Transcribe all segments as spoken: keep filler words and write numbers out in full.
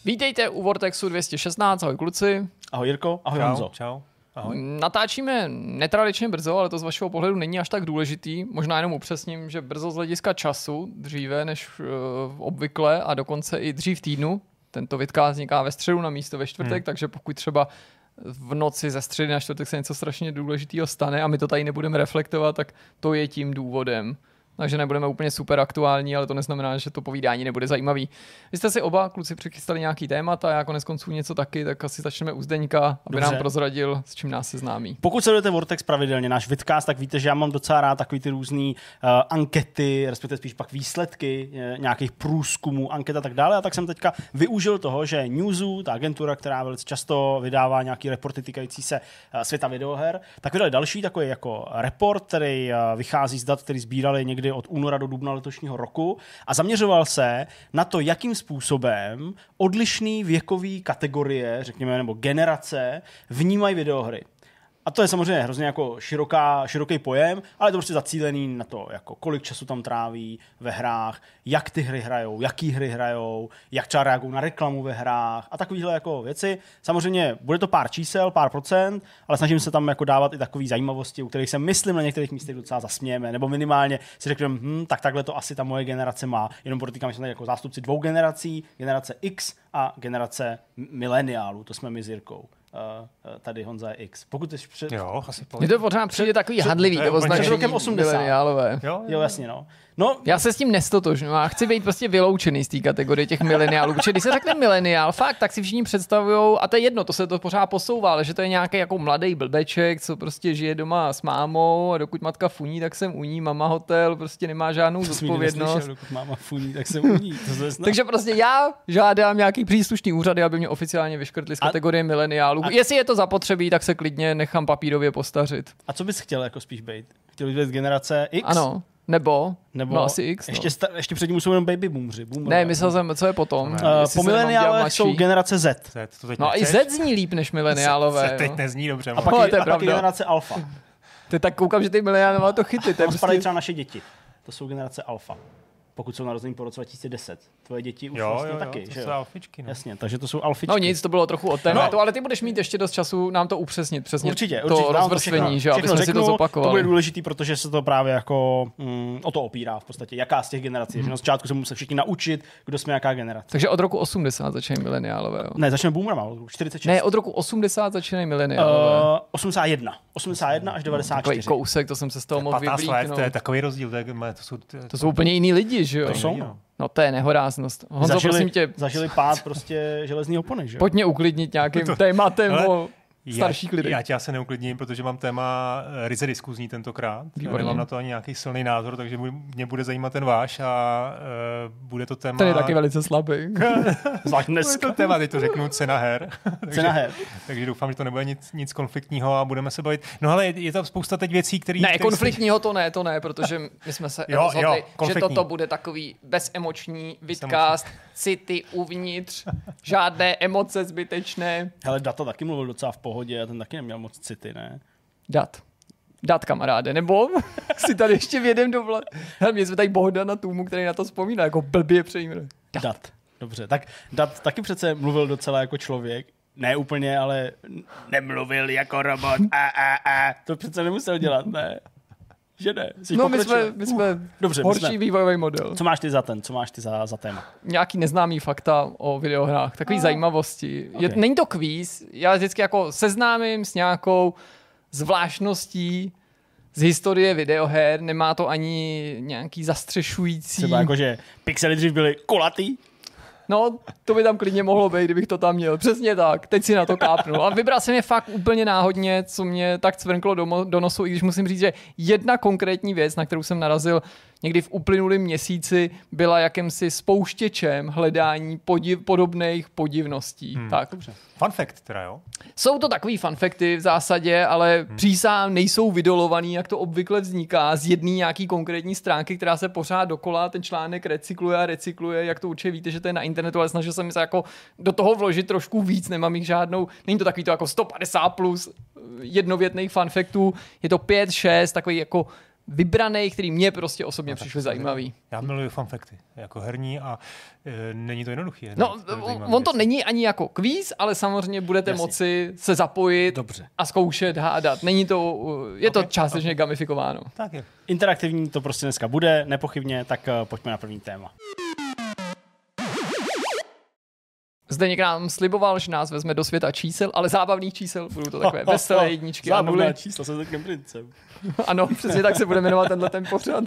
Vítejte u Vortexu dvě stě šestnáct, ahoj kluci. Ahoj Jirko, ahoj Čau, Honzo. Čau. Ahoj. Natáčíme netradičně brzo, ale to z vašeho pohledu není až tak důležitý. Možná jenom upřesním, že brzo z hlediska času, dříve než uh, obvykle a dokonce i dřív týdnu. Tento vidcast vzniká ve středu na místo ve čtvrtek, hmm. takže pokud třeba v noci ze středy na čtvrtek se něco strašně důležitého stane a my to tady nebudeme reflektovat, tak to je tím důvodem. Takže nebudeme úplně super aktuální, ale to neznamená, že to povídání nebude zajímavý. Vy jste si oba kluci přichystali nějaký témata, já konec konců něco taky, tak asi začneme u Zdeňka, aby Dobře. nám prozradil, s čím nás seznámí. Pokud sledujete Vortex pravidelně, náš vidcast, tak víte, že já mám docela rád takový ty různý uh, ankety, respektive spíš pak výsledky uh, nějakých průzkumů, anket a tak dále. A tak jsem teďka využil toho, že Newzoo, ta agentura, která velice často vydává nějaký reporty týkající se uh, světa videoher, tak vydali další takový jako report, který uh, vychází z dat, který sbírali někdy od února do dubna letošního roku a zaměřoval se na to, jakým způsobem odlišný věkový kategorie, řekněme, nebo generace vnímají videohry. A to je samozřejmě hrozně jako široká, široký pojem, ale je to prostě zacílený na to, jako kolik času tam tráví ve hrách, jak ty hry hrajou, jaký hry hrajou, jak třeba reagují na reklamu ve hrách a takovýhle jako věci. Samozřejmě bude to pár čísel, pár procent, ale snažím se tam jako dávat i takové zajímavosti, u kterých se myslím na některých místech docela zasmějeme, nebo minimálně si řekneme, hm, tak takhle to asi ta moje generace má. Jenom podotýkám, že jsme tady jako zástupci dvou generací, generace X a generace mileniálů, to jsme my s Jirkou. Uh, tady Honza je X. Pokud jsi před... Jo, asi Mně to pořád přijde takový hadlivý, to označení rokem osmdesát. Mileniálové. Jo, jo, jasně, no. No, já se s tím nestotožňuji a chci být prostě vyloučený z té kategorie těch mileniálů, protože když se řekne mileniál, fakt, tak si všichni představujou, a to je jedno, to se to pořád posouvá, ale že to je nějaký jako mladý blbeček, co prostě žije doma s mámou a dokud matka funí, tak jsem u ní, mama hotel, prostě nemá žádnou zodpovědnost. Dokud máma funí, tak jsem u ní. Takže prostě já žádám nějaký příslušný úřady, aby mě oficiálně vyškrtli z kategorie a... mileniálů. A... Jestli je to zapotřebí, tak se klidně nechám papírově postařit. A co bys chtěl jako spíš být? Chtěl bys být generace X? Ano. Nebo, Nebo no asi X. Ještě, no. sta- ještě předtím jsou jenom baby boomři. Boomer, ne, myslel jsem, co je potom. Uh, po mileniálech jsou generace Z. Z to no a i Z zní líp než mileniálové. Z teď nezní dobře. A pak, je, a pak je generace Alfa. Ty tak koukám, že ty mileniálové to chyty. To prostě... třeba naše děti. To jsou generace Alfa. Pokud jsou narození po roce dva tisíce deset. Tvoje děti už jo, vlastně jo, taky. To že jsou alfičky. No. Jasně, takže to jsou alfičky. No nic, to bylo trochu od tématu, no. Ale ty budeš mít ještě dost času nám to upřesnit. Přesně určitě, to určitě, rozvrstvení, že aby jsme si to zopakovali. To bude důležitý, protože se to právě jako mm, o to opírá v podstatě. Jaká z těch generací. Hmm. Že na začátku se musí všichni naučit, kdo jsme jaká generace. Takže od roku osmdesát začínají mileniálové. Jo? Ne, začneme boomerama, od roku čtyřicet šest. Ne, od roku osmdesát začínají mileniálové. Uh, osmdesát jedna. osmdesát jedna až devadesát čtyři. Takový kousek, to jsem se z toho mohl vyblíknout. To je takový rozdíl. To jsou, to jsou úplně jiný lidi, že jo? To jsou. No to je nehoráznost. Honzo, zažili, prosím tě. Zažili pád prostě železný opony, že jo? Pojď mě uklidnit nějakým to, tématem ale, o starších lidech. Já tě asi neuklidním, protože mám téma ryze diskuzní tentokrát. Výborně. Nemám na to ani nějaký silný názor, takže mě bude zajímat ten váš a uh, bude to téma... Ten je taky velice slabý. Zvlášť dneska. Bude to téma, teď to řeknu, cena her. takže, cena her. Takže doufám, že to nebude nic, nic konfliktního a budeme se bavit. No ale je, je tam spousta teď věcí, které... Ne, konfliktního to ne, to ne, protože my jsme se jo, rozhodli, jo, že toto bude takový bezemoční vidcast, city uvnitř, žádné emoce zbytečné. Hele, Data taky mluvil docela v pohodě a ten taky neměl moc city, ne? Dat. Dat, kamaráde, nebo si tady ještě vědem dovle. Hele, mě jsme tady Bohdana Tůmu, který na to vzpomíná, jako blbě přejmene. Dat. Dat. Dobře, tak Dat taky přece mluvil docela jako člověk. Ne úplně, ale nemluvil jako robot. A, a, a. To přece nemusel dělat, ne? Že ne? Jsi no my jsme, my jsme uh, dobře, horší my jsme. vývojový model. Co máš ty za ten? Co máš ty za, za téma? Nějaký neznámý fakta o videohrách, takový ah. zajímavosti. Okay. Je, není to kvíz, já vždycky jako seznámím s nějakou zvláštností z historie videoher, nemá to ani nějaký zastřešující... Třeba jako, že pixely dřív byly kulatý? No, to by tam klidně mohlo být, kdybych to tam měl. Přesně tak, teď si na to kápnul. A vybral jsem je fakt úplně náhodně, co mě tak cvrnklo do, mo- do nosu, i když musím říct, že jedna konkrétní věc, na kterou jsem narazil někdy v uplynulém měsíci, byla jakýmsi spouštěčem hledání podiv, podobných podivností. Hmm. Tak. Dobře. Fun fact teda, jo? Jsou to takový fun facty v zásadě, ale hmm. přísahám nejsou vydolovaný, jak to obvykle vzniká z jedné nějaký konkrétní stránky, která se pořád dokola ten článek recykluje a recykluje, jak to určitě víte, že to je na internetu, ale snažil jsem se jako do toho vložit trošku víc, nemám jich žádnou, není to takový to jako sto padesát plus jednovětných fun factů, je to pět šest takový jako vybraných, který mě prostě osobně No, přišly zajímavý. Já miluji fanfakty, jako herní a e, není to jednoduchý. No, on, on to není ani jako kvíz, ale samozřejmě budete Jasně. moci se zapojit Dobře. a zkoušet hádat. Není to, je to Okay, částečně okay. gamifikováno. Tak je. Interaktivní to prostě dneska bude, nepochybně, tak uh, pojďme na první téma. Zdeněk nám sliboval, že nás vezme do světa čísel, ale zábavných čísel, budou to takové veselé jedničky a Zábavná nuly. čísla se takovým princem. Ano, přesně tak se bude jmenovat tenhle ten pořad.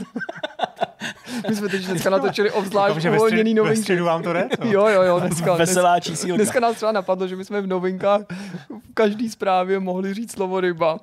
My jsme teď dneska natočili obzvlášť Že ve uvolněný středu, ve novinky. středu vám to jde? No. Jo, jo, jo, dneska, Veselá čísílka. dneska nás třeba napadlo, že my jsme v novinkách v každý zprávě mohli říct slovo ryba.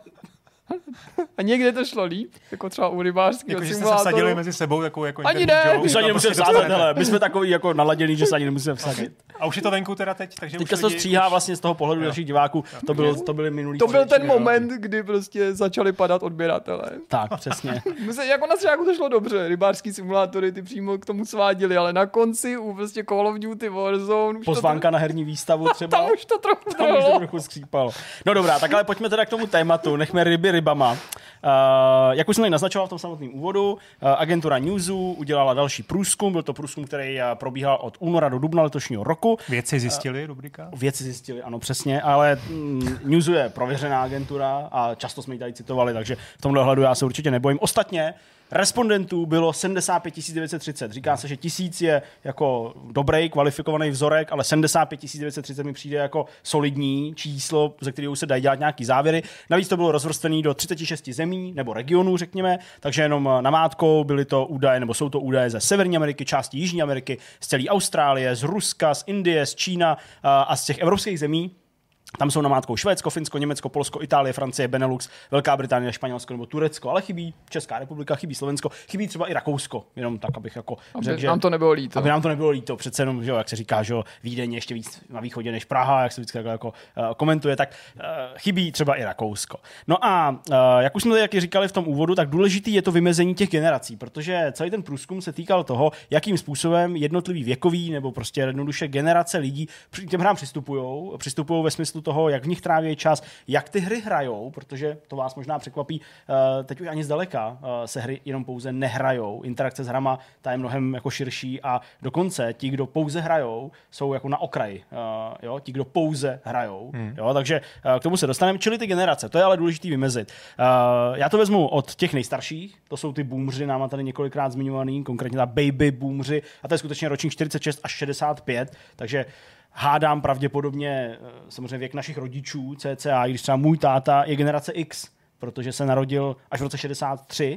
A někde to šlo líp, jako třeba u rybářského Jako, že jste se simulátoru. vsadili mezi sebou takovou jako Ani interní ne, joke, My se ani a nemusíme prostě vsázet, dostanete. hele. My jsme takový jako naladěný, že se ani nemusíme vsadit. A už je to venku teda teď, takže Teďka už se to lidi stříhá už- vlastně z toho pohledu našich diváků. To, byl, to byly minulý To byl ten čtyři roky. moment, kdy prostě začali padat odběratele. Tak, přesně. My se, jako na začátku to šlo dobře, rybářský simulátory ty přímo k tomu sváděli, ale na konci u prostě Call of Duty Warzone už Pozvánka na herní výstavu to, třeba. tam už to trochu Tam už to trhlo. trochu skřípalo. No dobrá, tak ale pojďme teda k tomu tématu. Nechme ryby rybama. Uh, jak už jsem tady naznačoval v tom samotném úvodu, uh, agentura Newzoo udělala další průzkum. Byl to průzkum, který uh, probíhal od února do dubna letošního roku. Vědci zjistili, rubrika? Věci zjistili, ano, přesně, ale mm, Newzoo je prověřená agentura a často jsme ji tady citovali, takže v tomhle ohledu já se určitě nebojím. Ostatně respondentů bylo sedmdesát pět tisíc devět set třicet. Říká se, že tisíc je jako dobrý, kvalifikovaný vzorek, ale sedmdesát pět tisíc devět set třicet mi přijde jako solidní číslo, ze kterého se dají dělat nějaký závěry. Navíc to bylo rozvrstvené do třicet šest zemí nebo regionů, řekněme, takže jenom namátkou byly to údaje, nebo jsou to údaje ze Severní Ameriky, části Jižní Ameriky, z celé Austrálie, z Ruska, z Indie, z Čína a z těch evropských zemí. Tam jsou namátkou Švédsko, Finsko, Německo, Polsko, Itálie, Francie, Benelux, Velká Británie, Španělsko nebo Turecko, ale chybí Česká republika, chybí Slovensko, chybí třeba i Rakousko, jenom tak, abych jako Aby řekl, že nám to nebylo líto. aby nám to nebylo líto, přece jenom, že jo, jak se říká, že jo, Vídeň je ještě víc na východě než Praha, jak se vždycky jako, jako uh, komentuje, tak uh, chybí třeba i Rakousko. No a uh, jak už jsme tady taky říkali v tom úvodu, tak důležitý je to vymezení těch generací, protože celý ten průzkum se týkal toho, jakým způsobem jednotlivý věkový nebo prostě jednoduše generace lidí k těm hrám přistupují, přistupují ve smyslu toho, jak v nich tráví čas, jak ty hry hrajou, protože to vás možná překvapí, uh, teď už ani zdaleka uh, se hry jenom pouze nehrajou. Interakce s hrama ta je mnohem jako širší a dokonce ti, kdo pouze hrajou, jsou jako na okraji. Uh, jo? Ti, kdo pouze hrajou. Hmm. Jo? Takže uh, k tomu se dostaneme. Čili ty generace, to je ale důležitý vymezit. Uh, já to vezmu od těch nejstarších, to jsou ty boomři, náma tady několikrát zmiňovaný, konkrétně ta baby boomři, a to je skutečně ročník čtyřicet šest až šedesát pět, takže hádám pravděpodobně samozřejmě věk našich rodičů, cca, i když třeba můj táta je generace X, protože se narodil až v roce šedesát tři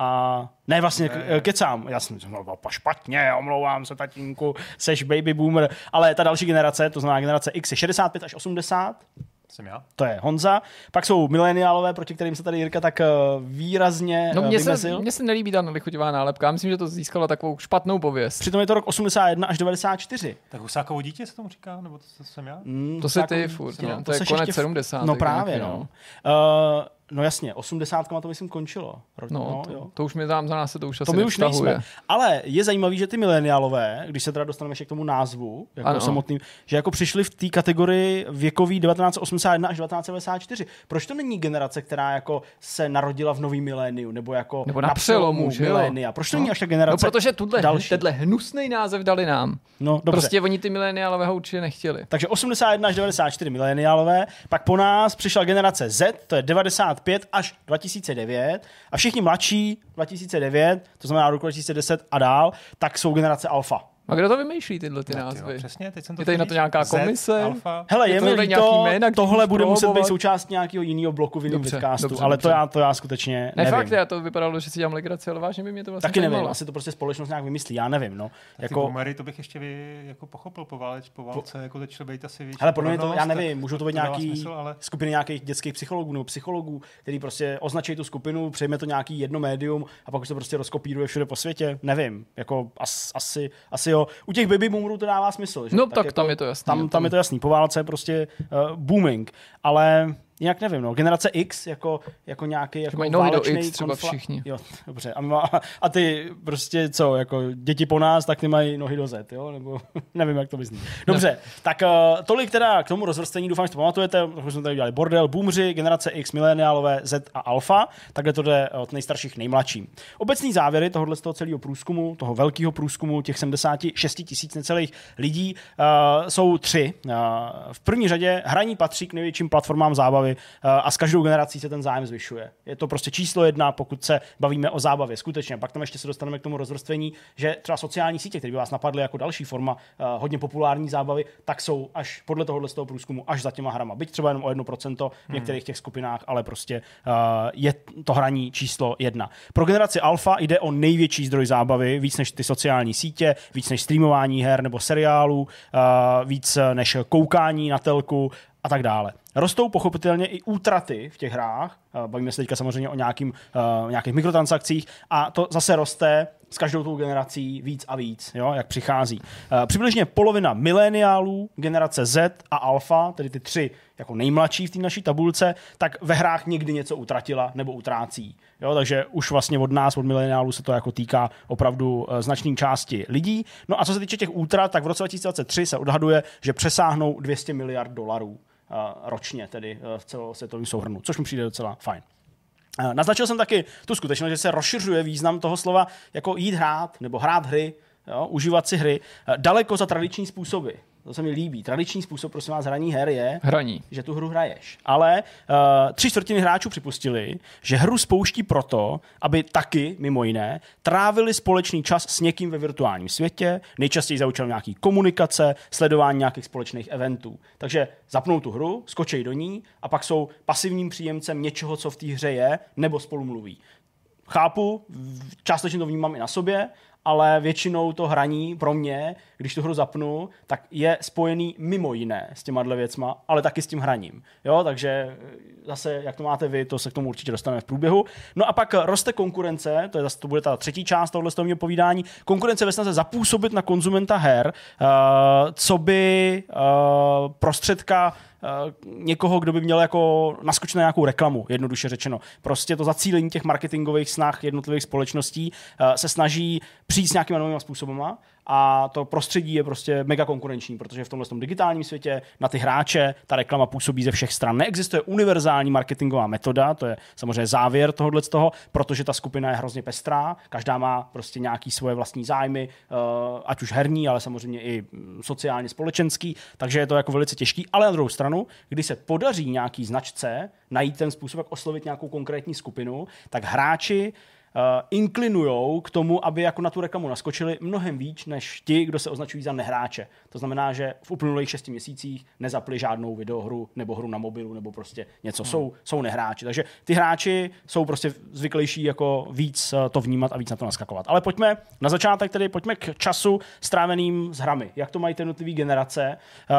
a ne vlastně ne. kecám, já jsem no, špatně, omlouvám se tatínku, seš baby boomer, ale ta další generace, to znamená generace X je šedesát pět až osmdesát, Jsem já. to je Honza. Pak jsou mileniálové, proti kterým se tady Jirka tak výrazně No mně vymezil. se, mně se nelíbí ta nelichotivá nálepka. Já myslím, že to získalo takovou špatnou pověst. Přitom je to rok osmdesát jedna až devadesát čtyři. Tak Husákovo dítě se tomu říká? Nebo to, to jsem já? Mm, To se Husákovi ty dítě, furt, no, no. To je seš konec ještě v- sedmdesátých No právě, nějaký, no. no. Uh, no jasně, osmdesátkama to myslím končilo. Ro- No, to, jo. to už mi tam za nás se to už asi To my už nevztahuje. nejsme. Ale je zajímavý, že ty mileniálové, když se teda dostaneme ještě k tomu názvu, jako Ano. samotným, že jako přišli v té kategorii věkový devatenáct osmdesát jedna až devatenáct devadesát čtyři. Proč to není generace, která jako se narodila v nový miléniu, nebo jako Nebo na přelomu, že jo? milénia? Proč to není No. až ta generace? No protože tuhle, další? tenhle hnusný název dali nám. No, dobře. Prostě oni ty mileniálové ho určitě nechtěli. Takže osmdesát jedna až devadesát čtyři mileniálové, pak po nás přišla generace Z, to je devadesát pět až dva tisíce devět a všichni mladší dva tisíce devět, to znamená roku dva tisíce deset a dál, tak jsou generace Alfa. A kdo to vymýšlí tyhle ty Tak jo, názvy? přesně, teď jsem to Je tady na to chtěl nějaká říct. komise? Z, alfa. Hele, Je je to mi tady nějaký líto, jména, který tohle můžu bude muset být prohlubovat? součástí nějakého jiného bloku v jiném Dobře, vidcastu, dobře, ale dobře. to já, to já skutečně Ne, nevím. fakt, já to vypadalo, že si dělám legraci, ale vážně by mě to vlastně Taky nevím, zajímalo. asi to prostě společnost nějak vymyslí, já nevím, no. Ty Jako, boomery, to bych ještě vy, jako pochopil po, váleč, po válce, jako začalo být asi větší. hele, podle mě to, porodnost, já nevím, tak můžou to být dává nějaký smysl, ale skupiny nějakých dětských psychologů nebo psychologů, který prostě označí tu skupinu, přejme to nějaký jedno médium a pak už to prostě rozkopíruje všude po světě. Nevím, jako as, asi, asi jo. U těch baby boomerů to dává smysl. Že? No tak jako, tam je to jasný, Tam, jo, tam tam- je to jasný, po válce prostě uh, booming, ale jinak nevím, no. Generace X jako, jako nějaký jako mají nohy do válečný X třeba konfla- všichni. Jo, dobře. A, má, a ty prostě co, jako děti po nás, tak ty mají nohy do Z, jo? Nebo nevím, jak to vyzní. Dobře, ne. tak uh, tolik teda k tomu rozvrstvení, doufám, že to pamatujete, protože jsme tady udělali bordel, boomři, generace X, mileniálové, Z a alfa, takhle to jde od nejstarších k nejmladším. Obecný závěry tohohle z toho celého průzkumu, toho velkého průzkumu, těch sedmdesát šest tisíc necelých lidí, uh, jsou tři. Uh, v první řadě hraní patří k největším platformám zábavy uh, a s každou generací se ten zájem zvyšuje. Je to prostě číslo jedna, pokud se bavíme o zábavě. Skutečně, pak tam ještě se dostaneme k tomu rozvrstvení, že třeba sociální sítě, které by vás napadly jako další forma uh, hodně populární zábavy, tak jsou až podle tohohle z toho průzkumu až za těma hrama. Byť třeba jenom o jedno procento v některých těch skupinách, ale prostě uh, je to hraní číslo jedna. Pro generaci alfa jde o největší zdroj zábavy, víc než ty sociální sítě, víc než streamování her nebo seriálů, uh, víc než koukání na telku a tak dále. Rostou pochopitelně i útraty v těch hrách, bavíme se teďka samozřejmě o nějakým, uh, nějakých mikrotransakcích a to zase roste s každou tou generací víc a víc, jo, jak přichází. Uh, přibližně polovina mileniálů, generace Z a alfa, tedy ty tři jako nejmladší v té naší tabulce, tak ve hrách někdy něco utratila nebo utrácí. Jo, takže už vlastně od nás, od mileniálů se to jako týká opravdu uh, značné části lidí. No a co se týče těch útrat, tak v roce dva tisíce dvacet tři se odhaduje, že přesáhnou dvě stě miliard dolarů. Ročně tedy v celosvětovém souhrnu, což mi přijde docela fajn. Naznačil jsem taky tu skutečnost, že se rozšiřuje význam toho slova jako jít hrát nebo hrát hry, jo, užívat si hry daleko za tradiční způsoby. To se mi líbí. Tradiční způsob, prosím vás, hraní her je, hraní. Že tu hru hraješ. Ale uh, tři čtvrtiny hráčů připustili, že hru spouští proto, aby taky, mimo jiné, trávili společný čas s někým ve virtuálním světě, nejčastěji za účelem nějaký komunikace, sledování nějakých společných eventů. Takže zapnou tu hru, skočej do ní a pak jsou pasivním příjemcem něčeho, co v té hře je, nebo spolu mluví. Chápu, částečně to vnímám i na sobě, ale většinou to hraní pro mě, když tu hru zapnu, tak je spojený mimo jiné s těma dle věcma, ale taky s tím hraním. Jo, takže zase, jak to máte vy, to se k tomu určitě dostaneme v průběhu. No a pak roste konkurence, to je zase to bude ta třetí část tohohle z toho povídání, konkurence ve snaze zapůsobit na konzumenta her, uh, co by uh, prostředka někoho, kdo by měl jako naskočit na nějakou reklamu, jednoduše řečeno. Prostě to zacílení těch marketingových snah jednotlivých společností se snaží přijít s nějakými novými způsobama a to prostředí je prostě mega konkurenční, protože v tomhle tom digitálním světě na ty hráče ta reklama působí ze všech stran. Neexistuje univerzální marketingová metoda, to je samozřejmě závěr tohohle z toho, protože ta skupina je hrozně pestrá, každá má prostě nějaký svoje vlastní zájmy, ať už herní, ale samozřejmě i sociálně společenský, takže je to jako velice těžký, ale na druhou stranu, když se podaří nějaký značce najít ten způsob, jak oslovit nějakou konkrétní skupinu, tak hráči Uh, inklinujou k tomu, aby jako na tu reklamu naskočili mnohem víc, než ti, kdo se označují za nehráče. To znamená, že v uplynulých šesti měsících nezapli žádnou videohru nebo hru na mobilu nebo prostě něco. Hmm. Jsou, jsou nehráči. Takže ty hráči jsou prostě zvyklejší jako víc to vnímat a víc na to naskakovat. Ale pojďme na začátek tedy, pojďme k času stráveným s hrami. Jak to mají ty jednotlivé generace,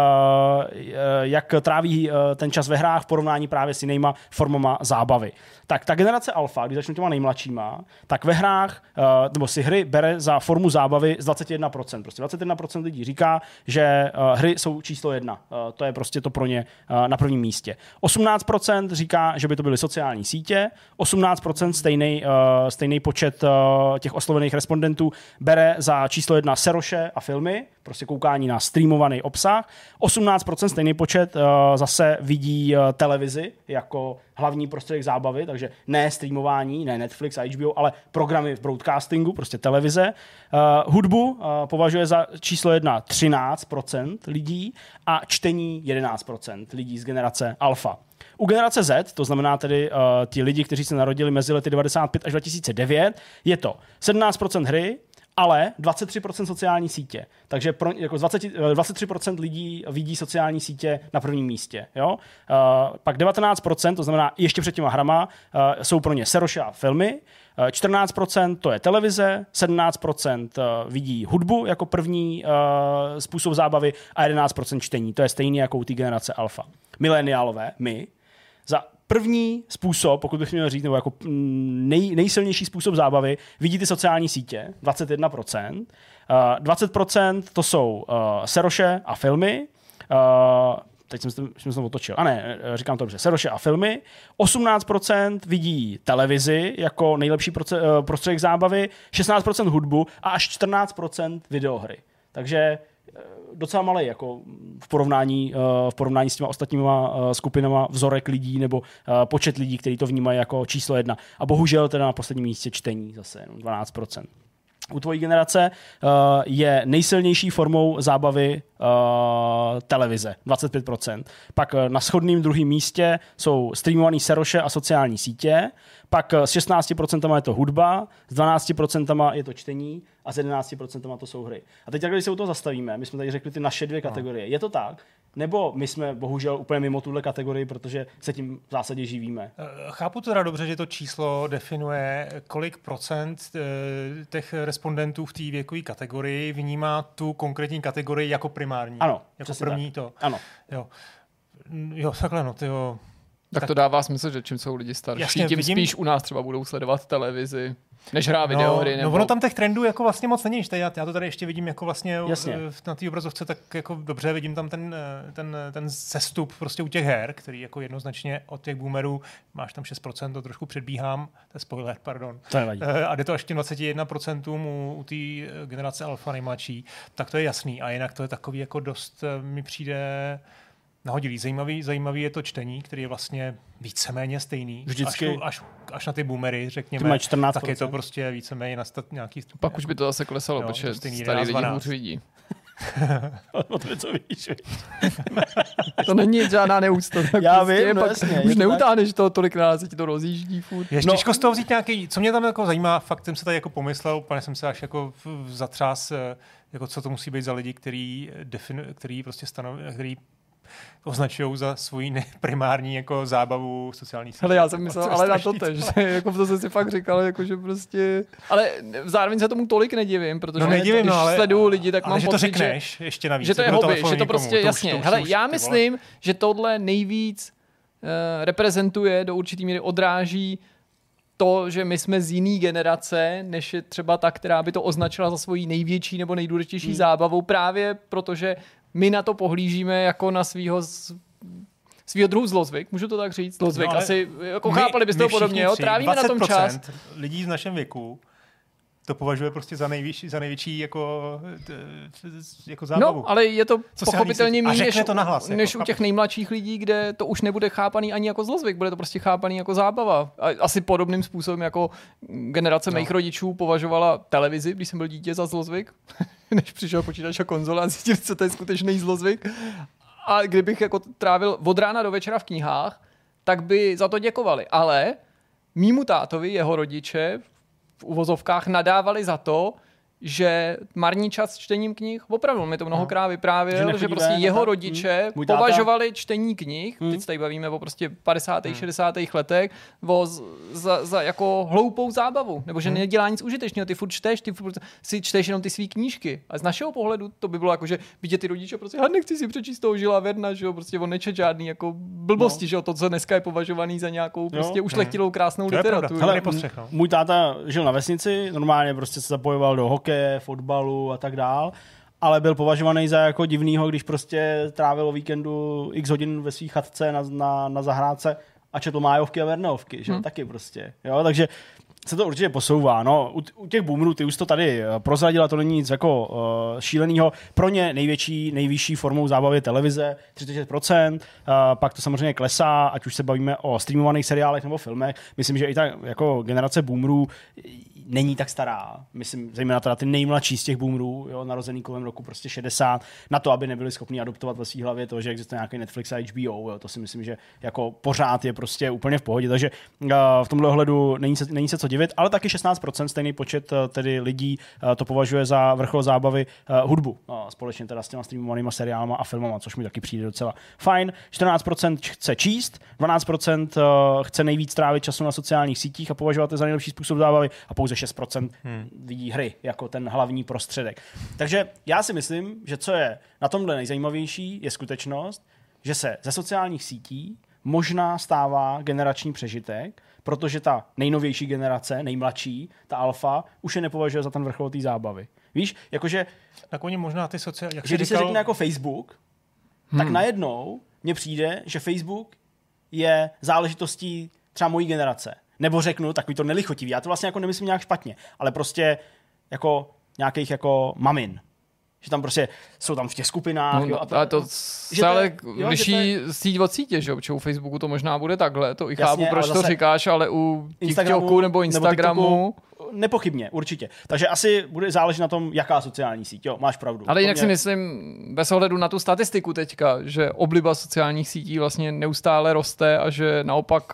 uh, jak tráví uh, ten čas ve hrách v porovnání právě s jinýma formama zábavy. Tak ta generace alfa, když začnu těma nejmladšíma, tak ve hrách, nebo si hry bere za formu zábavy z dvacet jedna procent. Prostě dvacet jedna procent lidí říká, že hry jsou číslo jedna. To je prostě to pro ně na prvním místě. osmnáct procent říká, že by to byly sociální sítě. osmnáct procent stejný, stejný počet těch oslovených respondentů bere za číslo jedna seroše a filmy, prostě koukání na streamovaný obsah. osmnáct procent stejný počet zase vidí televizi jako hlavní prostředek zábavy, takže ne streamování, ne Netflix a H B O, ale programy v broadcastingu, prostě televize. Uh, hudbu uh, považuje za číslo jedna třináct procent lidí a čtení jedenáct procent lidí z generace alfa. U generace Z, to znamená tedy uh, ti lidi, kteří se narodili mezi lety devadesát pět až dva tisíce devět, je to sedmnáct procent hry, ale dvacet tři procent sociální sítě. Takže pro, jako dvacet, dvacet tři procent lidí vidí sociální sítě na prvním místě. Jo? Uh, pak devatenáct procent, to znamená ještě před těma hrama, uh, jsou pro ně seroše a filmy. Uh, čtrnáct procent to je televize, sedmnáct procent uh, vidí hudbu jako první uh, způsob zábavy a jedenáct procent čtení. To je stejný jako u té generace alfa. Mileniálové, my, za první způsob, pokud bych měl říct, nebo jako nej, nejsilnější způsob zábavy, vidí ty sociální sítě, dvacet jedna procent. Uh, dvacet procent to jsou uh, seroše a filmy. Uh, teď jsem, jsem se otočil. A ne, říkám to dobře. Seroše a filmy. osmnáct procent vidí televizi jako nejlepší prostředek zábavy, šestnáct procent hudbu a až čtrnáct procent videohry. Takže docela malý jako v porovnání, v porovnání s těma ostatníma skupinama vzorek lidí nebo počet lidí, kteří to vnímají jako číslo jedna. A bohužel teda na posledním místě čtení zase jenom dvanáct procent. U tvojí generace uh, je nejsilnější formou zábavy uh, televize, dvacet pět procent. Pak uh, na shodném druhém místě jsou streamované seroše a sociální sítě, pak uh, s šestnáct procent je to hudba, s dvanáct procent je to čtení a s jedenáct procent to jsou hry. A teď, když se u toho zastavíme, my jsme tady řekli ty naše dvě kategorie. Je to tak? Nebo my jsme bohužel úplně mimo tuhle kategorii, protože se tím v zásadě živíme? Chápu teda dobře, že to číslo definuje, kolik procent těch respondentů v té věkové kategorii vnímá tu konkrétní kategorii jako primární. Ano. Jako první tak. to. Ano. Jo. Jo, takhle no, tyjo. Tak, tak to dává smysl, že čím jsou lidi starší, jasně, tím vidím... spíš u nás třeba budou sledovat televizi, než hrá videohry. No, nebo... no ono tam těch trendů jako vlastně moc není. Já, já to tady ještě vidím jako vlastně jasně. na té obrazovce tak jako dobře, vidím tam ten, ten, ten sestup prostě u těch her, který jako jednoznačně od těch boomerů máš tam šest procent, to trošku předbíhám, to je spoiler, pardon. To nevadí. A jde to až těm dvacet jedna procent u, u té generace alfa nejmladší, tak to je jasný. A jinak to je takový jako dost, mi přijde nahodilý. Zajímavý, zajímavý je to čtení, který je vlastně víceméně stejný. Vždycky. Až, až, až na ty boomery, řekněme, čtrnáct procent. tak je to prostě víceméně nastat nějaký stup. Pak už by to zase klesalo, jo, protože starý lidi hůř vidí. O to co víš, to není žádná neúcta. Já prostě, vím, no pak jasně. Už neutáhneš to tolikrát, se ti to rozjíždí furt. Je no. těžko z toho vzít nějaký, co mě tam jako zajímá, fakt jsem se tady jako pomyslel, úplně jsem se až jako zatřás, jako co to musí být za lidi, který, definu, který prostě stanoví, který označují za svoji primární jako zábavu sociální sítě. Ale já jsem myslel, ale na to tež, jako to jsem si fakt říkal, jako že prostě, ale zároveň se tomu tolik nedivím, protože no nedivím, když no, ale, sleduju lidi, tak ale mám že pocit, to řekneš, že, ještě navíc, že to je hobby, že to prostě, to jasně, už, to hele, už, já ty myslím, že tohle nejvíc uh, reprezentuje, do určitý míry odráží to, že my jsme z jiný generace, než je třeba ta, která by to označila za svoji největší nebo nejdůležitější hmm. zábavou, právě protože my na to pohlížíme jako na svýho z... svýho druhu zlozvyk, můžu to tak říct? Zlozvyk, no, asi jako my, chápali byste to podobně, jo? Trávíme na tom čas. Lidí v našem věku to považuje prostě za největší, za největší jako, jako zábavu. No, ale je to sociální pochopitelně méně než, to nahlas, než jako, u těch nejmladších lidí, kde to už nebude chápaný ani jako zlozvyk, bude to prostě chápaný jako zábava. A asi podobným způsobem jako generace no. mých rodičů považovala televizi, když jsem byl dítě, za zlozvyk, než přišel počítač a konzole a zjistil, co to je skutečný zlozvyk. A kdybych jako trávil od rána do večera v knihách, tak by za to děkovali. Ale mýmu tátovi, jeho rodiče v uvozovkách nadávali za to, že marní čas s čtením knih, opravdu mi to mnohokrát vyprávěl, že, že prostě jeho rodiče hmm. považovali čtení knih, hmm. teď se tady bavíme o prostě padesátých, hmm. šedesátých letech, o z, za, za jako hloupou zábavu, nebo že hmm. nedělá nic užitečného, ty furt čteš, ty furt si čteš jenom ty svý knížky. A z našeho pohledu to by bylo jako, že vidět ty rodiče prostě, já nechci si přečíst toho Žila Verna, že jo, prostě on nečet žádný jako blbosti, no. že jo, to, co dneska je považovaný za nějakou prostě jo. ušlechtilou krásnou to literaturu. Hele, můj táta žil na vesnici, normálně prostě se zapojoval do hokeje, fotbalu a tak dál, ale byl považovaný za jako divnýho, když prostě trávil o víkendu x hodin ve svý chatce na, na, na zahrádce a četl májovky a verneovky, že hmm. taky prostě. Jo, takže se to určitě posouvá. No, u, u těch boomerů, ty už to tady prozradila, to není nic jako uh, šílenýho. Pro ně největší, nejvyšší formou zábavy je televize, třicet šest procent, uh, pak to samozřejmě klesá, ať už se bavíme o streamovaných seriálech nebo filmech. Myslím, že i ta jako generace boomerů není tak stará. Myslím, zejména teda ty nejmladší z těch boomerů, jo, narozený kolem roku prostě šedesát, na to, aby nebyli schopni adoptovat ve svý hlavě to, že existuje nějaký Netflix a H B O, jo, to si myslím, že jako pořád je prostě úplně v pohodě, takže uh, v tomhle ohledu není se, není se co divit, ale taky šestnáct procent stejný počet uh, tedy lidí uh, to považuje za vrchol zábavy uh, hudbu, uh, společně teda s těma streamovanýma seriálama a filmama, což mi taky přijde docela fajn. čtrnáct procent chce číst, dvanáct procent uh, chce nejvíc trávit času na sociálních sítích a považovat to za nejlepší způsob zábavy a pouze šest procent hmm. vidí hry jako ten hlavní prostředek. Takže já si myslím, že co je na tomhle nejzajímavější, je skutečnost, že se ze sociálních sítí možná stává generační přežitek, protože ta nejnovější generace, nejmladší, ta alfa, už je nepovažuje za ten vrchol té zábavy. Víš, jakože... Tak oni možná ty sociální... Že když říkal... se řekne jako Facebook, hmm. tak najednou mně přijde, že Facebook je záležitostí třeba mojí generace. Nebo řeknu, takový to nelichotivý. Já to vlastně jako nemyslím nějak špatně, ale prostě jako nějakých jako mamin. Že tam prostě jsou tam v těch skupinách. No, jo, a to, ale to no, se ale liší je... síť od sítě, že u Facebooku to možná bude takhle. To i chápu, Jasně, proč to říkáš, ale u TikToku nebo Instagramu... Nebo nepochybně, určitě. Takže asi bude záležet na tom, jaká sociální síť. Jo, máš pravdu. Ale jinak mě... si myslím, bez ohledu na tu statistiku teďka, že obliba sociálních sítí vlastně neustále roste a že naopak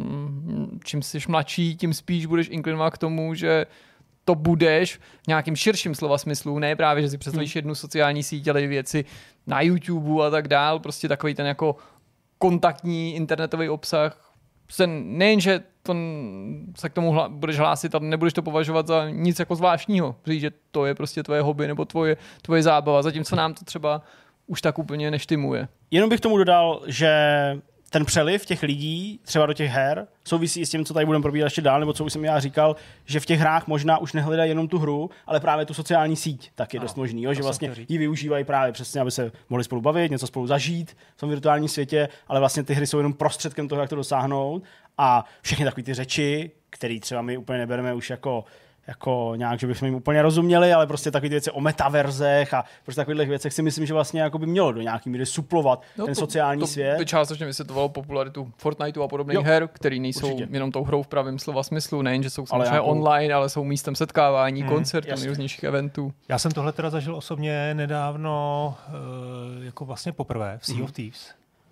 čím jsi mladší, tím spíš budeš inklinovat k tomu, že to budeš v nějakým širším slova smyslu, ne právě, že si představíš jednu sociální síť, ale i věci na YouTube a tak dál, prostě takový ten jako kontaktní internetový obsah. Se nejenže to se k tomu hla, budeš hlásit a nebudeš to považovat za nic jako zvláštního, říct, že to je prostě tvoje hobby nebo tvoje, tvoje zábava, zatímco nám to třeba už tak úplně neštymuje. Jenom bych tomu dodal, že ten přeliv těch lidí třeba do těch her souvisí i s tím, co tady budeme probírat ještě dál, nebo co už jsem já říkal, že v těch hrách možná už nehledají jenom tu hru, ale právě tu sociální síť, tak je ano, dost možný, jo? Že vlastně ji využívají právě přesně, aby se mohli spolu bavit, něco spolu zažít v tom virtuálním světě, ale vlastně ty hry jsou jenom prostředkem toho, jak to dosáhnout a všechny takové ty řeči, které třeba my úplně nebereme už jako jako nějak, že bychom jim úplně rozuměli, ale prostě takové věci o metaverzech a prostě takových věcech si myslím, že vlastně jako by mělo do nějaký míry suplovat no ten to, sociální to svět. To by částečně vysvětlovalo popularitu Fortniteu a podobných jo, her, který nejsou určitě jenom tou hrou v pravém slova smyslu, nejen, že jsou samozřejmě ale jako online, ale jsou místem setkávání, hmm, koncertů, nejrůznějších eventů. Já jsem tohle teda zažil osobně nedávno jako vlastně poprvé v Sea hmm. of Thieves.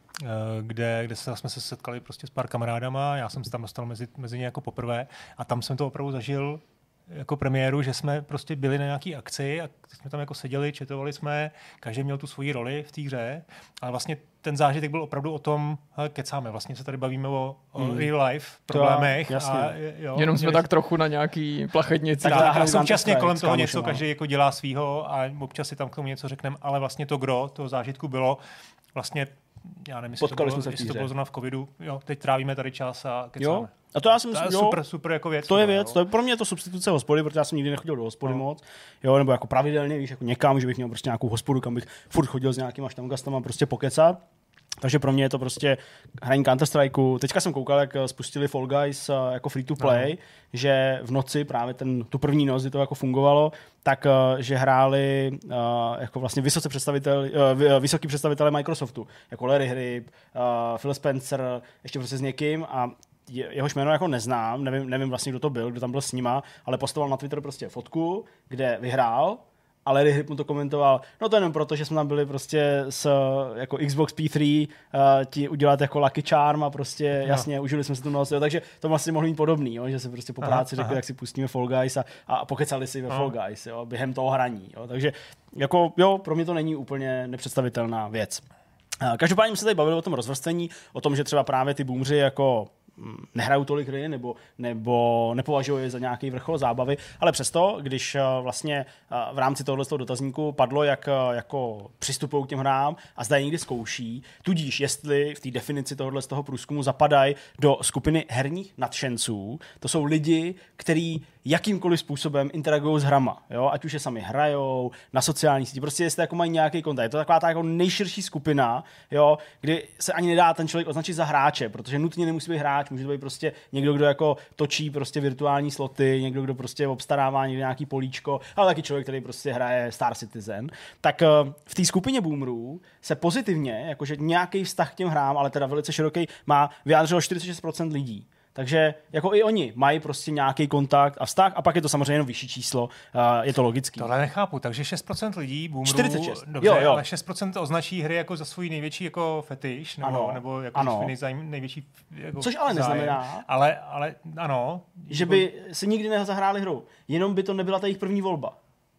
Kde, kde jsme se setkali prostě s pár kamarádama, já jsem se tam dostal mezi, mezi ně jako poprvé a tam jsem to opravdu zažil jako premiéru, že jsme prostě byli na nějaký akci a jsme tam jako seděli, četovali jsme, každý měl tu svoji roli v té hře, ale vlastně ten zážitek byl opravdu o tom, hele, kecáme, vlastně se tady bavíme o, o hmm. real life problémech. To, a, jo, Jenom jsme tak trochu na nějaký plachetnici. Tak, tak, a současně kolem toho něco, každý jako dělá svýho a občas si tam k tomu něco řekneme, ale vlastně to gro toho zážitku bylo vlastně, já nevím, jestli to bylo, jestli to bylo zrovna v covidu, jo, teď trávíme tady čas a kecáme. Jo. A to já si myslím, to je super, super jako věc. To je věc, to je, pro mě je to substituce hospody, protože já jsem nikdy nechodil do hospody no. moc, jo, nebo jako pravidelně, víš, jako někam, že bych měl prostě nějakou hospodu, kam bych furt chodil s nějakýma štamgastama prostě pokecat. Takže pro mě je to prostě hraní Counter-Strikeu. Teďka jsem koukal, jak spustili Fall Guys jako free to play, no. že v noci, právě ten, tu první noc, kdy to jako fungovalo, tak že hráli uh, jako vlastně vysoce představitel, uh, vysoký představitelé Microsoftu, jako Larry Hryb, uh, Phil Spencer, ještě prostě s někým a jehož jméno jako neznám, nevím, nevím vlastně, kdo to byl, kdo tam byl s nima, ale postoval na Twitter prostě fotku, kde vyhrál, a Larry Hryb mu to komentoval, no to jenom proto, že jsme tam byli prostě s jako Xbox P tři uh, ti udělat jako Lucky Charm a prostě no. jasně, užili jsme si tu noc, takže to vlastně mohlo být podobný, jo, že se prostě po práci aha, řekli, aha. jak si pustíme Fall Guys a, a pokecali si ve no. Fall Guys, jo, během toho hraní, jo, takže jako jo, pro mě to není úplně nepředstavitelná věc. Uh, každopádně se tady bavili o tom rozvrstvení, o tom, že třeba právě ty boomři jako nehrajou tolik hry nebo, nebo nepovažují je za nějaký vrchol zábavy, ale přesto, když vlastně v rámci tohoto dotazníku padlo, jak jako přistupují k těm hrám a zda je někdy zkouší, tudíž jestli v té definici tohoto z toho průzkumu zapadají do skupiny herních nadšenců, to jsou lidi, kteří jakýmkoliv způsobem interagují s hrama, jo? Ať už je sami hrajou, na sociální síti, prostě jestli jako mají nějaký kontakt. Je to taková ta jako nejširší skupina, jo? Kdy se ani nedá ten člověk označit za hráče, protože nutně nemusí být hráč, může to být prostě někdo, kdo jako točí prostě virtuální sloty, někdo, kdo prostě obstarává někde nějaký políčko, ale taky člověk, který prostě hraje Star Citizen. Tak v té skupině boomerů se pozitivně, jakože nějaký vztah k těm hrám, ale teda velice široký, má vyjádřilo čtyřicet šest procent lidí. Takže jako i oni mají prostě nějaký kontakt a vztah a pak je to samozřejmě jenom vyšší číslo, uh, je to logický. Tohle nechápu, takže šest procent lidí boomerů, čtyřicet šest dobře, jo, jo. ale šest procent označí hry jako za svůj největší jako fetiš, nebo, ano, nebo jako ano. za svůj nejzajím, největší jako což ale zájem. neznamená, ale, ale ano. Že by si nikdy nezahráli hru, jenom by to nebyla ta jejich první volba.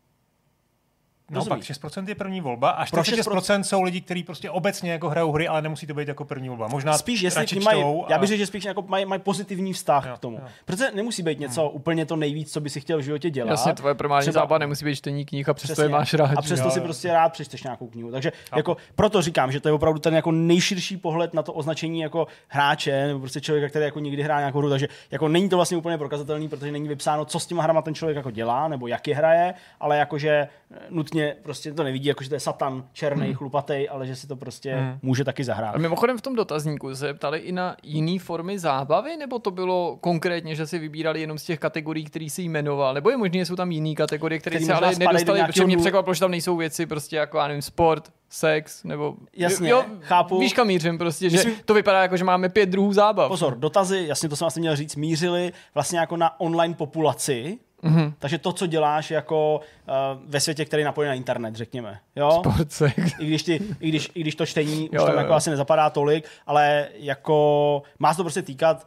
No pak šest procent je první volba a čtyřicet šest procent jsou lidi, kteří prostě obecně jako hrajou hry, ale nemusí to být jako první volba. Možná spíš, jestli mají, a... já bych řekl, že spíš jako mají, mají pozitivní vztah jo, k tomu. Jo. Protože nemusí být něco hmm. úplně to nejvíc, co by si chtěl v životě dělat. Jasně, tvoje primární třeba... zábava nemusí být čtení knih a přesto je máš rád. A přesto jo, si jo. prostě rád přečteš nějakou knihu. Takže jako, proto říkám, že to je opravdu ten jako nejširší pohled na to označení jako hráče nebo prostě člověka, který jako nikdy hrá nějakou hru. Takže jako není to vlastně úplně prokazatelný, protože není vypsáno, co s těma hrama ten člověk jako dělá nebo jak je hraje, ale jakože nutně úplně prostě to nevidí, jako že to je satan černý, hmm. chlupatej, ale že si to prostě hmm. může taky zahrát. A mimochodem v tom dotazníku se ptali i na jiné formy zábavy, nebo to bylo konkrétně, že si vybírali jenom z těch kategorií, které si jmenoval, nebo je možné, že jsou tam jiné kategorie, které se ale nedostali, protože mě překvapilo, že tam nejsou věci prostě jako, já nevím, sport, sex, nebo... Jasně, jo, chápu. Víš, kam mířím prostě, že Myslím, to vypadá jako, že máme pět druhů zábav. Pozor, dotazy, jasně to jsem asi měl říct, mířili vlastně jako na online populaci, mm-hmm. takže to, co děláš jako uh, ve světě, který je napojený na internet, řekněme. Jo? Sport, sex. I když, ty, i, když, I když to čtení jo, už tam jo, jako jo. asi nezapadá tolik, ale jako má se to prostě týkat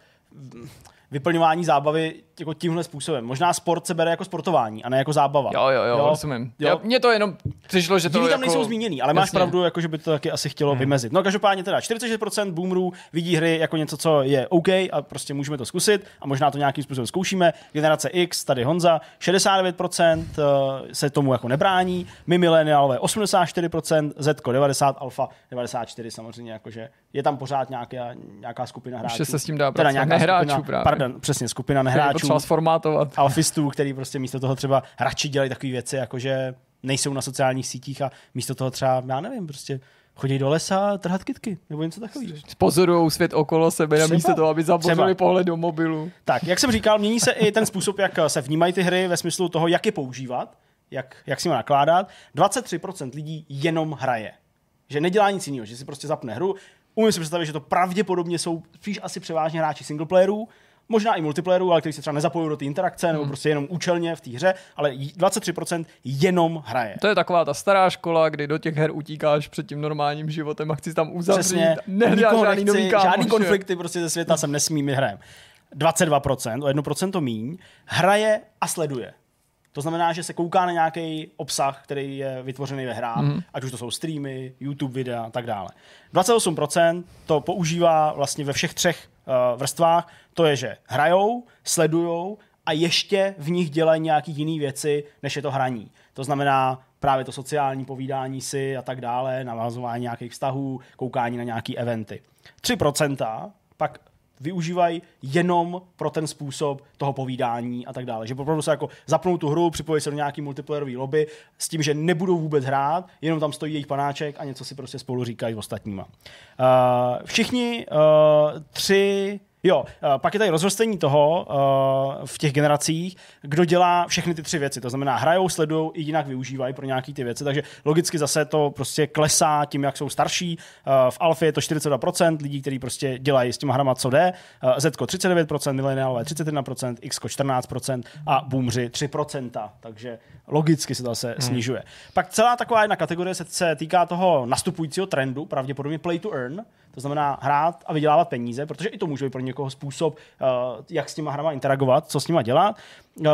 vyplňování zábavy jako tímhle způsobem. Možná sport se bere jako sportování a ne jako zábava. Jo, jo, jo, rozumím. Jo. Mně to jenom přišlo, že to Jiní tam jako... nejsou zmíněný, ale máš Jasně. pravdu, jako, že by to taky asi chtělo hmm. vymezit. No každopádně teda čtyřicet šest procent boomerů vidí hry jako něco, co je OK a prostě můžeme to zkusit a možná to nějakým způsobem zkoušíme. Generace X, tady Honza, šedesát devět procent se tomu jako nebrání, my mileniálové osmdesát čtyři procent, Zetko devadesát procent, Alfa devadesát čtyři procent samozřejmě, jakože je tam pořád nějaká, nějaká skupina hráčů. Ještě se s tím dá pracovat, nehráčů právě. Pardon, přesně, skupina nehráčů. Potřeba sformátovat. Alfistů, který prostě místo toho třeba radši dělají takové věci, jakože nejsou na sociálních sítích a místo toho třeba, já nevím, prostě chodí do lesa a trhat kytky, nebo něco takového. Pozorujou svět okolo sebe na místo toho, aby zabořili pohled do mobilu. Tak, jak jsem říkal, mění se i ten způsob, jak se vnímají ty hry ve smyslu toho, jak je používat, jak, jak si má nakládat. dvacet tři procent lidí jenom hraje. Že nedělá nic jiného, že si prostě zapne hru. Umím si představit, že to pravděpodobně jsou spíš asi převážně hráči singleplayerů, možná i multiplayerů, ale kteří se třeba nezapojují do té interakce, nebo hmm. prostě jenom účelně v té hře, ale dvacet tři procent jenom hraje. To je taková ta stará škola, kdy do těch her utíkáš před tím normálním životem a chci tam uzavřít. Přesně, nikoho žádný nechci, nový kámoš, žádný konflikty prostě ze světa sem nesmí, my hrajeme. dvacet dva procent, o jedno procento míň, hraje a sleduje. To znamená, že se kouká na nějaký obsah, který je vytvořený ve hrách, mm. ať už to jsou streamy, YouTube videa a tak dále. dvacet osm procent to používá vlastně ve všech třech uh, vrstvách, to je, že hrajou, sledujou a ještě v nich dělají nějaký jiný věci, než je to hraní. To znamená právě to sociální povídání si a tak dále, navazování nějakých vztahů, koukání na nějaký eventy. tři procenta pak využívají jenom pro ten způsob toho povídání a tak dále. Že opravdu se jako zapnou tu hru, připojí se do nějaký multiplayerový lobby s tím, že nebudou vůbec hrát, jenom tam stojí jejich panáček a něco si prostě spolu říkají s ostatníma. Uh, všichni uh, tři... Jo, pak je tady rozvrstení toho uh, v těch generacích, kdo dělá všechny ty tři věci. To znamená, hrajou, sledujou i jinak využívají pro nějaké ty věci, takže logicky zase to prostě klesá tím, jak jsou starší. Uh, v Alfě je to čtyřicet dva procent lidí, kteří prostě dělají s těma hrama, co jde. Uh, Zetko třicet devět procent, mileniálové třicet jedna procent, Xko čtrnáct procent a boomři tři procenta. Takže logicky se to zase hmm. snižuje. Pak celá taková jedna kategorie se, se týká toho nastupujícího trendu, pravděpodobně play to earn. To znamená hrát a vydělávat peníze, protože i to může být pro někoho způsob, uh, jak s těma hrama interagovat, co s nima dělat. Uh,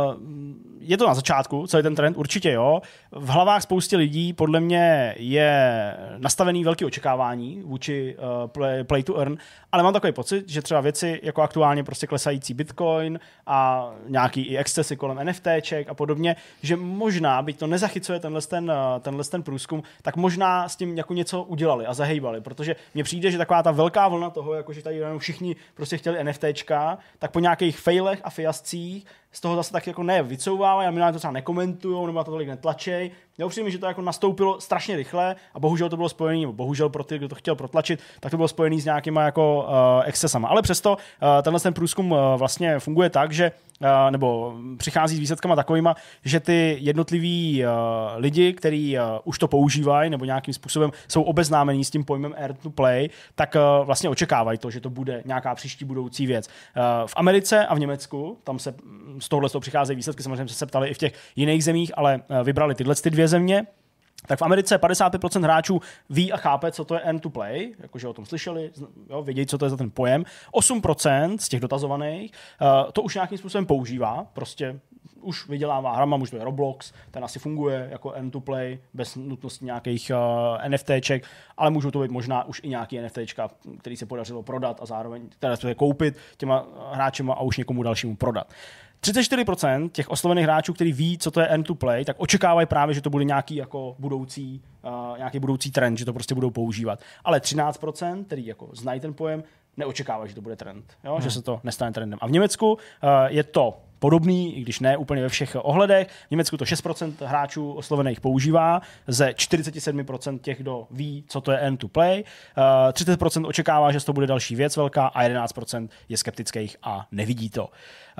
je to na začátku, celý ten trend, určitě jo. V hlavách spoustě lidí podle mě je nastavený velký očekávání vůči uh, play, play to earn, ale mám takový pocit, že třeba věci jako aktuálně prostě klesající Bitcoin a nějaký i excesy kolem NFTček a podobně, že možná, byť to nezachycuje tenhle ten, tenhle ten průzkum, tak možná s tím jako něco udělali a zahejbali, protože mně přijde, že taková ta velká vlna toho, jako že tady všichni prostě chtěli NFTčka, tak po nějakých failech a fiascích z toho zase tak jako ne vycouvávají a minulé to třeba nekomentujou nebo na to tolik netlačej. Já přijím, že to jako nastoupilo strašně rychle a bohužel to bylo spojený, nebo bohužel pro ty, kdo to chtěl protlačit, tak to bylo spojený s nějakýma jako uh, excesama. Ale přesto uh, tenhle ten průzkum uh, vlastně funguje tak, že uh, nebo přichází s výsledkama takovýma, že ty jednotliví uh, lidi, kteří uh, už to používají nebo nějakým způsobem jsou obeznámení s tím pojmem earn to play, tak uh, vlastně očekávají to, že to bude nějaká příští budoucí věc. Uh, v Americe a v Německu, tam se z tohohle z toho přicházejí výsledky, samozřejmě se ptali i v těch jiných zemích, ale uh, vybrali tyhle ty dvě země. Tak v Americe padesát pět procent hráčů ví a chápe, co to je earn to play, jakože o tom slyšeli, jo, vědějí, co to je za ten pojem. osm procent z těch dotazovaných uh, to už nějakým způsobem používá, prostě už vydělává hrama, už to je Roblox, ten asi funguje jako earn to play, bez nutnosti nějakých uh, NFTček, ale můžou to být možná už i nějaký NFTčka, který se podařilo prodat a zároveň teda se koupit těma hráčima a už někomu dalšímu prodat. třicet čtyři procent těch oslovených hráčů, kteří ví, co to je earn to play, tak očekávají právě, že to bude nějaký jako budoucí, uh, nějaký budoucí trend, že to prostě budou používat. Ale třináct procent, který jako znají ten pojem, neočekávají, že to bude trend, jo? Hmm. Že se to nestane trendem. A v Německu uh, je to podobný, i když ne úplně ve všech ohledech. V Německu to šest procent hráčů oslovených používá, ze čtyřicet sedm procent těch, kdo ví, co to je earn to play. Uh, třicet procent očekává, že to bude další věc velká a jedenáct procent je skeptických a nevidí to. Uh,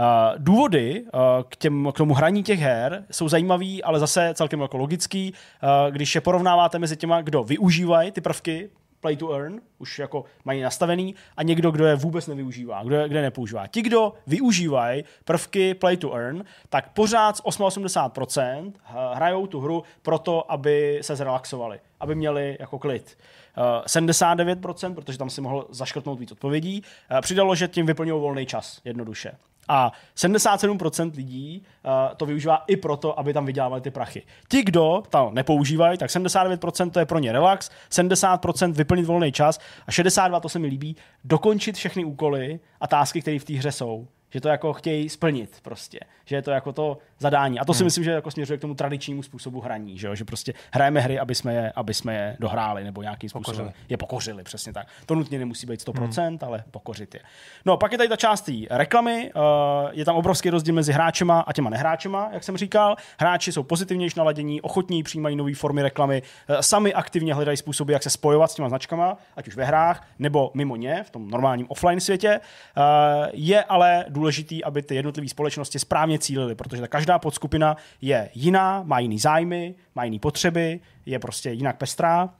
důvody uh, k, těm, k tomu hraní těch her jsou zajímavý, ale zase celkem jako logický. Uh, když je porovnáváte mezi těma, kdo využívají ty prvky play to earn, už jako mají nastavený, a někdo, kdo je vůbec nevyužívá, kdo je, kdo je nepoužívá. Ti, kdo využívají prvky play to earn, tak pořád z osmdesát osm procent hrajou tu hru proto, aby se zrelaxovali, aby měli jako klid. Uh, sedmdesát devět procent, protože tam si mohl zaškrtnout víc odpovědí, uh, přidalo, že tím vyplňují volný čas jednoduše. A sedmdesát sedm procent lidí uh, to využívá i proto, aby tam vydělávali ty prachy. Ti, kdo to nepoužívají, tak sedmdesát devět procent to je pro ně relax, sedmdesát procent vyplnit volný čas a šedesát dva procent, to se mi líbí, dokončit všechny úkoly a tásky, které v té hře jsou. Že to jako chtějí splnit prostě. Že je to jako to zadání. A to si hmm. myslím, že jako směřuje k tomu tradičnímu způsobu hraní. Že, jo? Že prostě hrajeme hry, aby jsme, je, aby jsme je dohráli nebo nějakým způsobem pokořili. je pokořili. Přesně tak. To nutně nemusí být sto procent, hmm. ale pokořit je. No pak je tady ta část té reklamy. Uh, je tam obrovský rozdíl mezi hráčema a těma nehráčema, jak jsem říkal. Hráči jsou pozitivnější naladění, ochotní přijímají nové formy reklamy, uh, sami aktivně hledají způsoby, jak se spojovat s těma značkama, ať už ve hrách nebo mimo ně, v tom normálním offline světě. Uh, je ale důležitý, aby ty jednotlivé společnosti správně cílily, protože ta každá podskupina je jiná, má jiný zájmy, má jiný potřeby, je prostě jinak pestrá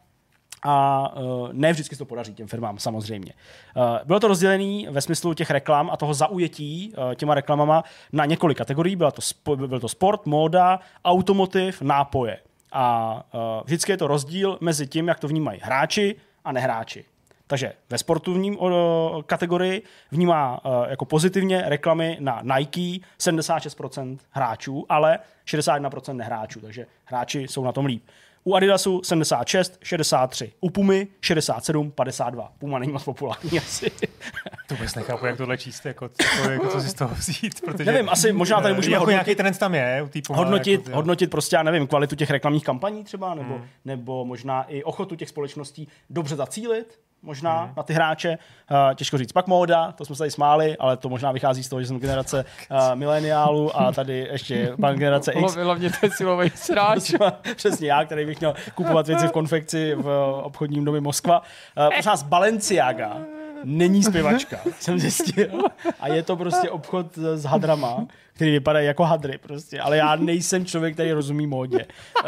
a uh, ne vždycky se to podaří těm firmám, samozřejmě. Uh, bylo to rozdělené ve smyslu těch reklam a toho zaujetí uh, těma reklamama na několik kategorií. Byla to spo, byl to sport, móda, automotiv, nápoje. A uh, vždycky je to rozdíl mezi tím, jak to vnímají hráči a nehráči. Takže ve sportovním o, kategorii vnímá o, jako pozitivně reklamy na Nike sedmdesát šest procent hráčů, ale šedesát jedna procent nehráčů, takže hráči jsou na tom líp. U Adidasu sedmdesát šest, šedesát tři. U Pumy šedesát sedm, padesát dva. Puma není moc populární asi. To vůbec nechápu, jak tohle číst, jako, co, jako, co si z toho vzít. Protože, nevím, asi možná tady můžeme jako hodnotit, nějaký trend tam je. U té Puma, hodnotit, jako, hodnotit prostě, já nevím, kvalitu těch reklamních kampaní třeba, nebo, hmm. nebo možná i ochotu těch společností dobře zacílit. Možná hmm. na ty hráče, uh, těžko říct. Pak móda, to jsme se tady smáli, ale to možná vychází z toho, že jsem generace uh, mileniálů a tady ještě pan generace X. Hlavně to je silový sráč. Přesně já, který bych měl kupovat věci v konfekci v obchodním domě Moskva. Uh, prosím nás, Balenciaga není zpěvačka, jsem zjistil. A je to prostě obchod s hadrama, který vypadá jako hadry prostě, ale já nejsem člověk, který rozumí módě.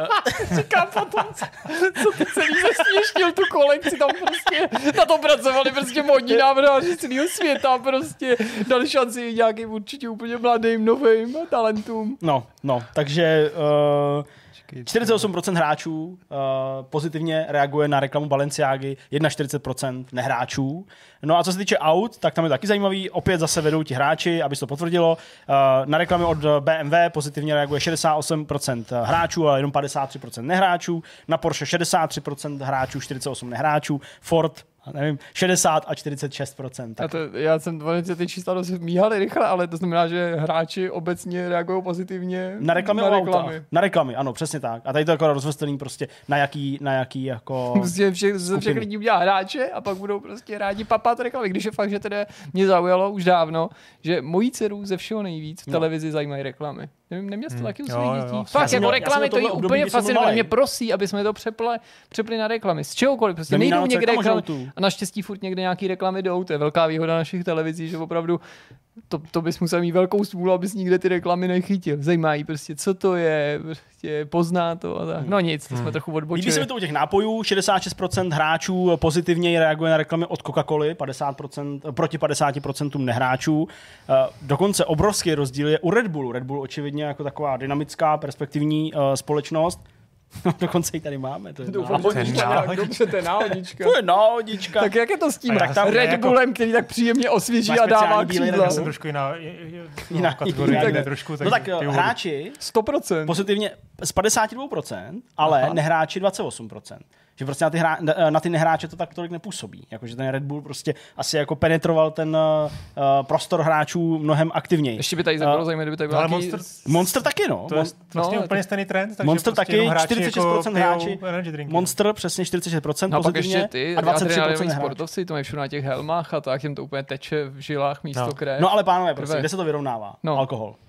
Říkám potom, co ty celý zesměšnil tu kolekci, tam prostě na to pracovali prostě módní návrháři z celého světa, prostě dali šanci nějakým určitě úplně mladým, novým talentům. No, no, takže uh, čtyřicet osm procent hráčů uh, pozitivně reaguje na reklamu Balenciágy, čtyřicet jedna procent nehráčů. No a co se týče aut, tak tam je taky zajímavý, opět zase vedou ti hráči, aby se to potvrdilo. Uh, na reklamy od B M W pozitivně reaguje šedesát osm procent hráčů, ale jenom padesát tři procent nehráčů. Na Porsche šedesát tři procent hráčů, čtyřicet osm procent nehráčů. Ford, nevím, šedesát a čtyřicet šest procent. A to, já jsem dvacet ty čísla dost míhaly rychle, ale to znamená, že hráči obecně reagují pozitivně na reklamy. Na reklamy, na reklamy ano, přesně tak. A tady to je jako rozvrstvený prostě na jaký, na jaký jako prostě všech, ze všech lidí udělá hráče a pak budou prostě rádi papat reklamy. Když je fakt, že teda mě zaujalo už dávno, že mojí dceru ze všeho nejvíc v no. televizi zajímají reklamy. Nevím, neměl jsi to taky u svých dětí? Fakt, jako reklamy, to je úplně fascinuje. Mě prosí, aby jsme to přepli, přepli na reklamy. Z čehokoliv, prostě nejdou někde reklamy. A naštěstí furt někde nějaký reklamy jdou. To je velká výhoda našich televizí, že opravdu to, to bys musel mít velkou smůlu, abys nikde ty reklamy nechytil. Zajímají prostě, co to je, prostě pozná to a tak. No nic, to jsme hmm. trochu odbočili. Líbí se mi to u těch nápojů, šedesát šest procent hráčů pozitivně reaguje na reklamy od Coca-Coly, padesát procent, proti padesát procent nehráčů. Dokonce obrovský rozdíl je u Red Bullu. Red Bull očividně jako taková dynamická, perspektivní uh, společnost. Dokonce ji tady máme. To je náhodička. Dobře, to je náhodička. To je náhodička. Tak jak je to s tím tak tam Red jako Bullem, který tak příjemně osvěží a dává křídla? Já jsem trošku jiná, jiná kategorie. Tak, trošku, no tak hráči sto procent. Pozitivně z padesát dva procent, ale aha. nehráči dvacet osm procent. Že prostě na ty, hra, na ty nehráče to tak tolik nepůsobí. Jakože ten Red Bull prostě asi jako penetroval ten uh, prostor hráčů mnohem aktivněji. Ještě by tady bylo zajímavé, kdyby tady byl nějaký... Monster, Monster taky, no. To je vlastně no, úplně stejný trend. Takže Monster prostě taky, čtyřicet šest procent jako hráči. Monster přesně čtyřicet šest procent no, pozitivně ty, a dvacet tři procent sportovci, to mají všude na těch helmách a tak, jim to úplně teče v žilách místo no. krev. No ale pánové, prostě, kde se to vyrovnává? No. Alkohol.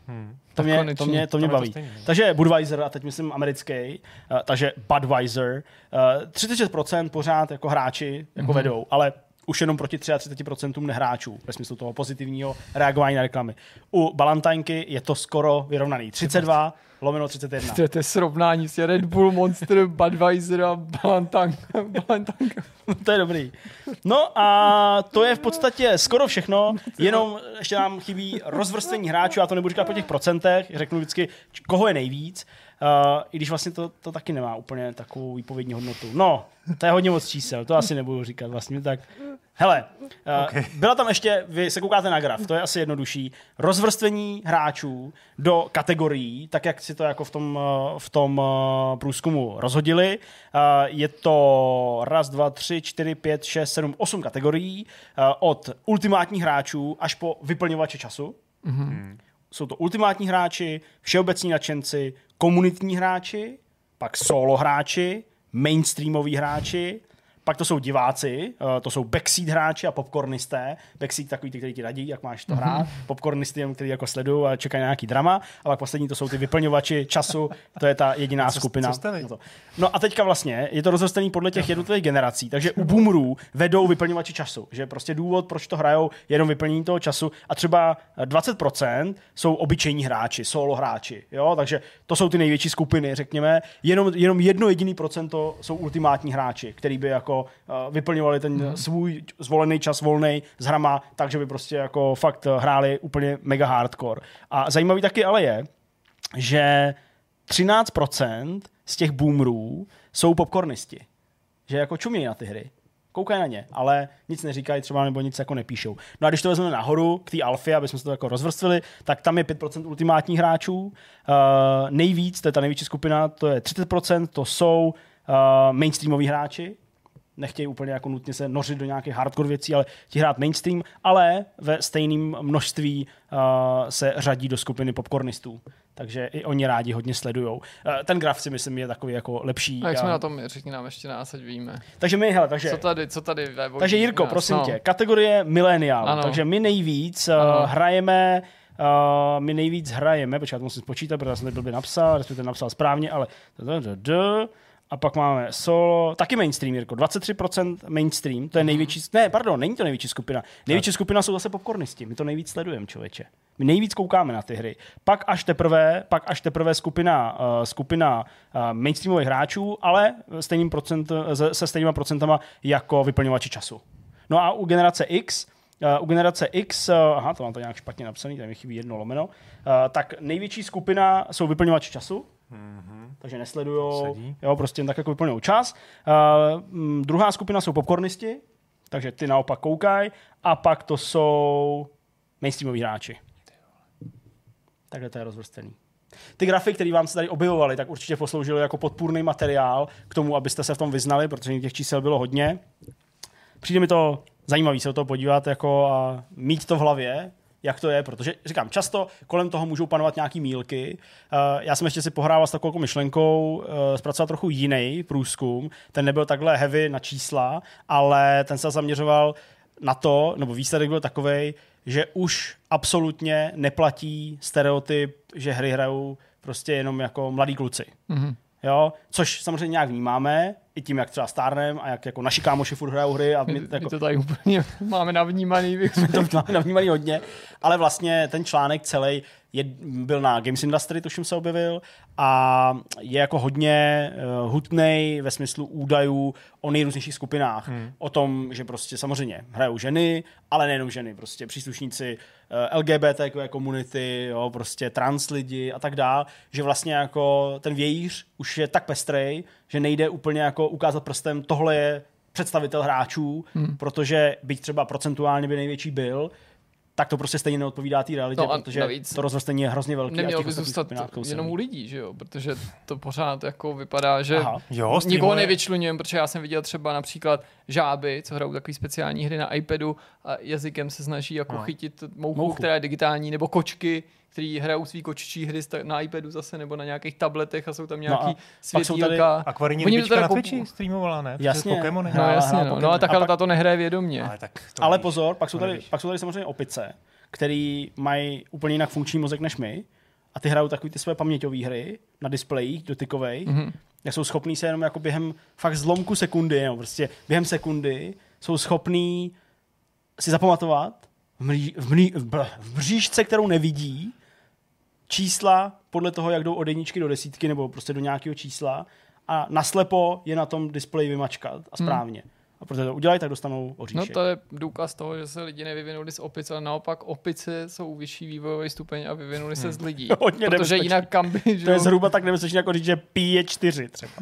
Hmm. To, mě, to mě, to mě to baví. To stejný, takže Budweiser, a teď myslím americký, uh, takže Budweiser, uh, třicet šest procent pořád jako hráči jako mm-hmm. vedou, ale už jenom proti třicet tři procent nehráčů, ve smyslu toho pozitivního reagování na reklamy. U Balantynky je to skoro vyrovnaný. třicet dva lomeno třicet jedna. To je srovnání s Red Bull, Monster, Budweiser a Balantynka. To je dobrý. No a to je v podstatě skoro všechno, jenom ještě nám chybí rozvrstvení hráčů, já to nebudu říkat po těch procentech, řeknu vždycky, koho je nejvíc, uh, i když vlastně to, to taky nemá úplně takovou výpovědní hodnotu. No, to je hodně moc čísel, to asi nebudu říkat vlastně, tak... Hele, uh, okay. Byla tam ještě, vy se koukáte na graf, to je asi jednodušší, rozvrstvení hráčů do kategorií, tak jak si to jako v tom, uh, v tom uh, průzkumu rozhodili. Uh, je to raz, dva, tři, čtyři, pět, šest, sedm, osm kategorií uh, od ultimátních hráčů až po vyplňovače času. Mm-hmm. Jsou to ultimátní hráči, všeobecní nadšenci, komunitní hráči, pak solo hráči, mainstreamoví hráči, pak to jsou diváci, to jsou backseat hráči a popcornisté. Backseat takový ty, kteří ti radí, jak máš to hrát. Mm-hmm. Popcornisty, kteří jako sledují a čekají na nějaký drama. A pak poslední to jsou ty vyplňovači času, to je ta jediná co, skupina. Co no, no a teďka vlastně je to rozvrstvený podle těch jednotlivých generací, takže u boomerů vedou vyplňovači času, že prostě důvod, proč to hrajou, je jenom vyplnění toho času a třeba dvacet procent jsou obyčejní hráči, solo hráči, jo, takže to jsou ty největší skupiny, řekněme, jenom, jenom jedno jediný procento jsou ultimátní hráči, který by jako vyplňovali ten mm. svůj zvolený čas volnej s hrama, takže by prostě jako fakt hráli úplně mega hardcore. A zajímavý taky ale je, že třináct procent z těch boomerů jsou popcornisti. Že jako čumějí na ty hry. Koukají na ně, ale nic neříkají třeba nebo nic jako nepíšou. No a když to vezmeme nahoru k té alfě, aby jsme se to jako rozvrstvili, tak tam je pět procent ultimátních hráčů. Uh, nejvíc, to je ta největší skupina, to je třicet procent, to jsou uh, mainstreamoví hráči. Nechtějí úplně jako nutně se nořit do nějakých hardcore věcí, ale ti hrát mainstream, ale ve stejném množství uh, se řadí do skupiny popcornistů. Takže i oni rádi hodně sledujou. Uh, ten graf si myslím je takový jako lepší. A jak jsme na tom, řekni nám ještě nás, ať víme. Takže my, hele, takže... Co tady, co tady webový, Takže Jirko, nás, prosím no. tě, kategorie millennial. Ano. Takže my nejvíc uh, hrajeme Uh, my nejvíc hrajeme, počkej, já to musím spočítat, protože já jsem to blbě napsal, respektive napsal správně, ale a pak máme solo, taky mainstream, Jirko, dvacet tři procent mainstream, to je největší, ne, pardon, není to největší skupina. Největší tak. skupina jsou zase popcornisti, my to nejvíc sledujeme, člověče. My nejvíc koukáme na ty hry. Pak až teprve, pak až teprve skupina, uh, skupina uh, mainstreamových hráčů, ale stejným procent, se stejnýma procentama jako vyplňovači času. No a u generace X, Uh, u generace X, uh, aha, to mám to nějak špatně napsaný, tady mi chybí jedno lomeno, uh, tak největší skupina jsou vyplňovači času, mm-hmm. takže nesledujou, jo, prostě jen tak jako vyplňují čas. Uh, m, druhá skupina jsou popcornisti, takže ty naopak koukají, a pak to jsou mainstreamoví hráči. Takhle to je rozvrstený. Ty grafy, které vám se tady objevovaly, tak určitě posloužily jako podpůrný materiál k tomu, abyste se v tom vyznali, protože těch čísel bylo hodně. Přijde mi to zajímavý se o to podívat jako a mít to v hlavě, jak to je, protože říkám, často kolem toho můžou panovat nějaký mýlky. Uh, já jsem ještě si pohrával s takovou myšlenkou, uh, zpracoval trochu jiný průzkum, ten nebyl takhle heavy na čísla, ale ten se zaměřoval na to, nebo výsledek byl takovej, že už absolutně neplatí stereotyp, že hry hrajou prostě jenom jako mladí kluci. Mm-hmm. Jo, což samozřejmě nějak vnímáme, i tím, jak třeba stárnem a jak jako naši kámoši furt hrajou hry. A my, my, jako, my to tady úplně máme navnímaný. My to máme navnímaný hodně, ale vlastně ten článek celý je, byl na Games Industry, tuším se objevil, a je jako hodně uh, hutnej ve smyslu údajů o nejrůznějších skupinách. Hmm. O tom, že prostě samozřejmě hrajou ženy, ale nejenom ženy, prostě příslušníci uh, L G B T Q komunity, jo, prostě trans lidi a tak dál, že vlastně jako ten vějíř už je tak pestrej, že nejde úplně jako ukázat prstem, tohle je představitel hráčů, hmm. protože byť třeba procentuálně by největší byl, tak to prostě stejně neodpovídá té realitě, no protože navíc to rozvrstení je hrozně velký. Nemělo by zůstat jenom u lidí, že jo? Protože to pořád jako vypadá, že jo, nikoho nevyčluňujeme, protože já jsem viděl třeba například žáby, co hrajou takový speciální hry na iPadu a jazykem se snaží jako no. chytit mouchu, mouchu, která je digitální, nebo kočky, který hrajou svý kočičí hry na iPadu zase, nebo na nějakých tabletech a jsou tam nějaký no světýlka. Akvarijní rybička na Twitchi streamovala, ne? Jasně. Pokémony. No jasně, no. no a tak ale ta to nehraje vědomě. Ale, tak to ale pozor, pak jsou, tady, pak jsou tady samozřejmě opice, který mají úplně jinak funkční mozek než my a ty hrajou takový ty své paměťové hry na displejích dotykovej, mm-hmm. jak jsou schopní se jenom jako během fakt zlomku sekundy, no, prostě během sekundy jsou schopní si zapamatovat v, mří, v, mří, v mřížce, kterou nevidí, čísla podle toho, jak jdou od jedničky do desítky nebo prostě do nějakého čísla a naslepo je na tom displeji vymačkat a správně. Hmm. A protože to udělají, tak dostanou oříšek. No to je důkaz toho, že se lidi nevyvinuli z opic, ale naopak opice jsou vyšší vývojový stupeň a vyvinuli se hmm. z lidí. Hodně protože jinak kam by, to je zhruba tak nebezpečné, jako říct, že pi je čtyři třeba.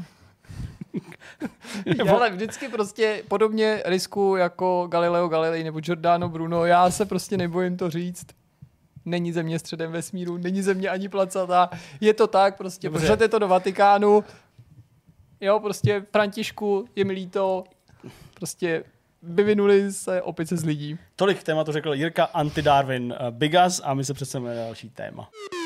Já, ale vždycky prostě podobně risku jako Galileo Galilei nebo Giordano Bruno, já se prostě nebojím to říct. Není země středem vesmíru, není země ani placatá. Je to tak, prostě pošlete to do Vatikánu. Jo, prostě Františku, je mi líto, prostě vyvinuli se opice z lidí. Tolik k tématu řekl Jirka Anti-Darwin Bigas a my se přesuneme na další téma.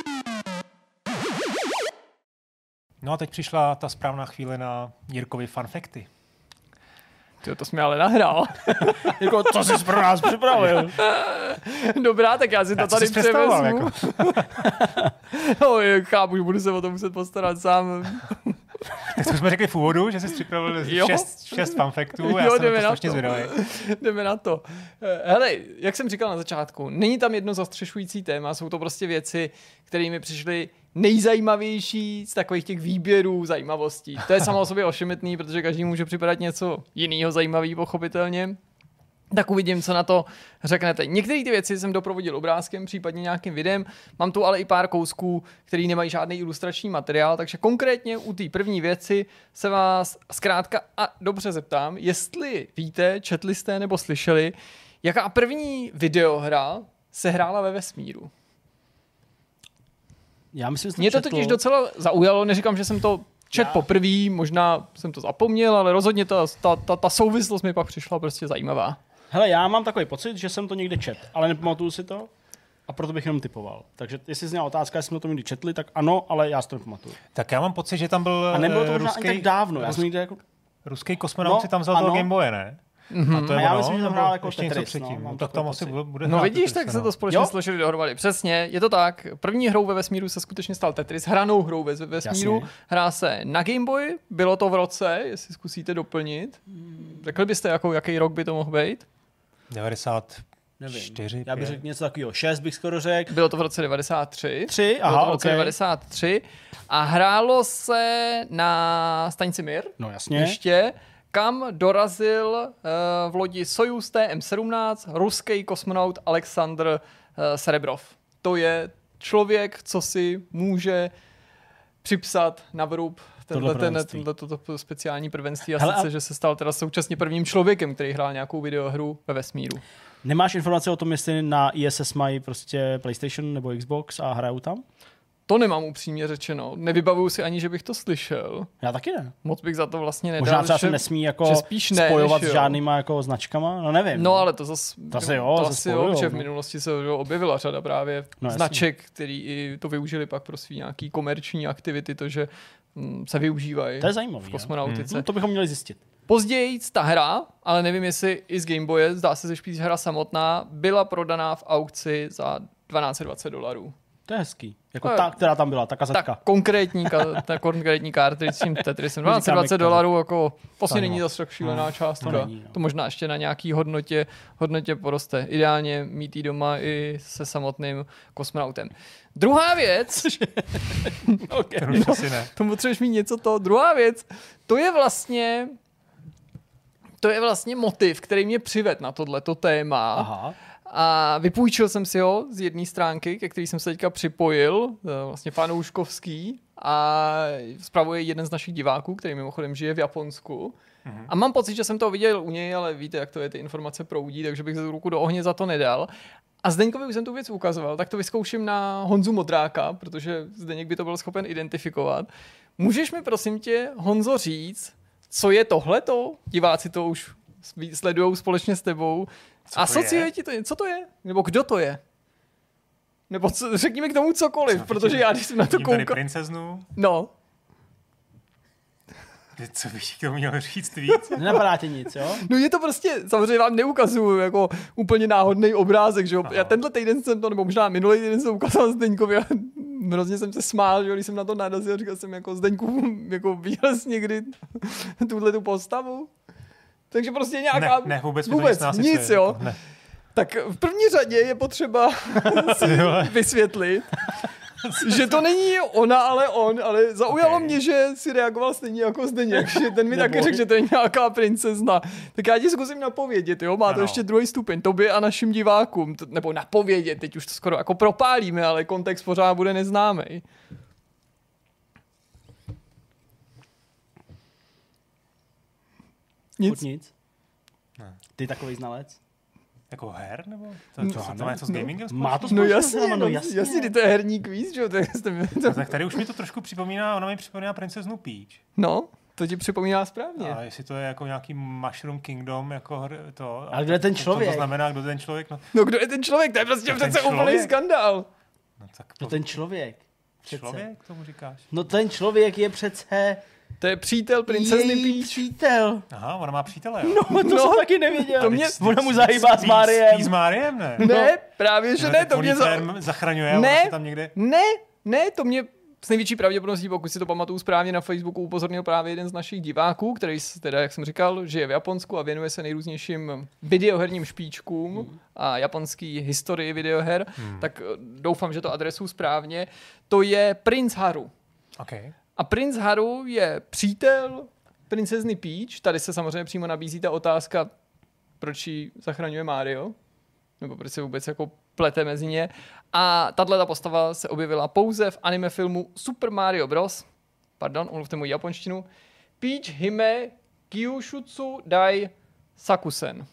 No a teď přišla ta správná chvíle na Jirkovi fanfakty. Tyjo, to jsi mi ale nahrál. Jako, co jsi pro nás připravil? Dobrá, tak já si to já tady převezmu. Jako. No, chápu, že budu se o to muset postarat sám. Tak jsme řekli v úvodu, že jsi připravil šest, šest fanfaktů a já jo, jsem to strašně to. zvědavý. Jdeme na to. Hele, jak jsem říkal na začátku, není tam jedno zastřešující téma, jsou to prostě věci, které mi přišly nejzajímavější z takových těch výběrů zajímavostí. To je samo o sobě ošemetný, protože každý může připadat něco jiného zajímavý, pochopitelně. Tak uvidím, co na to řeknete. Některé ty věci jsem doprovodil obrázkem, případně nějakým videem. Mám tu ale i pár kousků, který nemají žádný ilustrační materiál, takže konkrétně u té první věci se vás zkrátka a dobře zeptám, jestli víte, četli jste nebo slyšeli, jaká první videohra se hrála ve vesmíru. Já myslím, že Mě to četl... totiž docela zaujalo, neříkám, že jsem to čet poprvé, možná jsem to zapomněl, ale rozhodně ta, ta, ta, ta souvislost mi pak přišla prostě zajímavá. Hele, já mám takový pocit, že jsem to někde čet, ale nepamatuju si to a proto bych jenom typoval. Takže jestli zněla otázka, jestli jsme to někdy četli, tak ano, ale já si to nepamatuju. Tak já mám pocit, že tam byl a nebylo to možná ruský, ani tak dávno. Já rus, jsem někde jako... Ruský kosmonaut si no, tam vzal toho Game Boye, ne? Mm-hmm. A, to je a já ono, myslím, že to hrál jako ještě Tetris, něco předtím. No, no, tak tam asi bude No vidíš, Tetris, tak no. se to společně složili dohromady. Přesně, je to tak. První hrou ve vesmíru se skutečně stal Tetris, hranou hrou ve vesmíru. Jasně. Hrá se na Game Boy, bylo to v roce, jestli zkusíte doplnit. Řekli byste, jako, jaký rok by to mohl být? devadesát Nevím. čtyři, já bych řekl něco takového. šest bych skoro řekl. Bylo to v roce devadesát tři. tři, aha, Bylo to v roce okay. devadesát tři. A hrálo se na stanici Mir. No jasně. Ještě. Kam dorazil uh, v lodi Sojuz T M sedmnáct ruský kosmonaut Aleksandr uh, Serebrov. To je člověk, co si může připsat na vrub tenhle, ten, tenhle toto speciální prvenství a Hele, sice, a... že se stal teda současně prvním člověkem, který hrál nějakou videohru ve vesmíru. Nemáš informace o tom, jestli na I S S mají prostě PlayStation nebo Xbox a hrajou tam? To nemám upřímně řečeno. Nevybavuju si ani, že bych to slyšel. Já taky ne. Moc bych za to vlastně nedal. Možná třeba se nesmí jako ne, spojovat s žádnýma jako značkama, no nevím. No ale to zase to asi jo, to asi jo, že v no. minulosti se objevila řada právě no, značek, který i to využili pak pro svý nějaký komerční aktivity, to, že hm, se využívají to je zajímavý, v kosmonautice. Hmm. No, to bychom měli zjistit. Později ta hra, ale nevím, jestli i z Game Boye, zdá se, že spíš hra samotná, byla prodaná v aukci za dvanáct set dvacet dolarů. To je hezký. Jako ta, která tam byla, ta kazetka. Tak konkrétní, ka, ta konkrétní kartridge s tím Tetrisem. dvanáct set dvacet dolarů, jako vlastně není zase tak šílená částka. To, není, no. To možná ještě na nějaký hodnotě, hodnotě poroste. Ideálně mít jí doma i se samotným kosmonautem. Druhá věc, okay. to, ne. to potřebuješ mít něco to. Druhá věc, to je vlastně to je vlastně motiv, který mě přived na tohleto téma. Aha. A vypůjčil jsem si ho z jedné stránky, ke který jsem se teďka připojil, vlastně fanouškovský, a spravuje jeden z našich diváků, který mimochodem žije v Japonsku. Mhm. A mám pocit, že jsem to viděl u něj, ale víte, jak to je, ty informace proudí, takže bych se ruku do ohně za to nedal. A Zdeňkovi už jsem tu věc ukazoval, tak to vyzkouším na Honzu Modráka, protože Zdeněk by to byl schopen identifikovat. Můžeš mi prosím tě, Honzo, říct, co je tohleto? Diváci to už sledujou společně s tebou. Asociuje ti to, co to je? Nebo kdo to je? Nebo co, řekni mi k tomu cokoliv, co, protože já, když jsem na to koukal... Tady princeznu? No. Co bych to měl říct víc? Nenapadá tě nic, jo? No je to prostě, samozřejmě vám neukazuju jako úplně náhodný obrázek, že jo. Já tenhle týden jsem to, nebo možná minulý týden jsem ukázal Zdeňkovi a hrozně jsem se smál, že jo, když jsem na to narazil, říkal jsem jako Zdeňku, jako viděl jsi někdy tuhle tu postavu? Takže prostě nějaká... Ne, ne vůbec, vůbec nic, jo. Jako, ne. Tak v první řadě je potřeba si vysvětlit, že to není ona, ale on, ale zaujalo okay. mě, že si reagoval stejně jako Zdeněk, že ten mi taky řekl, že to je nějaká princezna. Tak já ti zkusím napovědět, jo, má to ano. ještě druhý stupeň, tobě a našim divákům, to, nebo napovědět, teď už to skoro jako propálíme, ale kontext pořád bude neznámý. Nic? nic? Ne. Ty takový znalec? Jako her, nebo? To, to, to, to má něco s gamingem no, má to no jasně, no, no, jasně, jasně, to je herní kvíz, že jo? No, tak tady už mi to trošku připomíná, ona mi připomíná princeznu Peach. No, to ti připomíná správně. A jestli to je jako nějaký Mushroom Kingdom, jako to. A kdo je ten člověk? To, to znamená, kdo je ten člověk? No, no kdo je ten člověk? To je prostě přece úplný skandál. No, tak to... no ten člověk. Přece. Člověk, tomu říkáš? No ten člověk je přece... To je přítel princezny Peach. přítel. Aha, ona má přítele, jo? No, to no, jsem taky nevěděl. To mě... Ona mu zahýbá s Máriem. Spí s Máriem, ne? Ne, právě, že ne. To mě za... zachraňuje, ne, se tam někde... Ne, ne, to mě s největší pravděpodobností, pokud si to pamatuju správně, na Facebooku upozornil právě jeden z našich diváků, který teda, jak jsem říkal, žije v Japonsku a věnuje se nejrůznějším videoherním špičkům hmm. a japonský historii videoher, hmm. tak doufám, že to adresu správně. To je Prince Haru. Okay. A Prince Haru je přítel princezny Peach. Tady se samozřejmě přímo nabízí ta otázka, proč ji zachraňuje Mario, nebo proč se vůbec jako plete mezi ně. A tato postava se objevila pouze v anime filmu Super Mario Bros. Pardon, omluvte moji japonštinu. Peach Hime Kyushutsu Dai Sakusen.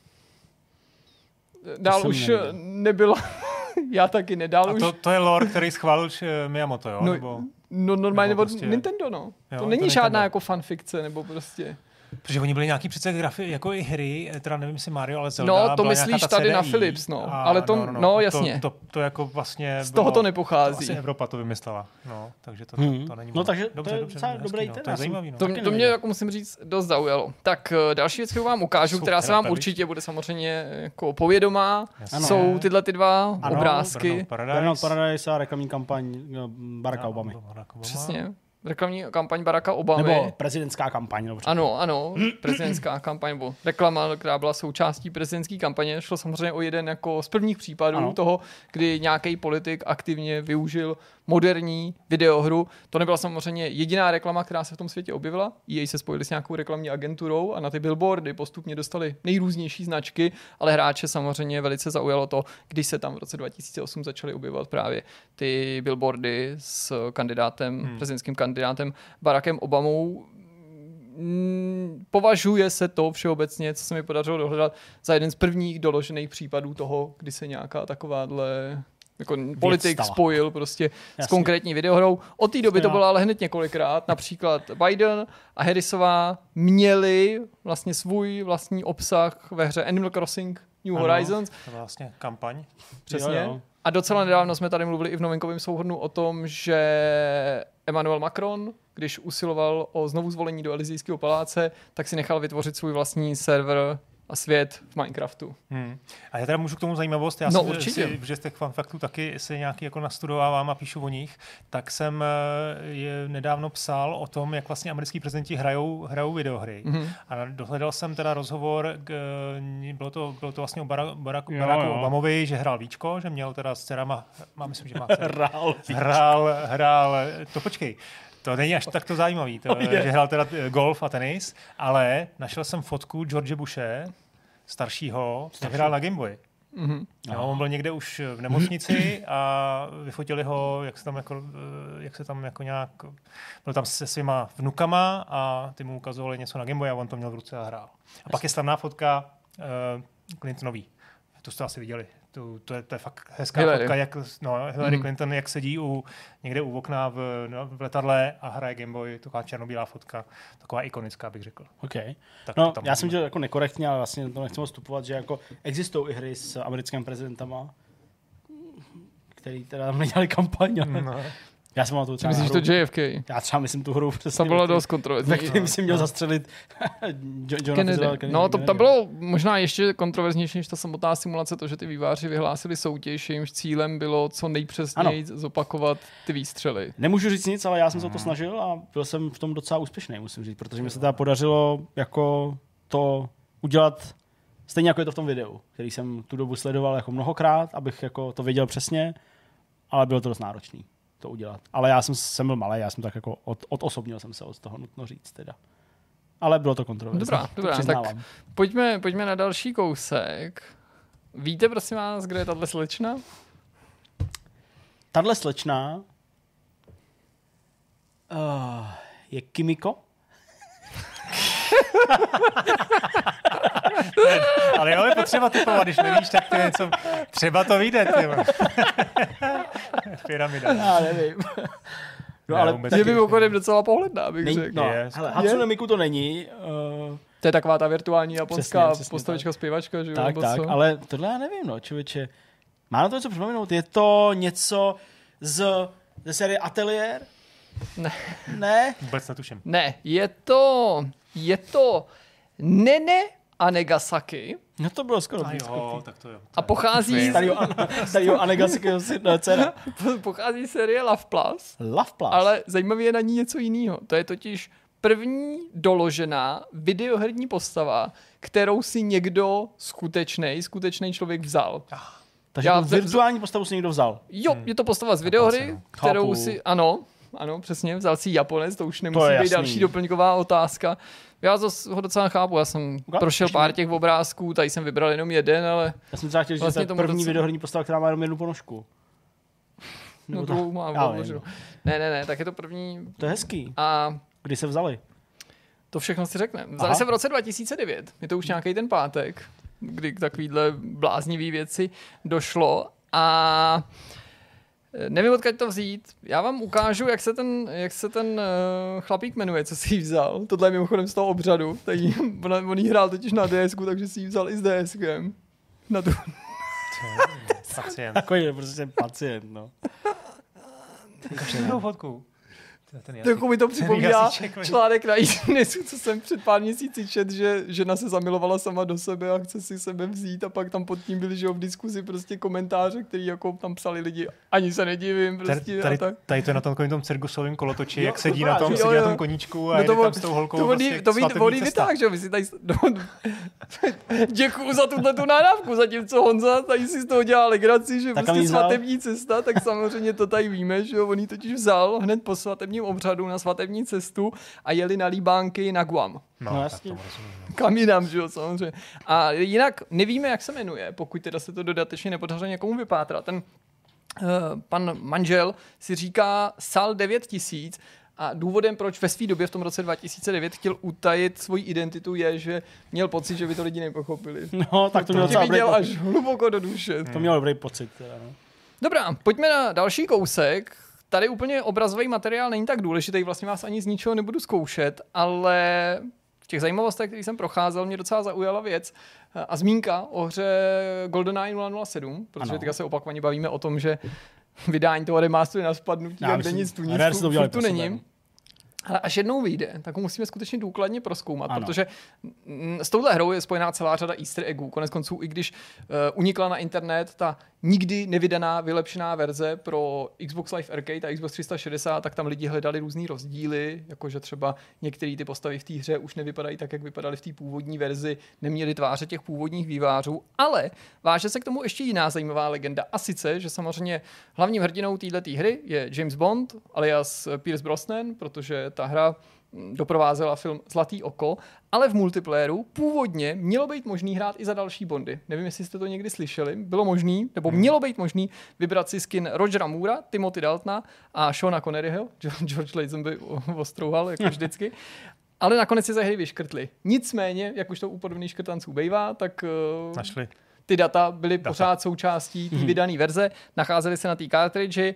Dál už nevěděl. Nebylo... Já taky nedal a už. To, to je lore, který schválil Miyamoto, jo? No, nebo, no normálně nebo prostě... Nintendo, no. Jo, to není to žádná Nintendo. jako fanfikce, nebo prostě... Protože oni byli nějaký přece grafy, jako i hry, teda nevím si Mario, ale Zelda. No, to myslíš tady C D I, na Philips, no. A, ale to, no, no, no jasně. To, to, to jako vlastně... Z toho to nepochází. To asi Evropa to vymyslela, no, takže to, hmm. to není... No, takže dobře, to je dobře, docela dobře, dobrý no, ten. to je zajímavý, no. To, to mě, jako musím říct, dost zaujalo. Tak další věc, kterou vám ukážu, Super, která se vám pevíš. určitě bude samozřejmě jako povědomá, ano. jsou tyhle ty dva ano, obrázky. Burnout Paradise. Burnout Paradise a reklamní kampaň Baracka Obamy. Přesně. Reklamní kampaň Baracka Obamy. Nebo prezidentská kampaň. Dobře. Ano, ano, prezidentská kampaň, nebo reklama, která byla součástí prezidentské kampaně. Šlo samozřejmě o jeden jako z prvních případů ano. toho, kdy nějaký politik aktivně využil moderní videohru. To nebyla samozřejmě jediná reklama, která se v tom světě objevila. E A se spojili s nějakou reklamní agenturou a na ty billboardy postupně dostali nejrůznější značky, ale hráče samozřejmě velice zaujalo to, když se tam v roce dva tisíce osm začaly objevovat právě ty billboardy s kandidátem, hmm. prezidentským kandidátem Barackem Obamou. Považuje se to všeobecně, co se mi podařilo dohledat, za jeden z prvních doložených případů toho, kdy se nějaká takováhle jako politik stala. Spojil prostě Jasně. s konkrétní videohrou. Od té doby to bylo ale hned několikrát. Například Biden a Harrisová měli vlastně svůj vlastní obsah ve hře Animal Crossing New ano, Horizons. To vlastně kampaň. Přesně. Jo, jo. A docela nedávno jsme tady mluvili i v novinkovém souhrnu o tom, že Emmanuel Macron, když usiloval o znovu zvolení do Elysejského paláce, tak si nechal vytvořit svůj vlastní server a svět v Minecraftu. Hmm. A já teda můžu k tomu zajímavost, já no, jsem, určitě. Si, že z těch fanfaktů taky se nějaký jako nastudovávám a píšu o nich, tak jsem je nedávno psal o tom, jak vlastně americký prezidenti hrajou, hrajou videohry. Mm-hmm. A dohledal jsem teda rozhovor, k, bylo, to, bylo to vlastně o Barack, Barack, jo, Baracku jo. Obamovi, že hrál víčko, že měl teda s dcerama, má, myslím, že má dcery. hrál, hrál, hrál, to počkej. To není až takto zajímavý, to, oh, že hrál teda golf a tenis, ale našel jsem fotku George Bushe, staršího, který hrál na Gameboy. Mm-hmm. No, on byl někde už v nemocnici a vyfotili ho, jak se tam jako, jak se tam jako nějak, byl tam se svýma vnukama a ty mu ukazovali něco na Gameboy a on to měl v ruce a hrál. A pak je slavná fotka uh, Clintonový. To jste asi viděli. To, to, je, to je fakt hezká Hillary. fotka, jak no, Hillary mm. Clinton, jak sedí u, někde u okna v, no, v letadle a hraje Gameboy, taková černobílá fotka, taková ikonická, bych řekl. Okay. Tak no, já jsem dělal jako nekorektně, ale vlastně to nechci vstupovat, že jako existují i hry s americkými prezidentama, který teda tam nedělali kampaň. No. Já jsem mal tu třeba Myslíš hru, to J F K? Já třeba myslím tu hru přesně. To bylo dost kontroverzní. Ve kterým si měl zastřelit Johna Fitzgeralda. No, to tam bylo možná ještě kontroverznější než ta samotná simulace, to, že ty výváři vyhlásili soutěž, jejímž cílem bylo co nejpřesněji zopakovat ty výstřely. Nemůžu říct nic, ale já jsem se o to snažil a byl jsem v tom docela úspěšný, musím říct, protože mi se teda podařilo jako to udělat stejně jako je to v tom videu, který jsem tu dobu sledoval jako mnohokrát, abych jako to věděl přesně, ale bylo to dost náročný to udělat. Ale já jsem, jsem byl malý, já jsem tak jako od, odosobnil jsem se od toho, nutno říct teda. Ale bylo to kontroverzní. Dobrá, dobrá, tak pojďme, pojďme na další kousek. Víte, prosím vás, kde je tahle slečna? Tahle slečna uh, je Kimiko? Ale jo, je potřeba typovat, když nevíš, tak to je něco, třeba to vyjde, ty. Pyramida. Já nevím. No, ne, ale je mimochodem docela pohledná, bych řekl. No, hele, Hatsune Miku to není. Uh, to je taková ta virtuální japonská přesně, přesně postavička, tak. zpěvačka, že jo? Tak, tak, co? Ale tohle já nevím, no, člověče. Má na to něco připomenout? Je to něco z, ze série Atelier? Ne. Ne? Vůbec netuším. Ne, je to, je to Nene Anegasaki. No to bylo skoro. A jo, tak to jo. A pochází z... Starýho Anegasakiho dcera. Pochází z série Love Plus. Love Plus. Ale zajímavě je na ní něco jiného. To je totiž první doložená videoherní postava, kterou si někdo skutečnej, skutečnej člověk vzal. Takže tu virtuální postavu si někdo vzal. Jo, je to postava z videohry, kterou si, ano, ano, přesně, vzal si Japonec, to už nemusí být další doplňková otázka. Já to ho docela chápu, já jsem Uka, prošel ještě pár těch obrázků, tady jsem vybral jenom jeden, ale... Já jsem třeba chtěl říct, vlastně že to je první docela... videoherní postava, která má jenom jednu ponožku. No to má vloženo. Ne, ne, ne, tak je to první... To je hezký. A... Kdy se vzali? To všechno si řekne. Vzali Aha. se v roce dva tisíce devět, je to už nějaký ten pátek, kdy k takovýhle bláznivý věci došlo a... Nevím, odkud to vzít. Já vám ukážu, jak se ten, jak se ten uh, chlapík jmenuje, co si ji vzal. Tohle je mimochodem z toho obřadu. Tady, on, on jí hrál totiž na DSku, takže si ji vzal i s DSkem. Na tu... Pacient. Takový je prostě pacient, no. Ukažte druhou fotku. Trochu mi to připomíná článek na iDnesu, co jsem před pár měsíci čet, že žena se zamilovala sama do sebe a chce si sebe vzít a pak tam pod tím byli, že v diskuzi prostě komentáře, který jako tam psali lidi, ani se nedivím prostě. Tady, a tak. tady to je na tom, tom cirkusovém kolotoči, jo, jak sedí dobrá, na tom, jo, sedí jo. na tom koníčku a no jede to tam s tou holkou to prostě to volí vytáh, že vy si tady... Děkuju za tuhle tu nádávku, zatímco Honza tady si z toho dělá legraci, že tak prostě svatební cesta, tak samozřejmě to tady víme, že on ji totiž vzal hned po svatebním obřadu na svatební cestu a jeli na líbánky na Guam. No, no jasně. Kam jinam, že jo, samozřejmě. A jinak nevíme, jak se jmenuje, pokud teda se to dodatečně nepodařilo někomu vypátrat. Ten uh, pan manžel si říká Sal devět tisíc a důvodem, proč ve své době v tom roce dva tisíce devět chtěl utajit svoji identitu, je, že měl pocit, že by to lidi nepochopili. No, tak to měl docela dobrý pocit. Až hluboko do duše. Hmm. To měl dobrý pocit. Teda, no. Dobrá, pojďme na další kousek. Tady úplně obrazový materiál není tak důležitý, vlastně vás ani z ničeho nebudu zkoušet, ale v těch zajímavostech, které jsem procházel, mě docela zaujala věc a zmínka o hře GoldenEye nula nula sedm, protože teďka se opakovaně bavíme o tom, že vydání toho remasteru je na spadnutí, a kde nic tu nic tu, tu není. Ale až jednou vyjde, tak ho musíme skutečně důkladně prozkoumat, ano. Protože s touhle hrou je spojená celá řada easter eggů. Konec konců, i když uh, unikla na internet ta nikdy nevydaná vylepšená verze pro Xbox Live Arcade a Xbox tři sta šedesát, tak tam lidi hledali různý rozdíly, jakože třeba některé ty postavy v té hře už nevypadají tak, jak vypadaly v té původní verzi, neměly tváře těch původních vývářů, ale váže se k tomu ještě jiná zajímavá legenda. A sice, že samozřejmě hlavním hrdinou této hry je James Bond, alias Pierce Brosnan, protože ta hra doprovázela film Zlatý oko, ale v multiplayeru původně mělo být možný hrát i za další Bondy. Nevím, jestli jste to někdy slyšeli. Bylo možný, nebo mělo být možný vybrat si skin Rogera Moora, Timothy Daltona a Seana Conneryho. George Lazenby ostrouhal, jako vždycky. Ale nakonec si za hry vyškrtli. Nicméně, jak už to u podobných škrtanců bývá, tak... Našli. Ty data byly data. pořád součástí té mm-hmm. vydané verze, nacházely se na té cartridge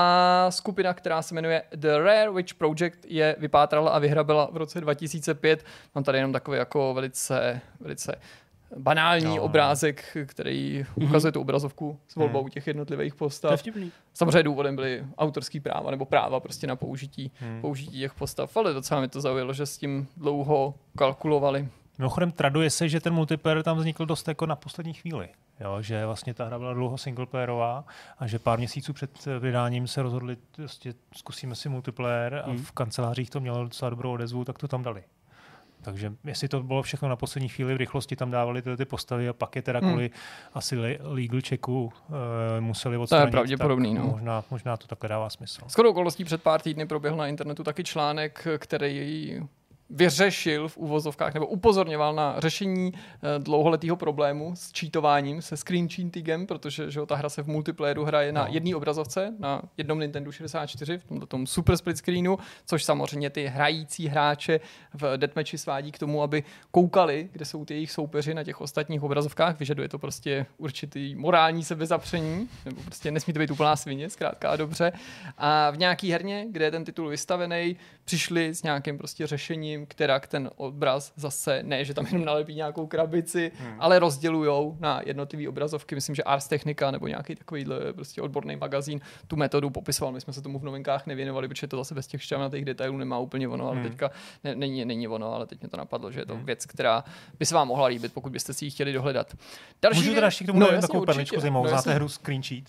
a skupina, která se jmenuje The Rare Witch Project, je vypátrala a vyhrabila v roce dva tisíce pět. Mám tady jenom takový jako velice, velice banální no. obrázek, který ukazuje tu obrazovku s volbou těch jednotlivých postav. To je vtipný. Samozřejmě důvodem byly autorský práva nebo práva prostě na použití, hmm. použití těch postav, ale docela mi to zaujalo, že s tím dlouho kalkulovali. Mimochodem traduje se, že ten multiplayer tam vznikl dost jako na poslední chvíli. Jo, že vlastně ta hra byla dlouho singleplayerová a že pár měsíců před vydáním se rozhodli, prostě zkusíme si multiplayer a v kancelářích to mělo docela dobrou odezvu, tak to tam dali. Takže jestli to bylo všechno na poslední chvíli, v rychlosti tam dávali tyhle ty postavy a pak je teda kvůli hmm. asi legal checku uh, museli odstranit. To je pravděpodobný, no. Možná, možná to takhle dává smysl. Shodou okolností před pár týdny proběhl na internetu taky článek, který vyřešil v uvozovkách nebo upozorňoval na řešení dlouholetého problému s cheatováním, se screen cheatingem, protože že, ta hra se v multiplayeru hraje na jedné obrazovce, na jednom Nintendo šedesát čtyři, v tomto tom super split screenu, což samozřejmě ty hrající hráče v deathmatchi svádí k tomu, aby koukali, kde jsou ty jejich soupeři na těch ostatních obrazovkách. Vyžaduje to prostě určitý morální sebezapření, nebo prostě nesmí to být úplná svině, zkrátka a dobře. A v nějaký herně, kde je ten titul vystavený, přišli s nějakým prostě řešením, která ten obraz zase ne, že tam jenom nalepí nějakou krabici, hmm. ale rozdělujou na jednotlivé obrazovky. Myslím, že Ars Technica nebo nějaký takovýhle prostě odborný magazín tu metodu popisoval. My jsme se tomu v novinkách nevěnovali, protože to zase bez těch šťavnatých detailů nemá úplně ono, ale hmm. teďka ne, není, není ono, ale teď mě to napadlo, že je to hmm. věc, která by se vám mohla líbit, pokud byste si ji chtěli dohledat. Další Můžu teda ještě k tomu no, takovou perličku zajímavou. No, znáte hru Screen Sheet?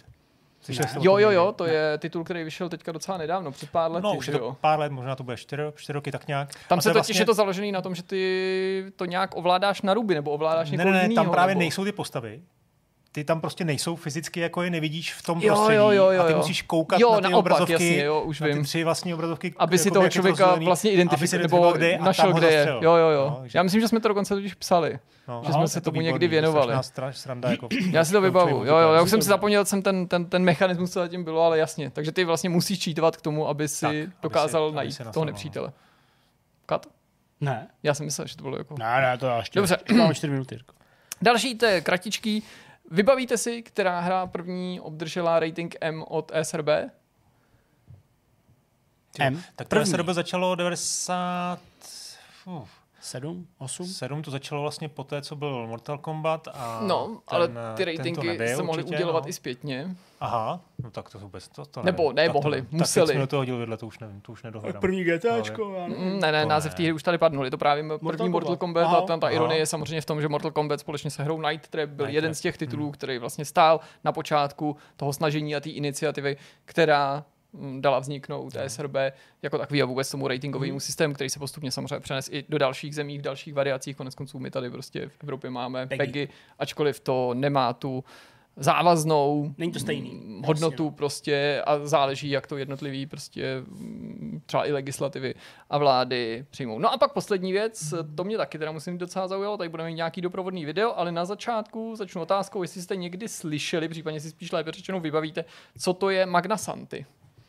Jo, jo, jo, to je titul, který vyšel teďka docela nedávno, před pár lety. No, už je to pár let, možná to bude čtyři, čtyři roky, tak nějak. Tam a se totiž vlastně... je to založený na tom, že ty to nějak ovládáš na ruby, nebo ovládáš někoho jinýho. Ne, ne, tam právě nebo... nejsou ty postavy. Ty tam prostě nejsou fyzicky, jako je nevidíš v tom jo, prostředí. Jo, jo, jo, a ty musíš koukat jo, na ty naopak, obrazovky, jasně, jo, už na ty vím. tři vlastní obrazovky. Aby si toho člověka vlastně identifikoval, nebo kde, našel, kde je. Jo, jo, jo. No, že... Já myslím, že jsme to dokonce totiž psali. No, že aha, jsme se tomu výborný, někdy věnovali. Sranda, jako já si to vybavu. Jo, jo, já už jsem si zapomněl, jsem ten, ten, ten mechanismus, co zatím bylo, ale jasně. Takže ty vlastně musíš čítovat k tomu, aby si tak, dokázal aby si, najít aby toho nepřítele. Kat? Ne. Já jsem myslel, že to bylo jako... Ne, ne, to ještě. Dobře. Máme čtyři minuty. Další, to je kratičký. Vybavíte si, která hra první obdržela rating M od E S R B? M? Tak to E S R B začalo devadesát sedm, osm? sedm to začalo vlastně poté, co byl Mortal Kombat a no, ten, ale ty ratingy se mohly určitě, udělovat no. i zpětně. Aha, no tak to vůbec to, to Nebo ne, mohli, museli. Tak jsme do toho hodil vedle, to už nevím, to už nedohledám. První GTAčko, no, ne, ne, název té hry už tady padnul, je to právě Mortal první Kombat. Mortal Kombat aha, a tam ta aha. ironie je samozřejmě v tom, že Mortal Kombat společně se hrou Night Trap byl Night jeden Trap. z těch titulů, hmm. který vlastně stál na počátku toho snažení a té iniciativy, která dala vzniknout E S R B jako takový a vůbec tomu ratingovému mm. systému, který se postupně samozřejmě přenes i do dalších zemí, v dalších variacích. Koneckonců my tady prostě v Evropě máme P E G I, ačkoliv to nemá tu závaznou Není to stejný. hodnotu Jasně. prostě a záleží, jak to jednotlivý prostě třeba i legislativy a vlády přijmou. No a pak poslední věc, to mě taky teda musím docela zaujalo, tady budeme mít nějaký doprovodný video, ale na začátku začnu otázkou, jestli jste někdy slyšeli, případně si spíš lépe řečeno vybavíte, co to je Magna Santi.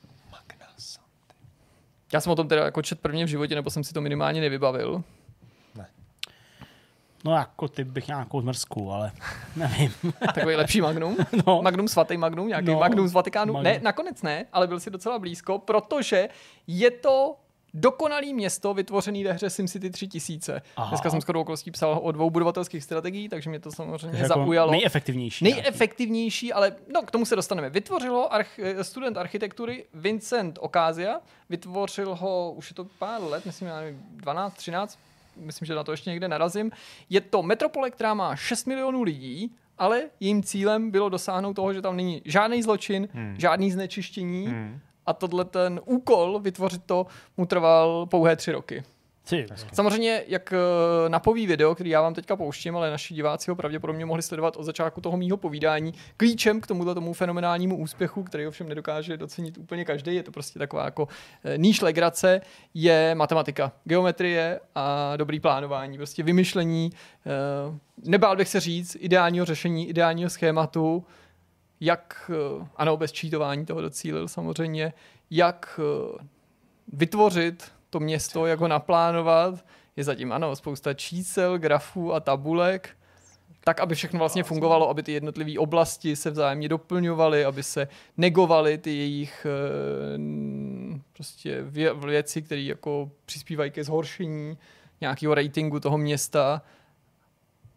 Já jsem o tom teda jako čet prvně v životě, nebo jsem si to minimálně nevybavil. Ne. No jako ty bych nějakou zmrzku, ale nevím. Takový lepší Magnum? No. Magnum, svatý Magnum, nějaký no. Magnum z Vatikánu? Magnum. Ne, nakonec ne, ale byl si docela blízko, protože je to dokonalý město vytvořený ve hře SimCity tři tisíce. Aha. Dneska jsem shodou okolností psal o dvou budovatelských strategií, takže mě to samozřejmě jako zaujalo. Nejefektivnější. Nejefektivnější, ale no, k tomu se dostaneme. Vytvořil ho arch- student architektury Vincent Ocasio. Vytvořil ho, už je to pár let, myslím, dvanáct, třináct, myslím, že na to ještě někde narazím. Je to metropole, která má šest milionů lidí, ale jejím cílem bylo dosáhnout toho, že tam není žádný zločin, hmm. žádný znečištění, hmm. a tohle ten úkol vytvořit to mu trval pouhé tři roky. Ty, samozřejmě, jak napoví video, který já vám teďka pouštím, ale naši diváci ho pravděpodobně mohli sledovat od začátku toho mýho povídání, klíčem k tomuto tomu fenomenálnímu úspěchu, který ovšem nedokáže docenit úplně každý, je to prostě taková jako níž legrace, je matematika, geometrie a dobrý plánování, prostě vymyšlení, nebál bych se říct, ideálního řešení, ideálního schématu, jak, ano, bez čítování toho docílil samozřejmě, jak vytvořit to město, jak ho naplánovat, je zatím, ano, spousta čísel, grafů a tabulek, tak, aby všechno vlastně fungovalo, aby ty jednotlivé oblasti se vzájemně doplňovaly, aby se negovaly ty jejich prostě věci, které jako přispívají ke zhoršení nějakého ratingu toho města.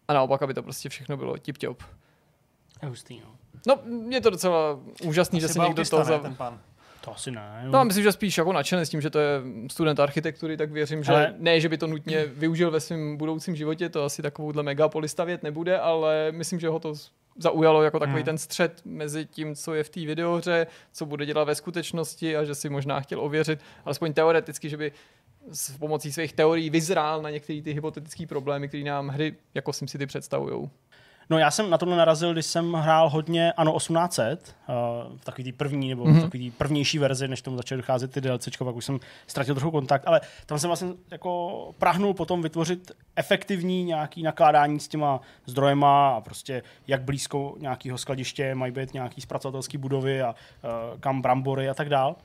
a naopak, aby to prostě všechno bylo tip-top. Je hustý, no. No, je to docela úžasný, Asi že se někdo to... Za... ten pán. To asi ne. No, já myslím, že spíš jako nadšený s tím, že to je student architektury, tak věřím, že ale... ne, že by to nutně využil ve svém budoucím životě, to asi takovouhle megapoli stavět nebude, ale myslím, že ho to zaujalo jako takový hmm. ten střed mezi tím, co je v té videohře, co bude dělat ve skutečnosti a že si možná chtěl ověřit, alespoň teoreticky, že by s pomocí svých teorií vyzrál na některé ty hypotetické problémy, které nám hry jako SimCity představujou. No já jsem na tohle narazil, když jsem hrál hodně Anno osmnáct set, uh, v takový tý první, nebo mm-hmm. v takový tý prvnější verzi, než tomu začaly docházet ty DLCčka, pak už jsem ztratil trochu kontakt, ale tam jsem vlastně jako prahnul potom vytvořit efektivní nějaký nakládání s těma zdrojema a prostě jak blízko nějakého skladiště mají být nějaký zpracovatelský budovy a uh, kam brambory a tak dál.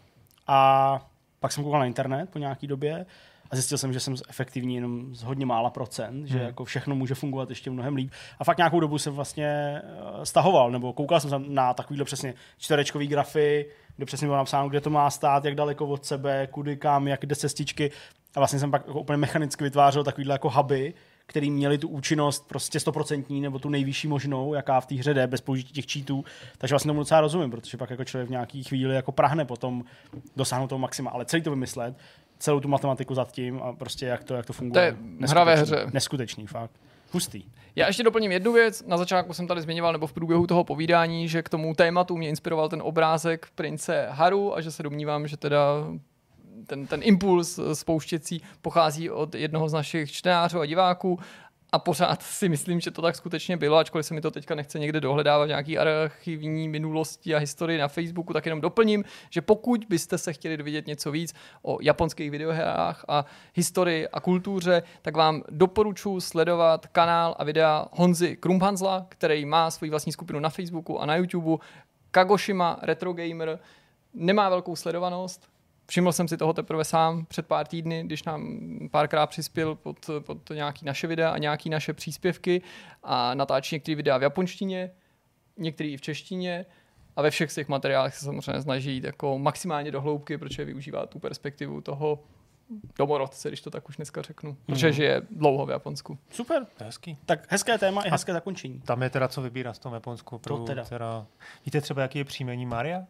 A pak jsem koukal na internet po nějaký době a zjistil jsem, že jsem efektivní jenom z hodně mála procent, že hmm. jako všechno může fungovat ještě mnohem líp. A fakt nějakou dobu jsem vlastně uh, stahoval, nebo koukal jsem na takovýhle přesně čtverečkový grafy, kde přesně bylo napsáno, kde to má stát, jak daleko od sebe, kudy kam, jak jde cestičky. A vlastně jsem pak jako úplně mechanicky vytvářel takovýhle jako huby, který měli tu účinnost prostě stoprocentní nebo tu nejvyšší možnou, jaká v té hře jde, bez použití těch cheatů. Takže vlastně tomu docela rozumím, protože pak jako člověk v nějaký chvíli jako prahne potom dosáhnout toho maxima, ale celý to vymyslet, celou tu matematiku za tím a prostě jak to, jak to funguje. To je hra ve hře. Neskutečný, fakt. Hustý. Já ještě doplním jednu věc. Na začátku jsem tady zmiňoval, nebo v průběhu toho povídání, že k tomu tématu mě inspiroval ten obrázek prince Haru a že se domnívám, že teda ten, ten impuls spouštěcí pochází od jednoho z našich čtenářů a diváků. A pořád si myslím, že to tak skutečně bylo, ačkoliv se mi to teďka nechce někde dohledávat nějaký archivní minulosti a historii na Facebooku, tak jenom doplním, že pokud byste se chtěli dovědět něco víc o japonských videohrách a historii a kultuře, tak vám doporučuji sledovat kanál a videa Honzy Krumphanzla, který má svoji vlastní skupinu na Facebooku a na YouTube. Kagoshima Retro Gamer nemá velkou sledovanost. Všiml jsem si toho teprve sám před pár týdny, když nám párkrát přispěl pod, pod nějaký naše videa a nějaký naše příspěvky a natáčí některé videa v japonštině, některé i v češtině a ve všech těch materiálech se samozřejmě snaží jít jako maximálně do hloubky, protože využívá tu perspektivu toho domorodce, když to tak už dneska řeknu, protože žije dlouho v Japonsku. Super, to je hezký. Tak hezké téma i hezké zakončení. Tam je teda co vybírat v tom Japonsku. To teda. teda. Víte třeba, jaký je příjmení Maria?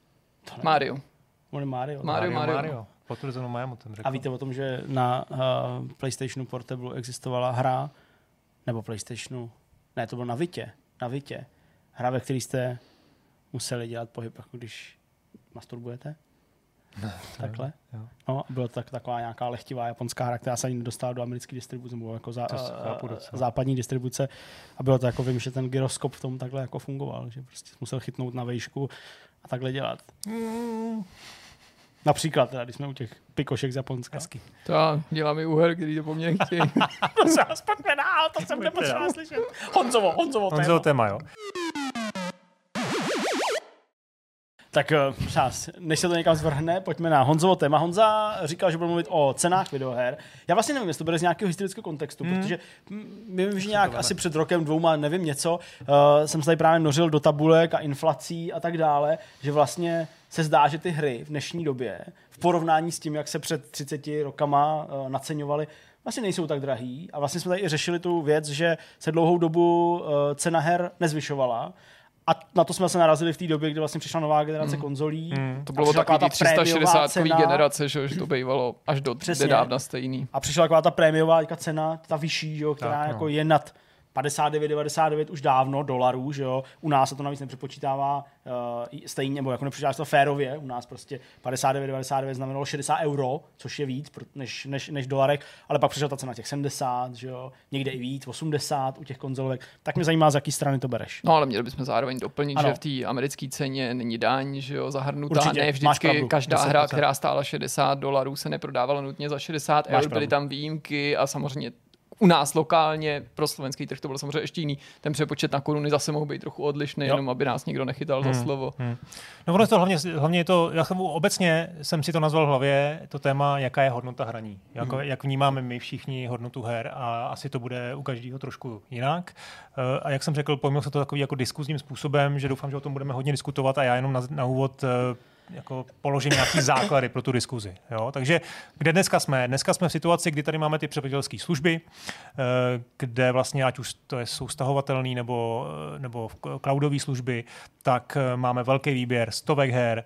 Mario. On Mario. Mario, Mario. Mario. Potvrzeno Majamotem řekl. A víte o tom, že na uh, PlayStationu Portable existovala hra, nebo PlayStationu, ne, to bylo na Vitě, na Vitě, hra, ve které jste museli dělat pohyb, jako když masturbujete. No, Takhle. Jo. No, byla to tak, taková nějaká lehtivá japonská hra, která se ani nedostala do americké distribuce, nebo jako za, uh, západní distribuce. A bylo to jako, vím, že ten gyroskop v tom takhle jako fungoval, že prostě musel chytnout na vejšku a takhle dělat. Mm. Například, teda, když jsme u těch pikošek z Japonska. Hezky. To já dělám i úher, který to po mně chtějí. To se vás pojďme dál, to jsem nepotřeboval slyšet. Honzovo, Honzovo téma. Honzovo téma, jo. Tak než se to někam zvrhne, pojďme na Honzovo téma. Honza říkal, že bude mluvit o cenách videoher. Já vlastně nevím, jestli to bude z nějakého historického kontextu, hmm. protože vím, že nějak asi před rokem, dvouma, nevím něco, uh, jsem se tady právě nořil do tabulek a inflací a tak dále, že vlastně se zdá, že ty hry v dnešní době v porovnání s tím, jak se před třiceti rokama uh, naceňovaly, vlastně nejsou tak drahý. A vlastně jsme tady i řešili tu věc, že se dlouhou dobu uh, cena her nezvyšovala. A na to jsme se narazili v té době, kdy vlastně přišla nová generace mm. konzolí. Mm. To bylo takový ty tři sta šedesátkový generace, že, že to bývalo až do nedávna stejný. A přišla taková ta prémiová cena, ta vyšší, že, která tak, jako no. je nad padesát devět devadesát devět už dávno dolarů, že jo. U nás se to navíc nepřepočítává uh, stejně, nebo jako nepřepočítává to férově. U nás prostě padesát devět devadesát devět znamenalo šedesát euro, což je víc než, než, než dolarek, ale pak přišla ta cena těch sedmdesát, že jo. Někde i víc, osmdesát u těch konzolovek. Tak mě zajímá, z jaký strany to bereš. No, ale měli bychom zároveň doplnit, ano. že v té americké ceně není daň, že jo, zahrnutá. Určitě, ne vždycky pravdu, každá hra, která stála šedesát dolarů, se neprodávala nutně za šedesát eur, byly tam výjimky a samozřejmě u nás lokálně pro slovenský trh to bylo samozřejmě ještě jiný. Ten přepočet na koruny zase mohl být trochu odlišný, jo. jenom aby nás někdo nechytal hmm. za slovo. Hmm. No ono to hlavně, hlavně je to, já jsem obecně jsem si to nazval v hlavě, to téma, jaká je hodnota hraní. Jako, hmm. Jak vnímáme my všichni hodnotu her a asi to bude u každého trošku jinak. A jak jsem řekl, pojmil se to takový jako diskuzním způsobem, že doufám, že o tom budeme hodně diskutovat a já jenom na, na úvod jako položím nějaký základy pro tu diskuzi. Jo? Takže kde dneska jsme? Dneska jsme v situaci, kdy tady máme ty přeplatitelské služby, kde vlastně, ať už to je, jsou stahovatelný nebo, nebo cloudové služby, tak máme velký výběr stovek her,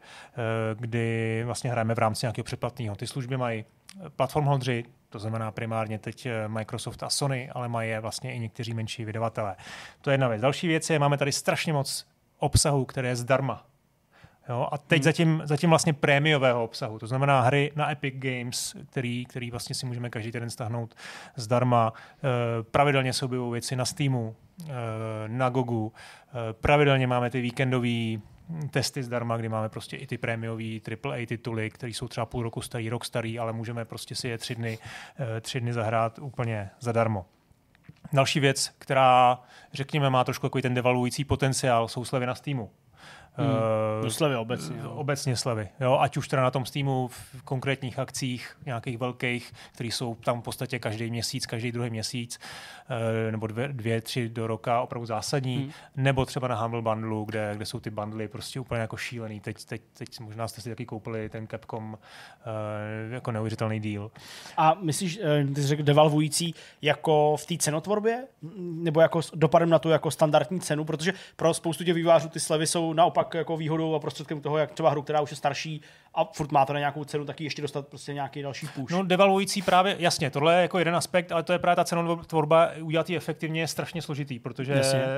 kdy vlastně hrajeme v rámci nějakého předplatného. Ty služby mají platform holdři, to znamená primárně teď Microsoft a Sony, ale mají je vlastně i někteří menší vydavatelé. To je jedna věc. Další věc je, máme tady strašně moc obsahu, které je zdarma. Jo, a teď hmm. zatím, zatím vlastně prémiového obsahu, to znamená hry na Epic Games, který, který vlastně si můžeme každý týden stáhnout zdarma. E, pravidelně se objevují věci na Steamu, e, na Gogu. E, pravidelně máme ty víkendové testy zdarma, kdy máme prostě i ty prémiový triple A tituly, které jsou třeba půl roku starý, rok starý, ale můžeme prostě si je tři dny, e, tři dny zahrát úplně zadarmo. Další věc, která, řekněme, má trošku takový ten devaluující potenciál, jsou slevy na Steamu. Hmm. Uh, slevy obecně. Jo. Obecně slevy. Jo? Ať už teda na tom Steamu v konkrétních akcích, nějakých velkých, které jsou tam v podstatě každý měsíc, každý druhý měsíc, uh, nebo dvě, dvě, tři do roka opravdu zásadní, hmm. nebo třeba na Humble Bundlu, kde, kde jsou ty bundly prostě úplně jako šílený. Teď, teď, teď možná jste si taky koupili ten Capcom uh, jako neuvěřitelný deal. A myslíš, ty jsi řekl devalvující jako v té cenotvorbě? Nebo jako dopadem na tu jako standardní cenu? Protože pro spoustu těch vývojářů ty slevy jsou naopak jako výhodou a prostředkem toho, jak třeba hru, která už je starší a furt má to na nějakou cenu, taky ještě dostat prostě nějaký další push. No devaluující právě, jasně, tohle je jako jeden aspekt, ale to je právě ta cenotvorba, udělat ji efektivně je strašně složitý, protože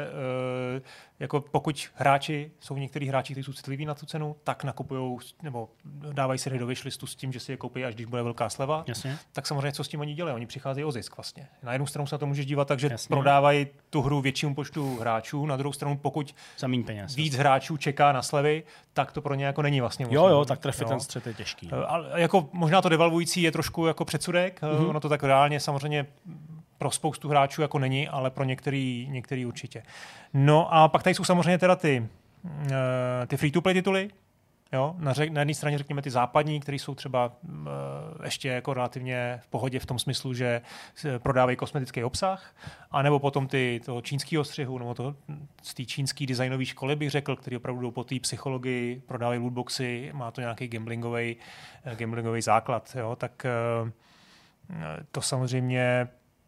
uh, jako pokud hráči, jsou některý hráči, kteří jsou citliví na tu cenu, tak nakupujou, nebo dávají si hry do wishlistu s tím, že si je koupí, až když bude velká sleva, jasně. Tak samozřejmě co s tím oni dělají? Oni přicházejí o zisk vlastně. Na jednu stranu se na to můžeš dívat tak, že jasně. prodávají tu hru většímu počtu hráčů, na druhou stranu pokud peněz, víc hráčů čeká na slevy, tak to pro ně jako není vlastně. Jo, jo, tak trefit ten střet je těžký. A jako možná to devalvující je trošku jako předsudek, mm-hmm. ono to tak reálně samozřejmě pro spoustu hráčů jako není, ale pro některý, některý určitě. No a pak tady jsou samozřejmě teda ty, uh, ty free-to-play tituly. Jo, na, řek, na jedné straně řekněme ty západní, které jsou třeba uh, ještě jako relativně v pohodě v tom smyslu, že prodávají kosmetický obsah, anebo potom ty toho čínského střihu, nebo to, z té čínské designové školy bych řekl, který opravdu jdou po té psychologii, prodávají lootboxy, má to nějaký gamblingový, uh, gamblingový základ. Jo, tak uh, to samozřejmě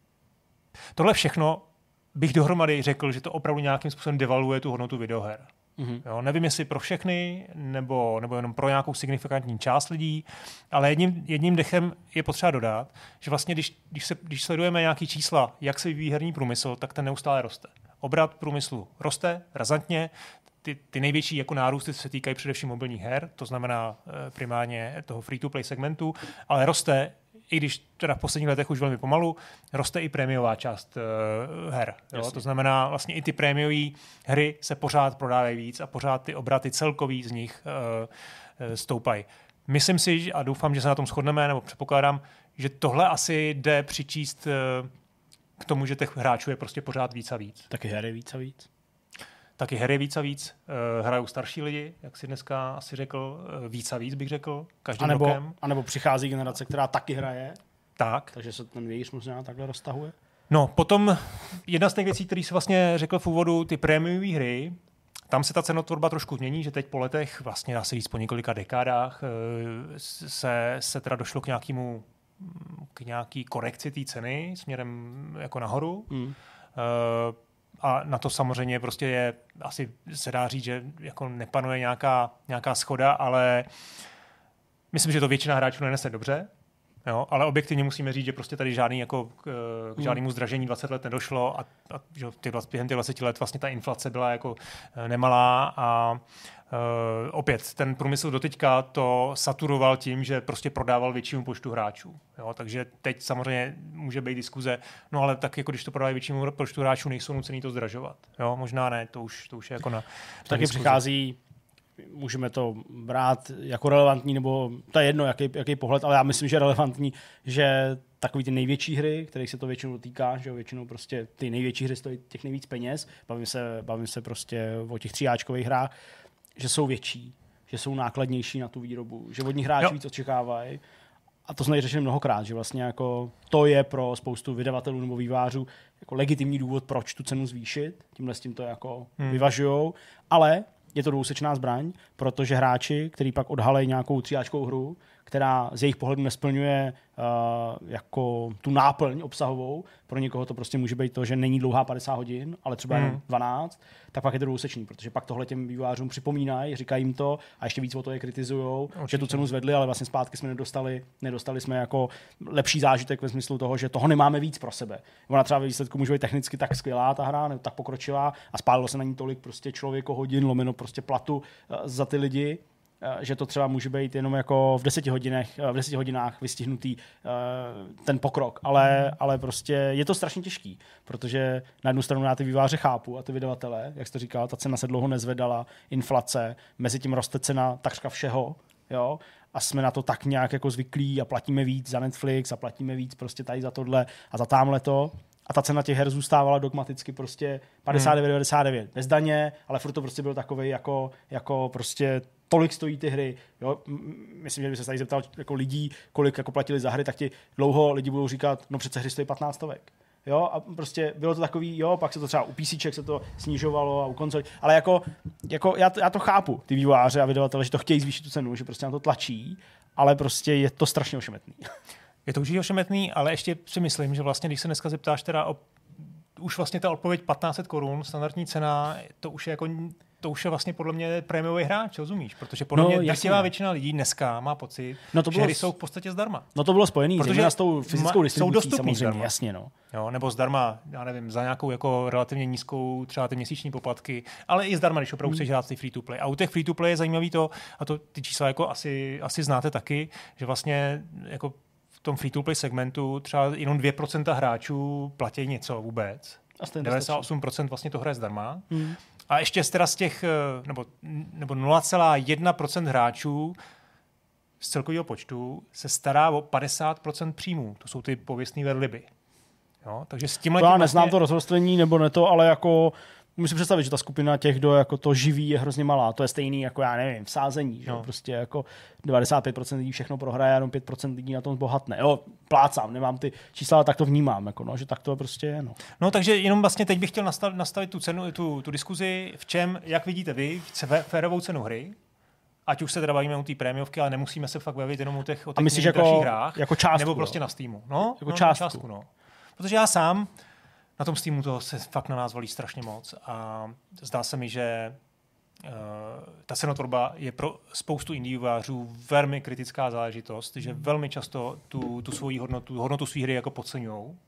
tohle všechno bych dohromady řekl, že to opravdu nějakým způsobem devaluuje tu hodnotu videoher. Mm-hmm. Jo, nevím, jestli pro všechny, nebo, nebo jenom pro nějakou signifikantní část lidí, ale jedním, jedním dechem je potřeba dodat, že vlastně, když, když, se, když sledujeme nějaký čísla, jak se vyvíjí herní průmysl, tak ten neustále roste. Obrat průmyslu roste razantně, ty, ty největší jako nárůsty se týkají především mobilních her, to znamená e, primárně toho free-to-play segmentu, ale roste, i když teda v posledních letech už velmi pomalu, roste i prémiová část uh, her. Jo? To znamená, vlastně i ty prémiové hry se pořád prodávají víc a pořád ty obraty celkový z nich uh, uh, stoupají. Myslím si a doufám, že se na tom shodneme, nebo předpokládám, že tohle asi jde přičíst uh, k tomu, že těch hráčů je prostě pořád víc a víc. Taky her je víc a víc. Taky hry víc a víc. Uh, hrajou starší lidi, jak si dneska asi řekl, uh, víc a víc bych řekl, každým anebo, rokem. A nebo přichází generace, která taky hraje, tak. Takže se ten vějíř možná takhle roztahuje. No, potom jedna z těch věcí, které jsi vlastně řekl v úvodu, ty prémiové hry, tam se ta cenotvorba trošku změní, že teď po letech, vlastně dá se říct po několika dekádách, uh, se, se teda došlo k nějakému k nějaký korekci té ceny směrem jako nahoru. Mm. Uh, A na to samozřejmě prostě je, asi se dá říct, že jako nepanuje nějaká, nějaká schoda, ale myslím, že to většina hráčů nenese dobře. Jo, ale objektivně musíme říct, že prostě tady žádný jako k, k žádnému zdražení dvacet let nedošlo a, a že ty, během těch dvaceti let vlastně ta inflace byla jako nemalá a uh, opět ten průmysl doteďka to saturoval tím, že prostě prodával většímu počtu hráčů. Jo, takže teď samozřejmě může být diskuze, no ale tak jako když to prodávají většímu počtu hráčů, nejsou nucený to zdražovat. Jo, možná ne, to už, to už je jako na, na taky diskuze. Přichází, můžeme to brát jako relevantní, nebo to je jedno, jaký, jaký pohled, ale já myslím, že relevantní, že takový ty největší hry, kterých se to většinou týká, že většinou prostě ty největší hry stojí těch nejvíc peněz, bavím se, bavím se prostě o těch tříáčkových hrách, že jsou větší, že jsou nákladnější na tu výrobu, že od nich hráči jo. víc očekávají. A to jsme řešili mnohokrát, že vlastně jako to je pro spoustu vydavatelů nebo vývářů jako legitimní důvod, proč tu cenu zvýšit, tímhle s tím to jako hmm. vyvažujou, ale je to dvousečná zbraň, protože hráči, kteří pak odhalí nějakou tříáčkovou hru, která z jejich pohledu nesplňuje uh, jako tu náplň obsahovou, pro někoho to prostě může být to, že není dlouhá padesát hodin, ale třeba hmm. jen dvanáct, tak pak je to dvousečný, protože pak tohle těm vývojářům připomínají, říkají jim to a ještě víc o to je kritizujou, že tu cenu zvedli, ale vlastně zpátky jsme nedostali, nedostali jsme jako lepší zážitek ve smyslu toho, že toho nemáme víc pro sebe. Ona třeba ve výsledku může být technicky tak skvělá ta hra, nebo tak pokročilá a spálilo se na ní tolik prostě člověko hodin, lomeno prostě platu uh, za ty lidi, že to třeba může být jenom jako v deseti hodinách, v deseti hodinách vystihnutý uh, ten pokrok, ale, ale prostě je to strašně těžký, protože na jednu stranu já ty vývojáře chápu a ty vydavatele, jak jsi to říkal, ta cena se dlouho nezvedala, inflace, mezi tím roste cena takřka všeho, jo, a jsme na to tak nějak jako zvyklí a platíme víc za Netflix a platíme víc prostě tady za tohle a za támhleto. A ta cena těch her zůstávala dogmaticky prostě padesát devět devadesát devět bez daně, ale furt to prostě byl takovej jako, jako prostě tolik stojí ty hry. Jo? Myslím, že by se tady zeptal jako lidí, kolik jako platili za hry, tak ti dlouho lidi budou říkat, no přece hry stojí patnáct stovek. Jo, a prostě bylo to takový, jo, pak se to třeba u PCček se to snižovalo a u konzolí, ale jako, jako já, to, já to chápu, ty vývojáře a vydavatele, že to chtějí zvýšit tu cenu, že prostě na to tlačí, ale prostě je to strašně ošemetný. Je to určitě ošemetný, ale ještě si myslím, že vlastně, když se dneska zeptáš teda o, už vlastně ta odpověď patnáct set korun, standardní cena, to už je jako, to už je vlastně podle mě prémiový hráč, rozumíš? Protože podle no, mě drtivá většina lidí dneska má pocit, no to že bylo, hry jsou v podstatě zdarma. No to bylo spojený, protože s tou fyzickou distribucí samozřejmě, zdarma. Jasně, no. Jo, nebo zdarma, já nevím, za nějakou jako relativně nízkou třeba ty měsíční poplatky, ale i zdarma, když opravdu hmm. chceš hrát ty free to play. A u těch free to play je zajímavý to, a to ty čísla jako asi, asi znáte taky, že vlastně jako v tom free to play segmentu třeba jenom dvě procenta hráčů platí něco vůbec. devadesát osm procent vlastně to hraje zdarma. Hmm. A ještě teda z těch, nebo, nebo nula celá jedna procenta hráčů z celkového počtu se stará o padesát procent příjmů. To jsou ty pověstný verliby. Jo? Takže s tímhle to já tím neznám vlastně... to rozvrstvení nebo ne to, ale jako musím představit, že ta skupina těch, kdo jako to živí, je hrozně malá. To je stejný jako, já nevím, v sázení. Že? No. Prostě jako devadesát pět procent lidí všechno prohraje, jenom pět procent lidí na tom zbohatne. Jo, plácám, nemám ty čísla, ale tak to vnímám, jako no, že tak to prostě je. No. no takže jenom vlastně teď bych chtěl nastavit, nastavit tu cenu, tu, tu diskuzi, v čem, jak vidíte vy, férovou cenu hry, ať už se teda bavíme o té prémiovky, ale nemusíme se fakt bavit jenom o těch, o těch myslíš nejdražších jako, hrách, jako částku, nebo prostě jo? na Steamu. No, jako no, částku. částku no. Protože já sám na tom Steamu toho se fakt na nás valí strašně moc a zdá se mi, že uh, ta cenotvorba je pro spoustu indie vývojářů velmi kritická záležitost, že velmi často tu, tu svoji hodnotu, hodnotu své hry jako podceňujou, uh,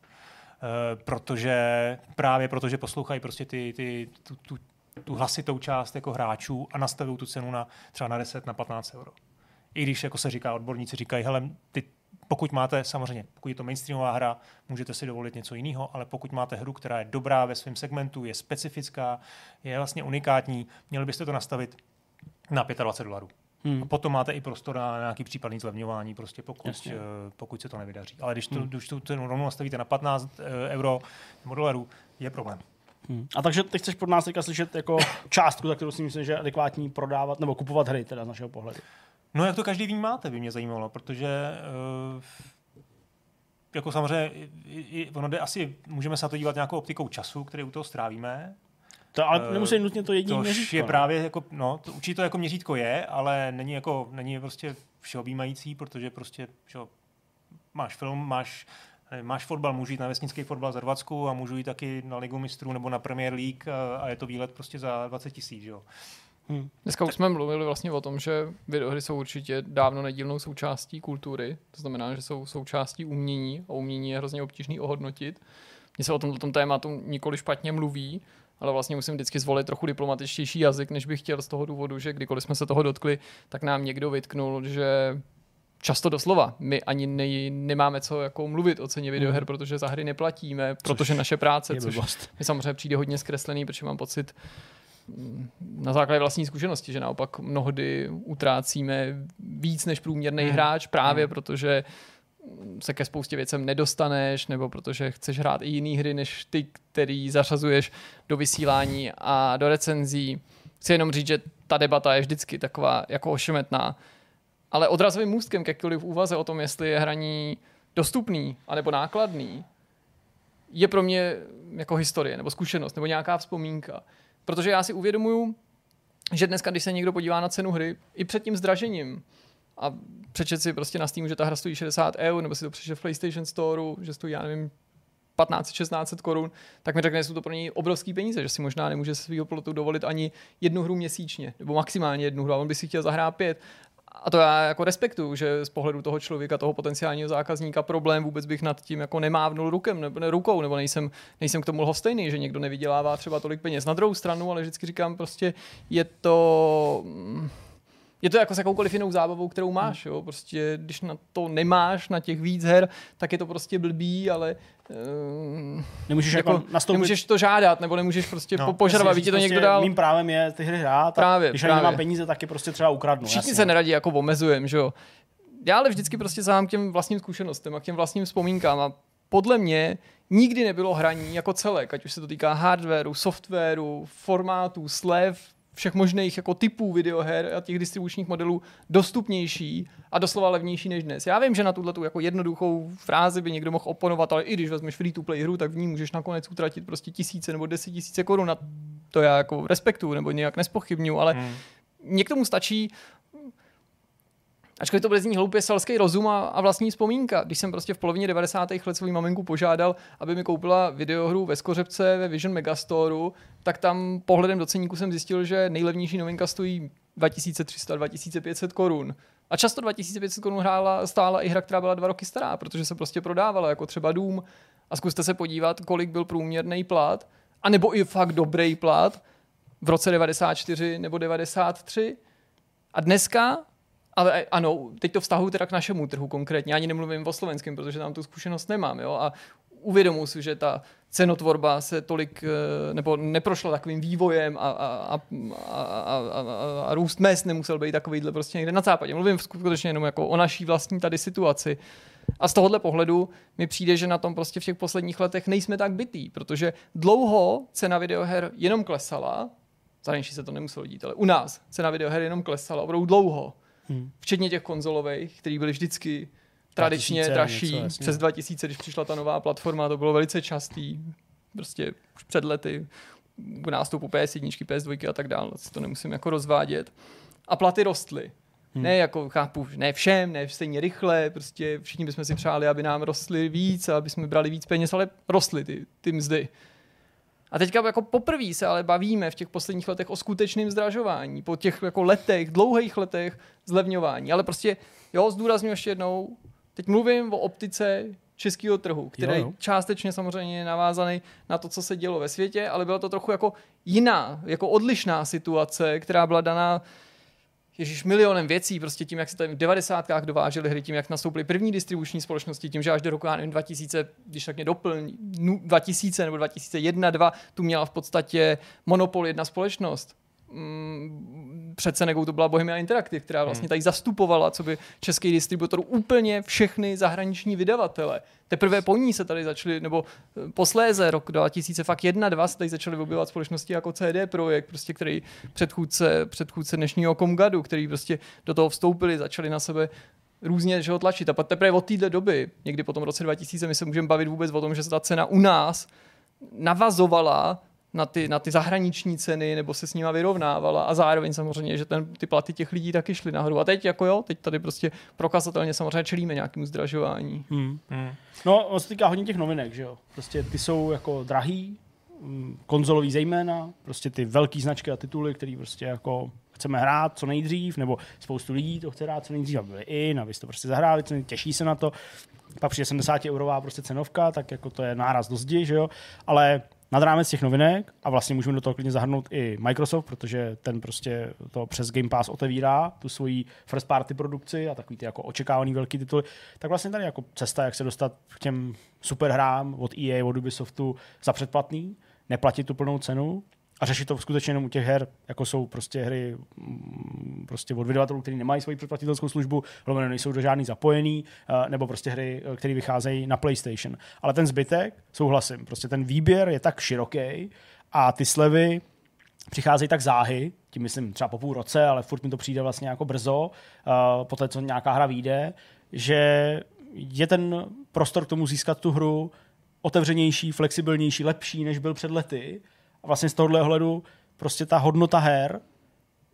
protože právě protože poslouchají prostě ty, ty, tu, tu, tu hlasitou část jako hráčů a nastavují tu cenu na třeba na deset, na patnáct euro. I když jako se říká, odborníci říkají, hele, ty pokud máte, samozřejmě, pokud je to mainstreamová hra, můžete si dovolit něco jiného, ale pokud máte hru, která je dobrá ve svém segmentu, je specifická, je vlastně unikátní, měli byste to nastavit na dvacet pět dolarů. Hmm. A potom máte i prostor na nějaký případný zlevňování, prostě pokud, pokud se to nevydaří. Ale když, to, hmm. když tu cenu rovnou nastavíte na patnáct euro nebo dolarů, je problém. Hmm. A takže ty chceš pod nás teďka slyšet jako částku, za kterou si myslím, že je adekvátní prodávat nebo kupovat hry, teda z našeho pohledu. No jak to každý vnímáte, by mě zajímalo, protože uh, jako samozřejmě i, i, ono jde asi, můžeme se na to dívat nějakou optikou času, který u toho strávíme. To ale uh, nemusí nutně to jediný měřítko. je právě jako, no, to, určitě to jako měřítko je, ale není jako, není prostě všeobjímající, protože prostě, že máš film, máš Máš fotbal, můžu jít na vesnický fotbal za dvacet a můžu jít taky na Ligu mistrů nebo na Premier League a, a je to výlet prostě za dvacet tisíc, jo. Hmm. Dneska už jsme mluvili vlastně o tom, že videohry jsou určitě dávno nedílnou součástí kultury, to znamená, že jsou součástí umění a umění je hrozně obtížný ohodnotit. Mně se o tom, o tom tématu nikoli špatně mluví, ale vlastně musím vždycky zvolit trochu diplomatičtější jazyk, než bych chtěl z toho důvodu, že kdykoliv jsme se toho dotkli, tak nám někdo vytknul, že často doslova. My ani ne, nemáme co jako mluvit o ceně videoher, mm. protože za hry neplatíme, protože což naše práce, což mi samozřejmě přijde hodně zkreslený, protože mám pocit na základě vlastní zkušenosti, že naopak mnohdy utrácíme víc než průměrný mm. hráč, právě mm. protože se ke spoustě věcem nedostaneš, nebo protože chceš hrát i jiný hry, než ty, který zařazuješ do vysílání a do recenzí. Chci jenom říct, že ta debata je vždycky taková jako ošemetná. Ale odrazovým můstkem k jakkoliv úvaze o tom, jestli je hraní dostupný anebo nákladný, je pro mě jako historie nebo zkušenost nebo nějaká vzpomínka. Protože já si uvědomuju, že dneska, když se někdo podívá na cenu hry, i před tím zdražením, a přečet si prostě na Steamu, že ta hra stojí šedesát eur, nebo si to přečet v PlayStation Storeu, že stojí, já nevím, patnáct šestnáct set korun, tak mi řekne, že jsou to pro něj obrovský peníze, že si možná nemůže se svýho plotu dovolit ani jednu hru měsíčně, nebo maximálně jednu hru, a on by si chtěl zahrát pět. A to já jako respektuju, že z pohledu toho člověka, toho potenciálního zákazníka problém vůbec bych nad tím jako nemávnul rukem, nebo ne, rukou, nebo nejsem, nejsem k tomu lhostejný, že někdo nevydělává třeba tolik peněz. Na druhou stranu, ale vždycky říkám, prostě je to... Je to jako s jakoukoliv jinou zábavou, kterou máš, jo? Prostě když na to nemáš, na těch víc her, tak je to prostě blbý, ale uh, nemůžeš, jako jako nastoupit... nemůžeš to žádat, nebo nemůžeš prostě no, požadovat, víš, to prostě někdo dál. Mým právem je ty hry hrát, právě, když právě. nemám peníze, tak je prostě třeba ukradnu. Všichni jasně. se neradí jako omezujem, že jo. Já ale vždycky prostě sám k těm vlastním zkušenostem a k těm vlastním vzpomínkám a podle mě nikdy nebylo hraní jako celek, ať už se to týká hardwareu, softwaru, formátů, slev, všech možných jako typů videoher a těch distribučních modelů dostupnější a doslova levnější než dnes. Já vím, že na tuto jako jednoduchou frázi by někdo mohl oponovat, ale i když vezmeš free-to-play hru, tak v ní můžeš nakonec utratit prostě tisíce nebo deset tisíce korun. A to já jako respektuju nebo nějak nespochybňuji, ale hmm. někomu stačí, ačkoliv to bude znít hloupě, selský rozum a, a vlastní vzpomínka. Když jsem prostě v polovině devadesátých let svou maminku požádal, aby mi koupila videohru ve Skořepce ve Vision Megastoru, tak tam pohledem do ceníku jsem zjistil, že nejlevnější novinka stojí dva tisíce tři sta, dva tisíce pět set korun. A často dva tisíce pět set korun hrála, stála i hra, která byla dva roky stará, protože se prostě prodávala, jako třeba Doom. A zkuste se podívat, kolik byl průměrný plat, anebo i fakt dobrý plat v roce devadesát čtyři nebo devadesát tři. A dneska, ale ano, teď to vztahuji teda k našemu trhu konkrétně, ani nemluvím o slovenském, protože tam tu zkušenost nemám, jo, a uvědomuji si, že ta cenotvorba se tolik, nebo neprošla takovým vývojem a, a, a, a, a, a, a růst mest nemusel být takovýhle prostě někde na západě. Mluvím skutečně jenom jako o naší vlastní tady situaci. A z tohohle pohledu mi přijde, že na tom prostě v těch posledních letech nejsme tak bitý, protože dlouho cena videoher jenom klesala, zahraničí se to nemuselo dít, ale u nás cena videoher jenom klesala opravdu dlouho. Hmm. Včetně těch konzolových, které byly vždycky tradičně dražší. Přes dva tisíce, když přišla ta nová platforma, to bylo velice častý. Prostě už před lety k nástupu P S jedna, P S dva a tak dále. To nemusím jako rozvádět. A platy rostly. Hmm. Ne jako, chápu, ne všem, ne stejně rychle, prostě všichni bychom si přáli, aby nám rostly víc, aby jsme brali víc peněz, ale rostly ty, ty mzdy. A teďka jako poprvé se ale bavíme v těch posledních letech o skutečném zdražování, po těch jako letech, dlouhých letech zlevňování. Ale prostě, jo, zdůrazňuji ještě jednou, teď mluvím o optice českého trhu, který jo, jo. částečně samozřejmě je navázaný na to, co se dělo ve světě, ale byla to trochu jako jiná, jako odlišná situace, která byla daná ježiš, milionem věcí, prostě tím, jak se tady v devadesátkách dovážely hry, tím, jak nastoupily první distribuční společnosti, tím, že až do roku, já nevím, dva tisíce, když tak mě doplň, dva tisíce nebo dva tisíce jedna, dva, tu měla v podstatě monopol jedna společnost. Před Senegou to byla Bohemia Interactive, která vlastně tady zastupovala, co by český distributor, úplně všechny zahraniční vydavatele. Teprve po ní se tady začaly, nebo posléze rok dva tisíce jedna, dva se tady začaly objevovat společnosti jako C D Projekt, prostě, který předchůdce, předchůdce dnešního Comgadu, který prostě do toho vstoupili, začali na sebe různě že ho tlačit. A teprve od téhle doby, někdy po tom roce dva tisíce, my se můžeme bavit vůbec o tom, že se ta cena u nás navazovala na ty, na ty zahraniční ceny, nebo se s nima vyrovnávala a zároveň samozřejmě, že ten, ty platy těch lidí taky šly nahoru. A teď jako jo, teď tady prostě prokazatelně samozřejmě čelíme nějakému zdražování. Hmm. Hmm. No, on se týká hodně těch novinek, že jo. Prostě ty jsou jako drahý, konzolový zejména, prostě ty velký značky a tituly, které prostě jako chceme hrát co nejdřív, nebo spoustu lidí to chce hrát co nejdřív, aby byli in, aby to prostě zahráli, těší se na to. Pak přijde sedmdesát eurová prostě cenovka, tak jako to je náraz do zdi, že jo. Ale nad rámec těch novinek, a vlastně můžeme do toho klidně zahrnout i Microsoft, protože ten prostě to přes Game Pass otevírá tu svoji first party produkci a takový ty jako očekávaný velký tituly, tak vlastně tady jako cesta, jak se dostat k těm superhrám od E A, od Ubisoftu za předplatný, neplatit tu plnou cenu a řešit to skutečně jenom u těch her, jako jsou prostě hry prostě od vydavatelů, kteří nemají svoji předplatitelskou službu, hlavně nejsou do žádný zapojený, nebo prostě hry, které vycházejí na PlayStation. Ale ten zbytek, souhlasím, prostě ten výběr je tak široký a ty slevy přicházejí tak záhy, tím myslím třeba po půl roce, ale furt mi to přijde vlastně jako brzo, po té, co nějaká hra vyjde, že je ten prostor k tomu získat tu hru otevřenější, flexibilnější, lepší, než byl před lety. A vlastně z tohohle ohledu prostě ta hodnota her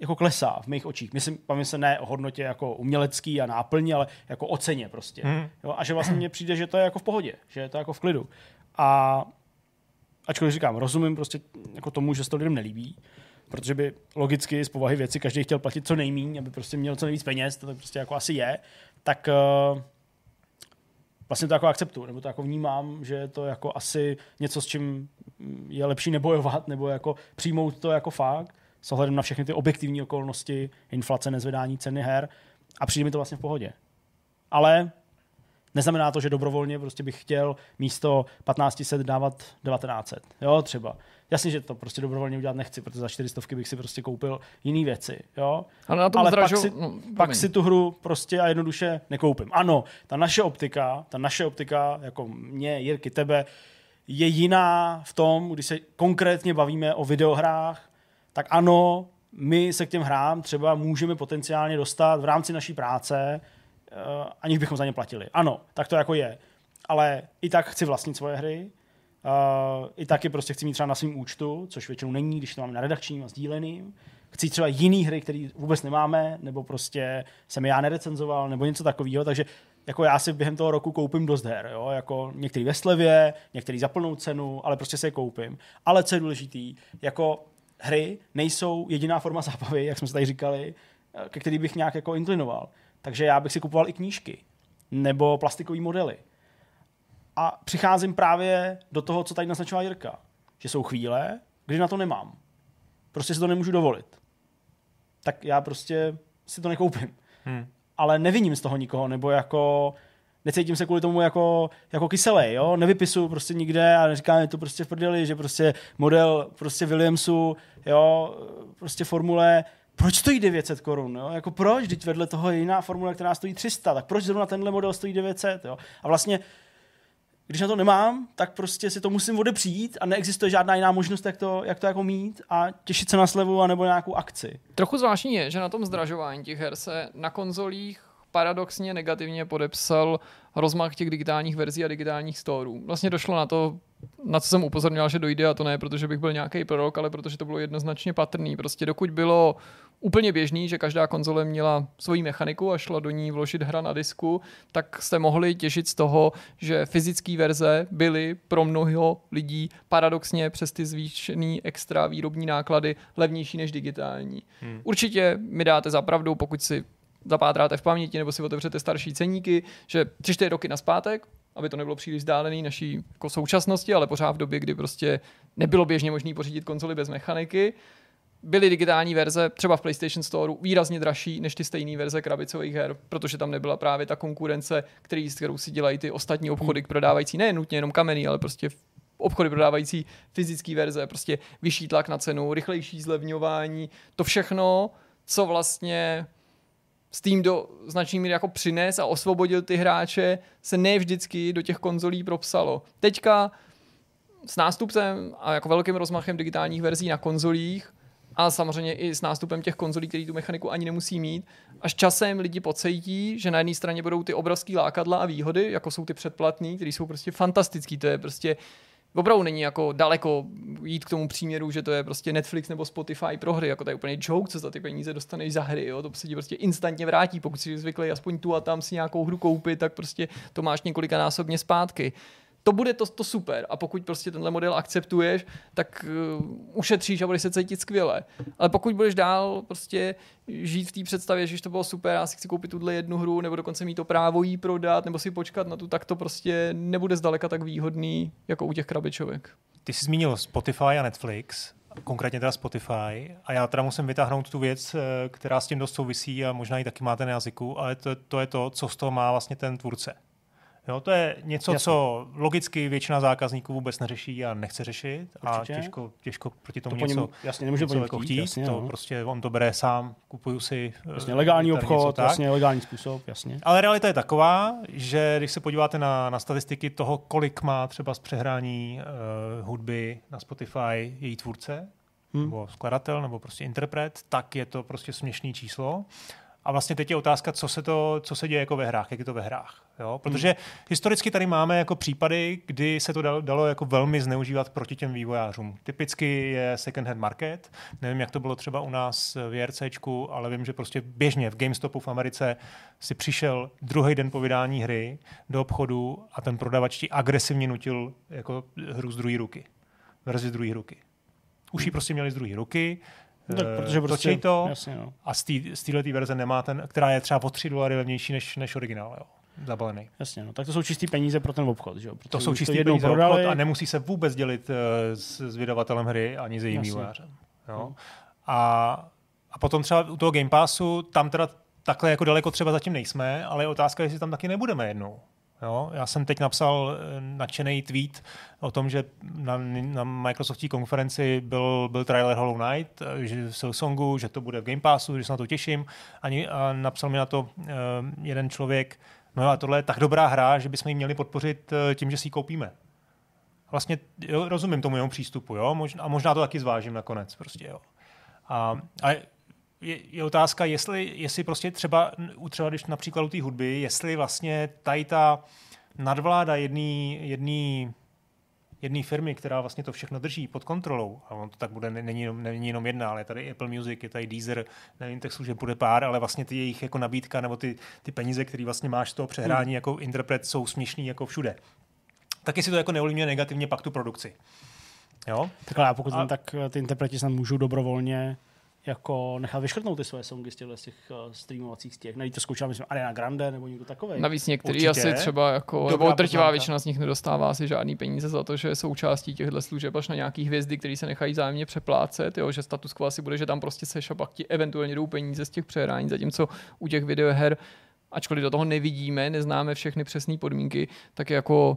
jako klesá v mých očích. Myslím, bavím se ne o hodnotě jako umělecký a náplní, ale jako o ceně prostě. Hmm. Jo, a že vlastně mně přijde, že to je jako v pohodě, že je to jako v klidu. A ačkoliv říkám, rozumím prostě jako tomu, že se to lidem nelíbí, protože by logicky z povahy věci každý chtěl platit co nejmíň, aby prostě měl co nejvíc peněz, to tak prostě jako asi je, tak uh, vlastně to jako akceptuju, nebo to jako vnímám, že je to jako asi něco, s čím je lepší nebojovat, nebo jako přijmout to jako fakt, s ohledem na všechny ty objektivní okolnosti, inflace, nezvedání ceny her, a přijde mi to vlastně v pohodě. Ale neznamená to, že dobrovolně prostě bych chtěl místo patnáct set dávat devatenáct set. Jo, třeba. Jasně, že to prostě dobrovolně udělat nechci, protože za čtyři stovky bych si prostě koupil jiné věci. Jo? Ale, na tom Ale zdražu... pak, si, no, pak si tu hru prostě a jednoduše nekoupím. Ano, ta naše optika, ta naše optika, jako mě, Jirky, tebe, je jiná v tom, když se konkrétně bavíme o videohrách, tak ano, my se k těm hrám třeba můžeme potenciálně dostat v rámci naší práce, Uh, aniž bychom za ně platili. Ano, tak to jako je. Ale i tak chci vlastnit svoje hry. Uh, I taky prostě chci mít třeba na svém účtu, což většinou není, když to máme na redakčním a sdíleným. Chci třeba jiný hry, které vůbec nemáme, nebo prostě jsem já nerecenzoval, nebo něco takového. Takže jako já si během toho roku koupím dost her. Jo? Jako některý ve slevě, některý za plnou cenu, ale prostě si je koupím. Ale co je důležitý, jako hry nejsou jediná forma zábavy, jak jsme se tady říkali, ke který bych nějak jako inklinoval. Takže já bych si kupoval i knížky nebo plastikové modely. A přicházím právě do toho, co tady naznačovala Jirka. Že jsou chvíle, kdy na to nemám. Prostě si to nemůžu dovolit. Tak já prostě si to nekoupím. Hmm. Ale neviním z toho nikoho, nebo jako necítím se kvůli tomu jako, jako kyselej, jo? Nevypisuju prostě nikde a neříkám, je to prostě v prdeli, že prostě model prostě Williamsu, jo, prostě formule, proč stojí devět set korun, jo? Jako proč? Vždyť vedle toho je jiná formule, která stojí tři sta, tak proč zrovna tenhle model stojí devět set, jo? A vlastně, když na to nemám, tak prostě si to musím odepřít a neexistuje žádná jiná možnost, jak to, jak to jako mít a těšit se na slevu anebo nějakou akci. Trochu zvláštní je, že na tom zdražování těch her se na konzolích paradoxně negativně podepsal rozmach těch digitálních verzí a digitálních storů. Vlastně došlo na to, na co jsem upozorňoval, že dojde, a to ne, protože bych byl nějaký prorok, ale protože to bylo jednoznačně patrný. Prostě dokud bylo úplně běžný, že každá konzole měla svoji mechaniku a šla do ní vložit hra na disku, tak jste mohli těšit z toho, že fyzické verze byly pro mnoho lidí paradoxně přes ty zvýšený extra výrobní náklady levnější než digitální. Hmm. Určitě mi dáte za pravdu, pokud si zapátráte v paměti nebo si otevřete starší ceníky, že tři čtyři roky nazpátek, aby to nebylo příliš vzdálený naší jako současnosti, ale pořád v době, kdy prostě nebylo běžně možné pořídit konzoli bez mechaniky, byly digitální verze třeba v PlayStation Store výrazně dražší než ty stejné verze krabicových her, protože tam nebyla právě ta konkurence, který, s kterou si dělají ty ostatní obchody prodávající ne nutně jenom kamenný, ale prostě obchody prodávající fyzické verze, prostě vyšší tlak na cenu, rychlejší zlevňování, to všechno, co vlastně Steam do značný míry jako přines a osvobodil ty hráče, se ne vždycky do těch konzolí propsalo. Teďka s nástupem a jako velkým rozmachem digitálních verzí na konzolích a samozřejmě i s nástupem těch konzolí, který tu mechaniku ani nemusí mít, až časem lidi pocítí, že na jedné straně budou ty obrovský lákadla a výhody, jako jsou ty předplatný, které jsou prostě fantastický, to je prostě opravdu není jako daleko jít k tomu příměru, že to je prostě Netflix nebo Spotify pro hry, jako to je úplně joke, co za ty peníze dostaneš za hry, jo? To se ti prostě instantně vrátí, pokud si zvyklý aspoň tu a tam si nějakou hru koupit, tak prostě to máš několikanásobně zpátky. To bude to, to super a pokud prostě tenhle model akceptuješ, tak uh, ušetříš a budeš se cítit skvěle. Ale pokud budeš dál prostě žít v té představě, že to bylo super, já si chci koupit tuhle jednu hru, nebo dokonce mít to právo jí prodat, nebo si počkat na tu, tak to prostě nebude zdaleka tak výhodný, jako u těch krabičovek. Ty jsi zmínil Spotify a Netflix, konkrétně teda Spotify, a já teda musím vytáhnout tu věc, která s tím dost souvisí a možná ji taky máte na jazyku, ale to, to je to, co z toho má vlastně ten tvůrce. Jo, to je něco, jasně, co logicky většina zákazníků vůbec neřeší a nechce řešit. Určitě. A těžko, těžko proti tomu to něco, něm, jasně, nemůže něco jako chtít. Jasně, to no. Prostě on to bere sám, kupuju si... Jasně, legální obchod, vlastně legální způsob, jasně. Ale realita je taková, že když se podíváte na, na statistiky toho, kolik má třeba z přehrání uh, hudby na Spotify její tvůrce, hmm. nebo skladatel, nebo prostě interpret, tak je to prostě směšný číslo. A vlastně teď je otázka, co se, to, co se děje jako ve hrách, jak je to ve hrách. Jo? Protože hmm. historicky tady máme jako případy, kdy se to dalo, dalo jako velmi zneužívat proti těm vývojářům. Typicky je second hand market. Nevím, jak to bylo třeba u nás v RCčku, ale vím, že prostě běžně v GameStopu v Americe si přišel druhý den po vydání hry do obchodu a ten prodavač ti agresivně nutil jako hru z druhé ruky. Verzi z druhé ruky. Už ji prostě měli z druhé ruky. No, tak, protože prostě, to jasně, no. A z této verze nemá ten, která je třeba o tři dolary levnější než, než originál, jo, zabalený. Jasně, no, tak to jsou čistý peníze pro ten obchod, že jo? To jsou čistý peníze pro obchod a nemusí se vůbec dělit uh, s, s vydavatelem hry ani s jejím vývojářem. Jo. No. A, a potom třeba u toho Game Passu, tam teda takhle jako daleko třeba zatím nejsme, ale je otázka, jestli tam taky nebudeme jednou. Jo, já jsem teď napsal nadšený tweet o tom, že na, na Microsoftí konferenci byl, byl trailer Hollow Knight, že v Silksongu, že to bude v Game Passu, že se na to těším. Ani, a napsal mi na to uh, jeden člověk, no a tohle je tak dobrá hra, že bychom ji měli podpořit uh, tím, že si ji koupíme. Vlastně jo, rozumím tomu jeho přístupu, jo? Možná, a možná to taky zvážím nakonec. Prostě, jo. A, a Je, je otázka, jestli, jestli prostě třeba, třeba když například u té hudby, jestli vlastně tady ta nadvláda jedné jedný, jedný firmy, která vlastně to všechno drží pod kontrolou, a on to tak bude, není jenom, není jenom jedna, ale je tady Apple Music, je tady Deezer, nevím, těch služeb bude pár, ale vlastně ty jejich jako nabídka nebo ty, ty peníze, které vlastně máš z toho přehrání hmm. jako interpret, jsou směšný jako všude. Taky si to jako neovlivňuje negativně pak tu produkci. Jo? Takhle, a pokud a... tak ty interpreti snad můžou dobrovolně jako nechat vyškrtnout ty své songy z těchto z těch uh, streamovacích z těch. Nejde to zkoušela, myslím, Ariana Grande nebo někdo takovej. Navíc některý Určitě. asi třeba jako, nebo drtivá většina z nich nedostává asi žádný peníze za to, že je součástí těchto služeb až na nějaký hvězdy, které se nechají zájemně přeplácet, jo, že status quo asi bude, že tam prostě seš a pak ti eventuálně jdou peníze z těch přehrání, zatímco u těch videoher, ačkoliv do toho nevidíme, neznáme všechny přesné podmínky, tak je jako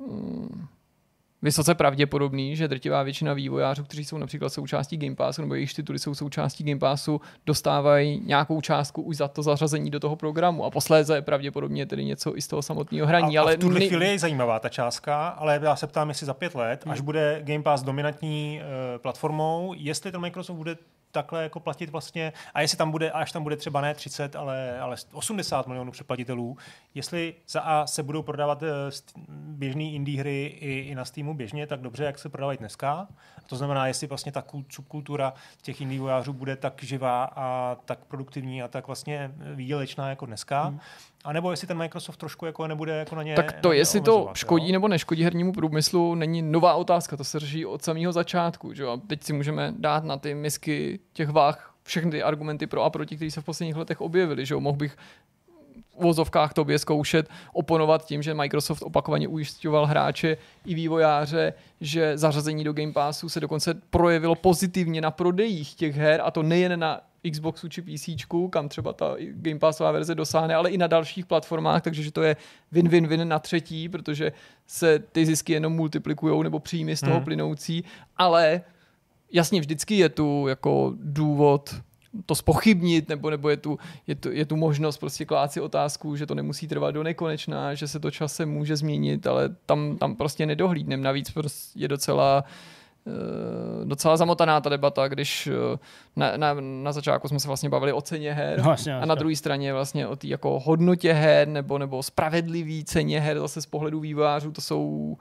mm, vysoce pravděpodobný, že drtivá většina vývojářů, kteří jsou například součástí Game Passu nebo jejich tituly jsou součástí Game Passu, dostávají nějakou částku už za to zařazení do toho programu a posléze je pravděpodobně tedy něco i z toho samotného hraní. A, ale a v tuhle ne... chvíli je zajímavá ta částka, ale já se ptám, jestli za pět let, hmm. až bude Game Pass dominantní uh, platformou, jestli ten Microsoft bude takhle jako platit vlastně, a jestli tam bude, až tam bude třeba ne třicet, ale, ale osmdesát milionů předplatitelů, jestli za A se budou prodávat běžné indie hry i, i na Steamu běžně, tak dobře, jak se prodávají dneska. A to znamená, jestli vlastně ta subkultura těch indie vývojářů bude tak živá a tak produktivní a tak vlastně výdělečná jako dneska. Hmm. A nebo jestli ten Microsoft trošku jako nebude jako na ně. Tak to, jestli to omezovat, škodí jo? nebo neškodí hernímu průmyslu, není nová otázka, to se řeší od samého začátku. Že? A teď si můžeme dát na ty misky těch váh všechny ty argumenty pro a proti, které se v posledních letech objevily. Že? Mohl bych v uvozovkách tobě zkoušet oponovat tím, že Microsoft opakovaně ujišťoval hráče i vývojáře, že zařazení do Game Passu se dokonce projevilo pozitivně na prodejích těch her, a to nejen na Xboxu či PCčku, kam třeba ta Game Passová verze dosáhne, ale i na dalších platformách, takže že to je win-win-win na třetí, protože se ty zisky jenom multiplikujou nebo příjmy z toho hmm. plynoucí, ale jasně vždycky je tu jako důvod to zpochybnit, nebo, nebo je, tu, je, tu, je tu možnost prostě klát si otázku, že to nemusí trvat do nekonečna, že se to časem může změnit, ale tam, tam prostě nedohlídnem. Navíc prostě je docela docela zamotaná ta debata, když na, na, na začátku jsme se vlastně bavili o ceně her no, vlastně, a na druhé straně vlastně o té jako hodnotě her nebo, nebo spravedlivý ceně her zase z pohledu vývojářů, to jsou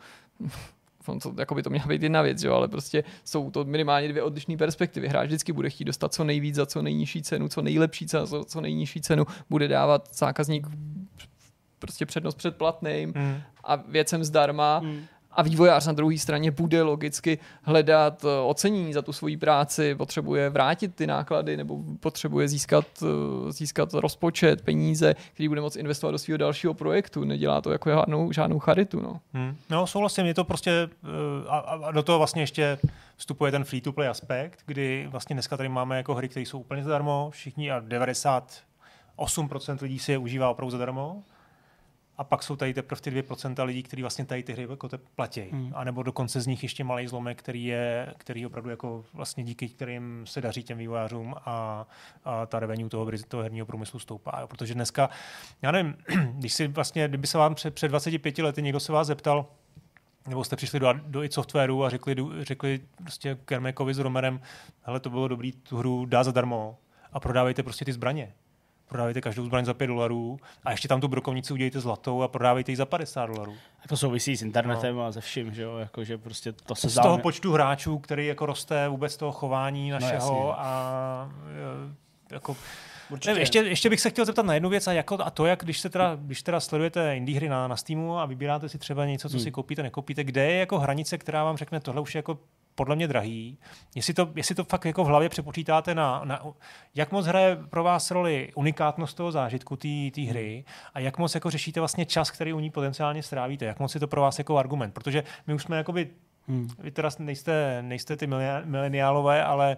to, jako by to měla být jedna věc, jo, ale prostě jsou to minimálně dvě odlišné perspektivy. Hráč vždycky bude chtít dostat co nejvíc za co nejnižší cenu, co nejlepší za co nejnižší cenu, bude dávat zákazník prostě přednost před platným mm. a věcem zdarma. Mm. A vývojář na druhé straně bude logicky hledat ocenění za tu svoji práci, potřebuje vrátit ty náklady nebo potřebuje získat, získat rozpočet, peníze, který bude moct investovat do svého dalšího projektu. Nedělá to jako žádnou, žádnou charitu. No, hmm. no souhlasím, je to prostě a, a do toho vlastně ještě vstupuje ten free-to-play aspekt, kdy vlastně dneska tady máme jako hry, které jsou úplně zadarmo, všichni a devadesát osm procent lidí si je užívá opravdu zadarmo. A pak jsou tady teprve ty dvě procenta lidí, kteří vlastně tady ty hry jako platí. Hmm. A nebo dokonce z nich ještě malý zlomek, který je, který opravdu jako vlastně díky kterým se daří těm vývojářům a, a ta revenue toho, toho herního průmyslu stoupá. Jo. Protože dneska, já nevím, když si vlastně, kdyby se vám před, před dvaceti pěti lety někdo se vás zeptal, nebo jste přišli do, do id Softwaru a řekli, řekli prostě Kermekovi s Romerem, hele, to bylo dobrý, tu hru dá zadarmo a prodávejte prostě ty zbraně. prodávejte každou zbraň za pět dolarů a ještě tam tu brokovnici udělejte zlatou a prodávejte ji za padesát dolarů. A to souvisí s internetem no. a se vším, že jo, jakože prostě to se z toho počtu hráčů, který jako roste vůbec toho chování našeho no, a jako ne, ještě, ještě bych se chtěl zeptat na jednu věc a, jako, a to, jak když, se teda, když teda sledujete indie hry na, na Steamu a vybíráte si třeba něco, co hmm. si koupíte, nekoupíte, kde je jako hranice, která vám řekne, tohle už je jako podle mě drahý. Jestli to, jestli to fakt jako v hlavě přepočítáte na, na jak moc hraje pro vás roli unikátnost toho zážitku té hry a jak moc jako řešíte vlastně čas, který u ní potenciálně strávíte, jak moc je to pro vás jako argument, protože my už jsme jakoby Hmm. Vy teda nejste, nejste ty mileniálové, ale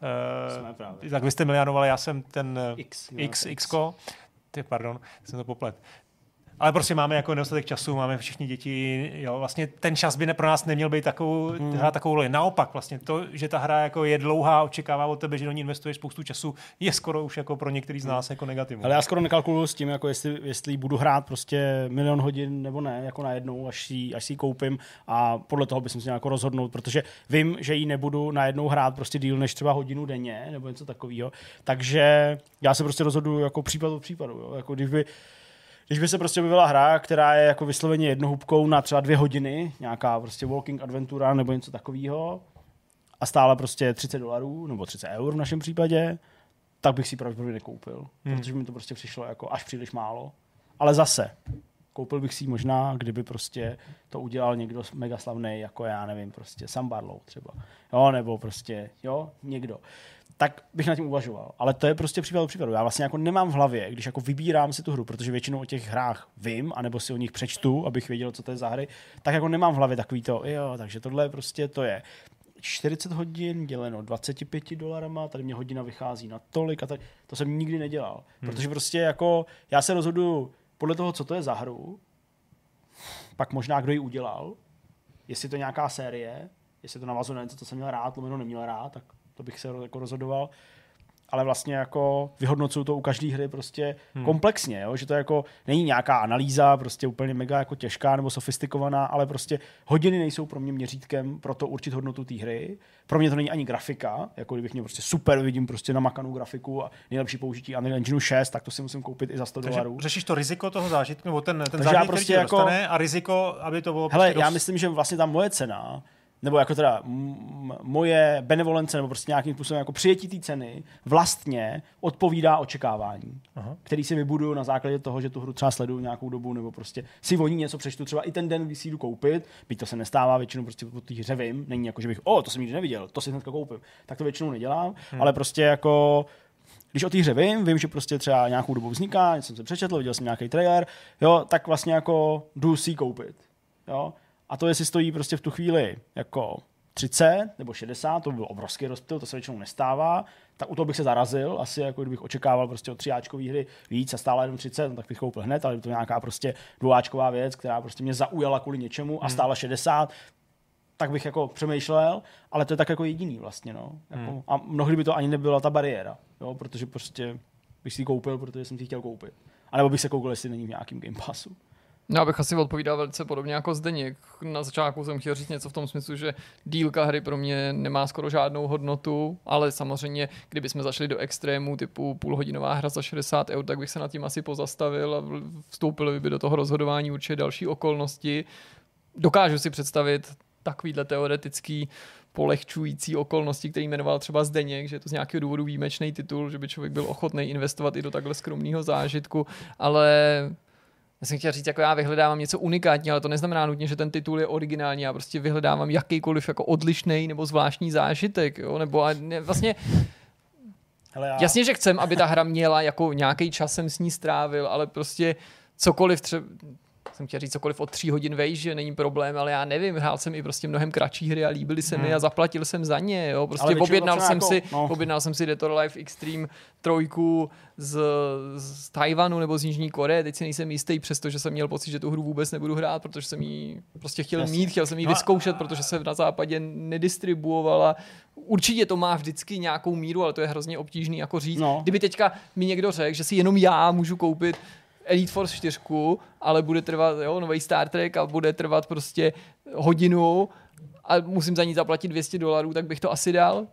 uh, tak vy jste milionovali, já jsem ten X, X, X-ko, ty, pardon, jsem to poplet. Ale prostě máme jako nedostatek času, máme všichni děti, jo, vlastně ten čas by ne, pro nás neměl být takovou, hmm. hra takovou roli. Naopak vlastně to, že ta hra jako je dlouhá, očekává od tebe, že do ní investuješ spoustu času, je skoro už jako pro některý z nás jako negativní. Ale já skoro nekalkuluju s tím, jako jestli, jestli budu hrát prostě milion hodin nebo ne, jako najednou, až si, až si ji koupím a podle toho bych si měl jako rozhodnout, protože vím, že ji nebudu najednou hrát prostě díl než třeba hodinu denně nebo něco takového. Takže já se prostě rozhoduju jako případ od případu, jo. Jako když by Když by se prostě objevila hra, která je jako vysloveně jednohubkou na třeba dvě hodiny, nějaká prostě walking adventura nebo něco takového a stála prostě třicet dolarů nebo třicet eur v našem případě, tak bych si pravděpodobně nekoupil, hmm. protože mi to prostě přišlo jako až příliš málo. Ale zase, koupil bych si možná, kdyby prostě to udělal někdo mega slavný, jako já nevím, prostě Sam Barlow třeba, jo, nebo prostě, jo, někdo. Tak bych na tím uvažoval. Ale to je prostě případ od případu. Já vlastně jako nemám v hlavě, když jako vybírám si tu hru, protože většinou o těch hrách vím, anebo si o nich přečtu, abych věděl, co to je za hry, tak jako nemám v hlavě takový to, jo, takže tohle prostě to je čtyřicet hodin děleno dvacet pět dolarama, tady mě hodina vychází na tolik a tak. To jsem nikdy nedělal. Hmm. Protože prostě jako já se rozhoduju podle toho, co to je za hru, pak možná kdo ji udělal, jestli to je nějaká série, jestli to navazuje na něco, co jsem měl rád, lomeno neměl rád, tak to bych se jako rozhodoval, ale vlastně jako vyhodnocuju to u každé hry prostě hmm. komplexně, jo? Že to jako není nějaká analýza prostě úplně mega jako těžká nebo sofistikovaná, ale prostě hodiny nejsou pro mě měřítkem pro to určit hodnotu té hry. Pro mě to není ani grafika, jako kdybych měl prostě super, vidím prostě namakanou grafiku a nejlepší použití Unreal Engineu šest, tak to si musím koupit i za sto dolarů. Řešíš to riziko toho zážitku, nebo ten, ten zážitek, prostě který jako, dostane a riziko, aby to bylo hele, prostě já dost... myslím, že vlastně ta moje cena nebo jako teda m- moje benevolence, nebo prostě nějakým způsobem jako přijetí té ceny vlastně odpovídá očekávání, Aha. který si vybuduju na základě toho, že tu hru třeba sleduju nějakou dobu, nebo prostě si o ní něco přečtu, třeba i ten den, kdy si jdu koupit, byť to se nestává většinou, prostě po té hře vím, není jako, že bych, o, to jsem nikdy neviděl, to si hnedka koupím, tak to většinou nedělám, hmm. ale prostě jako když o té hře vím, vím, že prostě třeba nějakou dobu vzniká, něco jsem se přečetl, viděl jsem nějaký trailer, jo, tak vlastně jako jdu si koupit, jo. A to, jestli stojí prostě v tu chvíli jako třicet nebo šedesát, to byl obrovský rozptyl, to se většinou nestává, tak u toho bych se zarazil, asi jako kdybych očekával prostě od tříáčkové hry víc a stála jenom třicet, no, tak bych koupil hned, ale to je nějaká prostě dvouáčková věc, která prostě mě zaujala kvůli něčemu a stála šedesát, tak bych jako přemýšlel, ale to je tak jako jediný vlastně, no. Jako, hmm. A mnohdy by to ani nebyla ta bariéra, jo, protože prostě bych si ji koupil, protože jsem si chtěl koupit. A nebo bych se koukal, jestli není v nějakým Game Passu. No, abych asi odpovídal velice podobně jako Zdeněk. Na začátku jsem chtěl říct něco v tom smyslu, že dílka hry pro mě nemá skoro žádnou hodnotu, ale samozřejmě, kdybychom zašli do extrému typu půlhodinová hra za šedesát eur, tak bych se nad tím asi pozastavil a vstoupily by do toho rozhodování určitě další okolnosti. Dokážu si představit takovýhle teoretický polehčující okolnosti, který jmenoval třeba Zdeněk, že je to z nějakého důvodu výjimečný titul, že by člověk byl ochotný investovat i do takhle skromného zážitku, ale já jsem chtěl říct, jako já vyhledávám něco unikátního, ale to neznamená nutně, že ten titul je originální. Já prostě vyhledávám jakýkoliv jako odlišný nebo zvláštní zážitek, jo? Nebo ne, vlastně Hele já... jasně, že chcem, aby ta hra měla jako nějaký čas jsem s ní strávil, ale prostě cokoliv třeba jsem chtěl říct cokoliv od tří hodin vejš, že není problém, ale já nevím, hrál jsem i prostě mnohem kratší hry a líbily se hmm. mi a zaplatil jsem za ně, jo, prostě objednal jsem, jako, si, no. objednal jsem si Dead or Alive Extreme trojku z, z Tajvanu nebo z Jižní Koreje, teď si nejsem jistý, přestože jsem měl pocit, že tu hru vůbec nebudu hrát, protože jsem ji prostě chtěl Jasně. mít, chtěl jsem ji no. vyzkoušet, protože se na západě nedistribuovala. Určitě to má vždycky nějakou míru, ale to je hrozně obtížný jako říct. No. Kdyby teďka mi někdo řekl, že si jenom já můžu koupit Elite Force čtyři, ale bude trvat, jo, nový Star Trek a bude trvat prostě hodinu a musím za ní zaplatit dvě stě dolarů, tak bych to asi dal.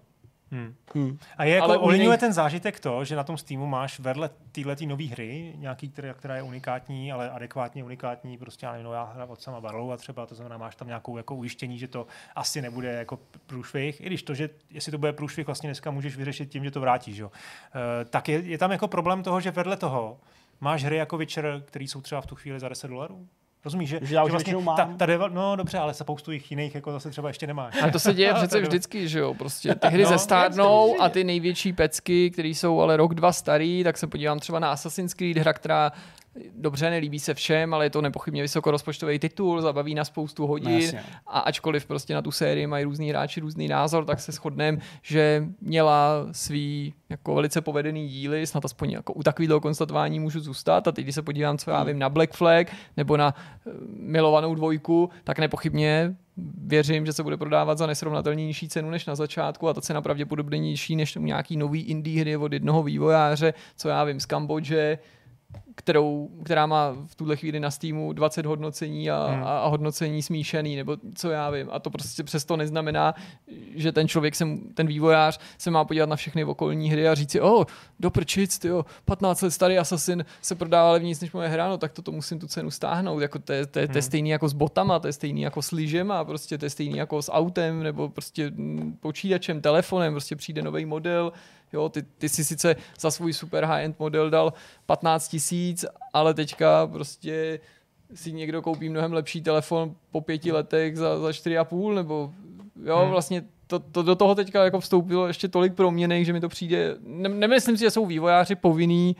Hmm. Hmm. A je jako Ale ovlivňuje jiný... ten zážitek to, že na tom Steamu máš vedle téhletý nový hry, nějaký, která, která je unikátní, ale adekvátně unikátní, prostě já nevím, no, já hra od sama Barlowa třeba, to znamená, máš tam nějakou jako ujištění, že to asi nebude jako průšvih, i když to, že jestli to bude průšvih, vlastně dneska můžeš vyřešit tím, že to vrátíš, jo. E, tak je, je tam jako problém toho, že vedle toho máš hry jako Witcher, které jsou třeba v tu chvíli za deset dolarů. Rozumíš, že, že, já že vlastně ta, ta deva, no dobře, ale spoustu jich jiných jako zase třeba ještě nemáš. Ale to se děje přece vždycky, že jo, prostě ty hry no, zestárnou a ty největší pecky, které jsou ale rok, dva starý, tak se podívám třeba na Assassin's Creed, hra, která dobře, nelíbí se všem, ale je to nepochybně vysokorozpočtový titul, zabaví na spoustu hodin no, a ačkoliv prostě na tu sérii mají různý hráči různý názor, tak se shodneme, že měla svý jako velice povedený díly, snad aspoň jako u takového konstatování můžu zůstat a teď, když se podívám, co já vím, na Black Flag nebo na Milovanou dvojku, tak nepochybně věřím, že se bude prodávat za nesrovnatelně nižší cenu než na začátku a ta cena pravděpodobně nižší než nějaký nový indie hry od jednoho vývojáře, co já vím, z Kambodže, kterou, která má v tuhle chvíli na Steamu dvacet hodnocení a, hmm. a hodnocení smíšený, nebo co já vím. A to prostě přesto neznamená, že ten člověk, se, ten vývojář se má podívat na všechny okolní hry a říct si, oh, do prčic, tyjo, patnáct let starý Assassin se prodává levnějc než moje hra, no tak toto musím tu cenu stáhnout. Jako to, je, to, je, hmm. to je stejný jako s botama, to je stejný jako s lyžema, prostě to je stejný jako s autem, nebo prostě počítačem, telefonem, prostě přijde nový model. Jo, ty, ty si sice za svůj super high-end model dal patnáct tisíc, ale teďka prostě si někdo koupí mnohem lepší telefon po pěti letech za, za čtyři a půl, nebo jo, hmm. vlastně to, to do toho teďka jako vstoupilo ještě tolik proměnných, že mi to přijde, ne, nemyslím si, že jsou vývojáři povinní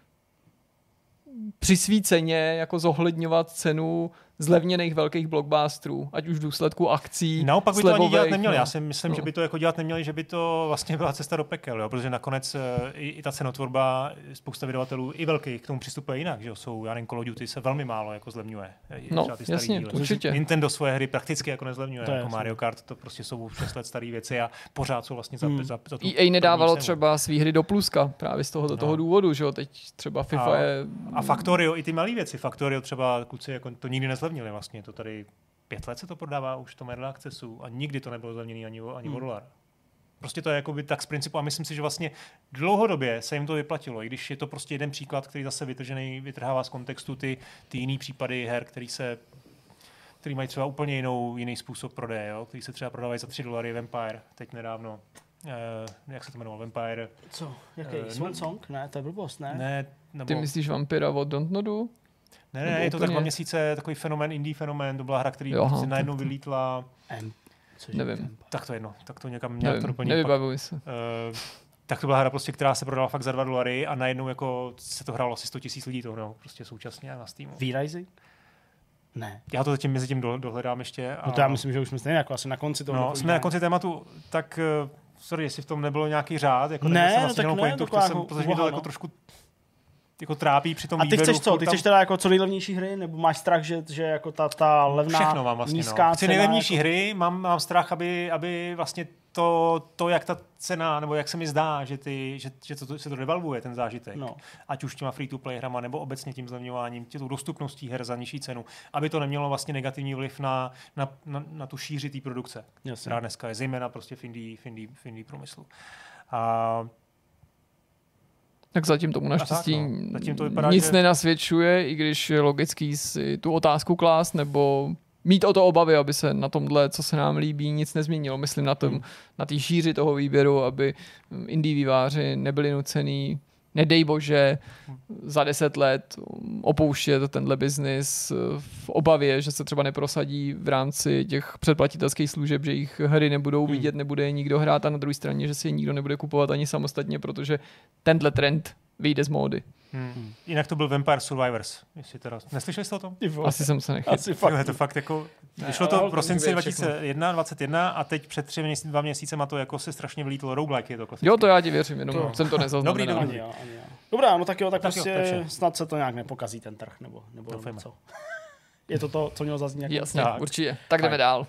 při svý ceně jako zohledňovat cenu zlevněných velkých blockbusterů, ať už v důsledku akcí. Naopak by to ani dělat neměli. No. Já si myslím, no. že by to jako dělat neměli, že by to vlastně byla cesta do pekel, jo? Protože nakonec i, i ta cenotvorba, spousta vydavatelů i velkých k tomu přistupuje jinak, že jo? Jsou, já nevím, Call of Duty se velmi málo jako zlevňuje. No, jasně, určitě. Nintendo svoje hry prakticky jako nezlevňuje, to jako jasný. Mario Kart, to prostě jsou šest let staré věci a pořád jsou vlastně za, hmm. za, za tu E A nedávalo třeba svý hry do pluska, právě z toho, no. toho důvodu, že jo? Teď třeba FIFA a, je... A Factorio, i ty malé věci. Factorio třeba kluci jako to nikdy nezlevnili vlastně, to tady pět let se to prodává už v tom Early Accessu a nikdy to nebylo zlevněný ani, ani hmm. o dolar. Prostě to je jakoby tak z principu a myslím si, že vlastně dlouhodobě se jim to vyplatilo, i když je to prostě jeden příklad, který zase vytržený, vytrhává z kontextu ty, ty jiný případy her, který se který mají třeba úplně jinou, jiný způsob prodeje, jo? Který se třeba prodávají za tři dolary. Vampire, teď nedávno. Uh, jak se to jmenoval? Vampire. Co? Jaký? Uh, Swan Song? Ne, to je blbost, ne? Ne. Nebo... Ty myslíš Vampira od Dontnodu? Ne, ne, je to tak dva měsíce, takový fenomén, indie fenomén, to byla hra, který jo, si najednou vylítla. M. Nevím. Tak to jedno, tak to někam nějak to doplní. Nevybavuji se. Uh, tak to byla hra, prostě, která se prodala fakt za dva dolary a najednou jako se to hrálo asi sto tisíc lidí to, no, prostě současně na Steamu. V-Rising? Ne. Já to zatím mezi tím dohledám ještě. A... No to já myslím, že už jsme stejně jako asi na konci toho. No, jsme na konci tématu, tak uh, sorry, jestli v tom nebylo nějaký řád, jako ne, jsem no, tak ne, pointu, chtěl jsem, protože mě to jako trošku jako trápí při tom a ty výběru. chceš co? Ty chceš teda jako co nejlevnější hry? Nebo máš strach, že, že jako ta, ta levná, všechno mám vlastně, nízká no. Chci cena? nejlevnější jako... hry, mám, mám strach, aby, aby vlastně to, to, jak ta cena, nebo jak se mi zdá, že, ty, že, že to, se to devalvuje, ten zážitek. No. Ať už těma free-to-play hrama, nebo obecně tím zlevňováním, tou dostupností her za nižší cenu, aby to nemělo vlastně negativní vliv na, na, na, na tu šíři té produkce, Jasně. která dneska je zejména prostě v indie, v indie, v indie průmyslu. A tak zatím tomu naštěstí tak, no. zatím to vypadá, nic že... nenasvědčuje, i když je logický si tu otázku klást, nebo mít o to obavy, aby se na tomhle, co se nám líbí, nic nezměnilo. Myslím na tom, hmm. na té šíři toho výběru, aby indie výváři nebyli nucený, nedej bože, za deset let opouštět tenhle biznis v obavě, že se třeba neprosadí v rámci těch předplatitelských služeb, že jejich hry nebudou vidět, hmm. nebude je nikdo hrát a na druhé straně, že si je nikdo nebude kupovat ani samostatně, protože tenhle trend vyjde z módy. Hmm. Jinak to byl Vampire Survivors. Jestli teda... Neslyšeli jste o tom? Asi jsem se nechytil. Asi fakt. Je to fakt jako... Vyšlo to v prosinci dva tisíce jedna, dvacet jedna a teď před tři měsíc, dva měsícema to jako se strašně vylítlo. Roguelike je to klasicky. Jo, to já ti věřím, jenom to... jsem to nezaznamenal. Dobrý, dobrý. Ani já, ani já. Dobrá, no tak jo, tak, tak prostě jo, snad se to nějak nepokazí ten trh, nebo, nebo co. Je to to, co mělo zaznít? Jasně, tak. Určitě. Tak jdeme dál.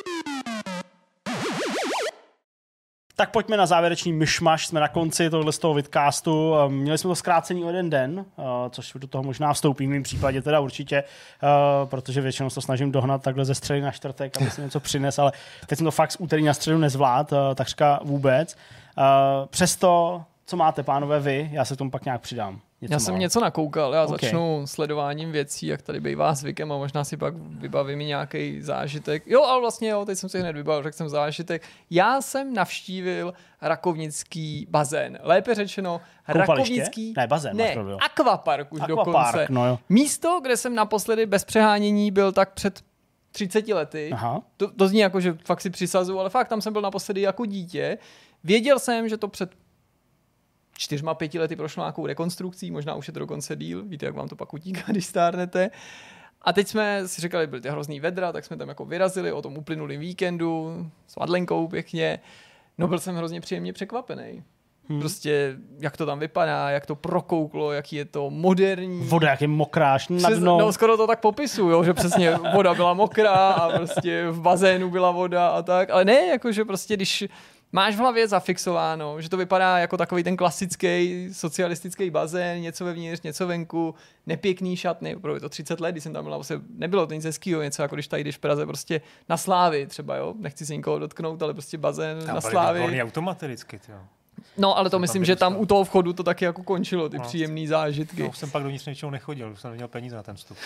Tak pojďme na závěrečný myšmaš, jsme na konci tohle z toho vidcastu. Měli jsme to zkrácení o jeden den, což do toho možná vstoupí v mém případě teda určitě, protože většinou se to snažím dohnat takhle ze středy na čtvrtek, aby si něco přines, ale teď jsem to fakt z úterý na středu nezvlád, takřka vůbec. přesto, co máte, pánové, vy, já se k tomu pak nějak přidám. Něco já jsem málo. něco nakoukal, já okay. začnu sledováním věcí, jak tady bývá zvykem a možná si pak vybavím nějaký zážitek. Jo, ale vlastně jo, teď jsem si hned vybavil, řekl jsem zážitek. Já jsem navštívil rakovnický bazén. Lépe řečeno, Koupaliště? rakovnický... Ne, bazén. Ne, akvapark už Aquapark, dokonce. No jo. Místo, kde jsem naposledy bez přehánění byl tak před třiceti lety. Aha. To, to zní jako, že fakt si přisazu, ale fakt tam jsem byl naposledy jako dítě. Věděl jsem, že to před čtyřma, pěti lety prošlo nějakou rekonstrukcí, možná už je to dokonce díl, víte, jak vám to pak utíká, když stárnete. A teď jsme si říkali, byly ty hrozný vedra, tak jsme tam jako vyrazili o tom uplynulým víkendu s Madlenkou pěkně. No byl jsem hrozně příjemně překvapený. Hmm. Prostě, jak to tam vypadá, jak to prokouklo, jaký je to moderní. Voda, jak je mokráš na dno. No, skoro to tak popisuju, jo, že přesně voda byla mokrá a prostě v bazénu byla voda a tak. Ale ne, jakože prostě, když máš v hlavě zafixováno, že to vypadá jako takový ten klasický socialistický bazén, něco vevnitř, něco venku, nepěkný šatny, opravdu je to třicet let, když jsem tam byla, vlastně nebylo to nic hezkýho, něco jako když tady jdeš v Praze prostě na Slávy třeba, jo, nechci se nikoho dotknout, ale prostě bazén tam na Slávy. Tam byly automaticky, jo. No, ale to myslím, že tam u toho vchodu to taky jako končilo, ty no, příjemný zážitky. No, jsem pak dovnitř něčeho nechodil, už jsem neměl peníze na ten vstup.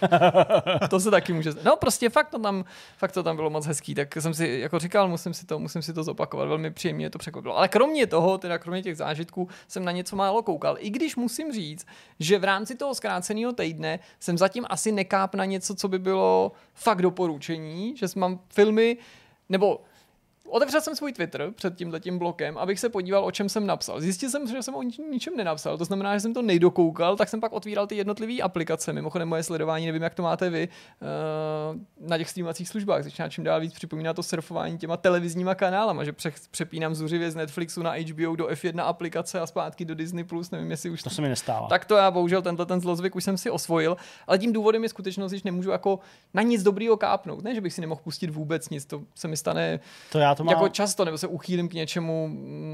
To se taky může... No, prostě fakt to tam, fakt to tam bylo moc hezký, tak jsem si jako říkal, musím si to, musím si to zopakovat, velmi příjemně to překvapilo. Ale kromě toho, teda kromě těch zážitků, jsem na něco málo koukal. I když musím říct, že v rámci toho zkráceného týdne jsem zatím asi nekáp na něco, co by bylo fakt doporučení, že mám filmy, nebo otevřel jsem svůj Twitter před tímhletím blokem, abych se podíval, o čem jsem napsal. Zjistil jsem, že jsem o ničem nenapsal, to znamená, že jsem to nejdokoukal, tak jsem pak otvíral ty jednotlivé aplikace. Mimochodem moje sledování, nevím, jak to máte vy, na těch streamovacích službách. Začíná čím dál víc připomíná to surfování těma televizníma kanálama, že přepínám zuřivě z Netflixu na H B O do F jedna aplikace a zpátky do Disney plus, nevím, jestli už to se mi nestává. Tak to já bohužel tenhle ten zlozvyk už jsem si osvojil, ale tím důvodem je skutečnost, že nemůžu jako na nic dobrýho kápnout, ne, že bych si nemohl pustit vůbec nic, to se mi stane. To já to mám... jako často, nebo se uchýlím k něčemu,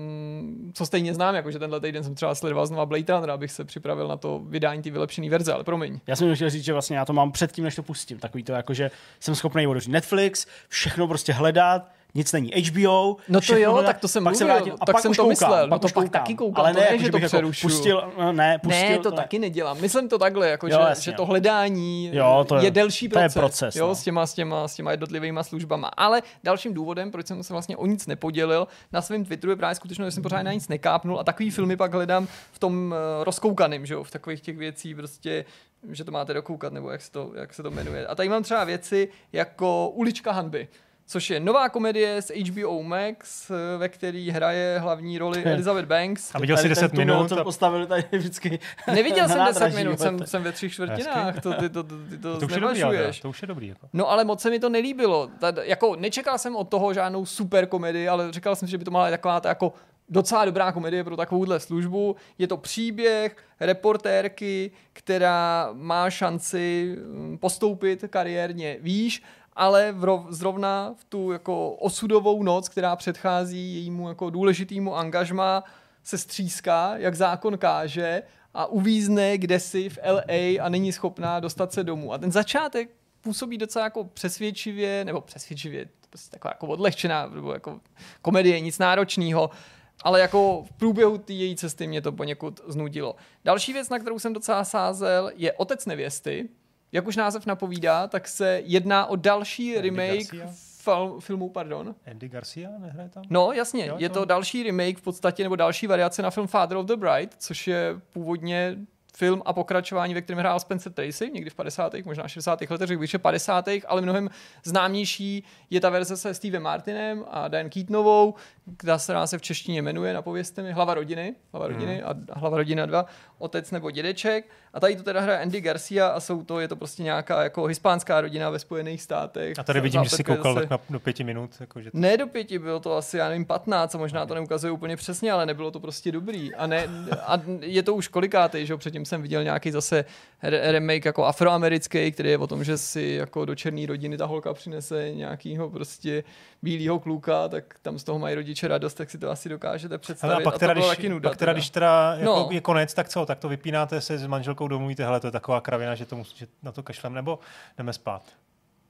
co stejně znám, jakože tenhle týden jsem třeba sledoval znova Blade Runner, abych se připravil na to vydání ty vylepšené verze, ale promiň. Já jsem chtěl říct, že vlastně já to mám předtím, než to pustím. Takový to jako, že jsem schopný otevřít Netflix, všechno prostě hledat, nic není H B O. No to jo, hledat, tak to jsem pak mluvil, vrátím, tak jsem to koukám, myslel, no to pak koukám. taky koukám, ale to ne, ne, jako, že to Jako přerušuju. pustil, ne, pustil, ne, to ne. taky nedělám. Myslím to takhle, jako, jo, že, jasně, že to hledání jo, to je, je delší proces, to je proces jo, no. s, těma, s, těma, s těma jednotlivými službama. Ale dalším důvodem, proč jsem se vlastně o nic nepodělil na svém Twitteru, je právě skutečnost, že jsem pořád na nic nekápnul a takový filmy pak hledám v tom uh, rozkoukaným, že jo, v takových těch věcí prostě, že to máte dokoukat, nebo jak se to, jak se to jmenuje. A tady mám třeba věci jako Ulička hanby, což je nová komedie z H B O Max, ve který hraje hlavní roli Elizabeth Banks. A viděl jsi deset minut. To postavili tady vždycky. Neviděl jsem deset minut, jsem, jsem ve třech čtvrtinách, to, ty to, ty to, to znevažuješ. To už je dobrý. Jako. No ale moc se mi to nelíbilo. Tady, jako, nečekal jsem od toho žádnou super komedii, ale říkal jsem si, že by to mohla být taková ta jako docela dobrá komedie pro takovouhle službu. Je to příběh reportérky, která má šanci postoupit kariérně výš, ale v, zrovna v tu jako osudovou noc, která předchází jejímu jako důležitému angažmá, se stříská, jak zákon káže, a uvízne kdesi v L A a není schopná dostat se domů. A ten začátek působí docela jako přesvědčivě, nebo přesvědčivě, prostě taková jako odlehčená, nebo jako komedie, nic náročného, ale jako v průběhu té její cesty mě to poněkud znudilo. Další věc, na kterou jsem docela sázel, je Otec nevěsty. Jak už název napovídá, tak se jedná o další Andy remake fil- filmu, pardon. Andy Garcia nehraje tam? No, jasně, jo, je to... to další remake v podstatě, nebo další variace na film Father of the Bride, což je původně film a pokračování, ve kterém hrál Spencer Tracy, někdy v padesátých, možná šedesátých letech, řekl bych, že padesátých, ale mnohem známější je ta verze se Stevem Martinem a Diane Keatonovou, která se v češtině jmenuje, napovězte mi, Hlava rodiny, Hlava rodiny hmm. a Hlava rodina dva, Otec nebo dědeček. A tady to teda hraje Andy Garcia a jsou to, je to prostě nějaká jako hispánská rodina ve Spojených státech. A tady vidím, že jsi koukal zase... tak na, do pěti minut. Jako, že to... Ne do pěti, bylo to asi, já nevím, patnáct, a možná to neukazuje úplně přesně, ale nebylo to prostě dobrý. A, ne, a je to už kolikátej, že předtím jsem viděl nějaký zase remake jako afroamerický, který je o tom, že si jako do černé rodiny ta holka přinese nějakýho prostě bílýho kluka, tak tam z toho mají rodiče radost, tak si to asi dokážete představit. Ale a pak teda, a to když, nuda, pak teda, když teda jako no. je konec, tak co? Tak to vypínáte se s manželkou, domluvíte, hele, to je taková kravina, že, to musí, že na to kašlem, nebo jdeme spát?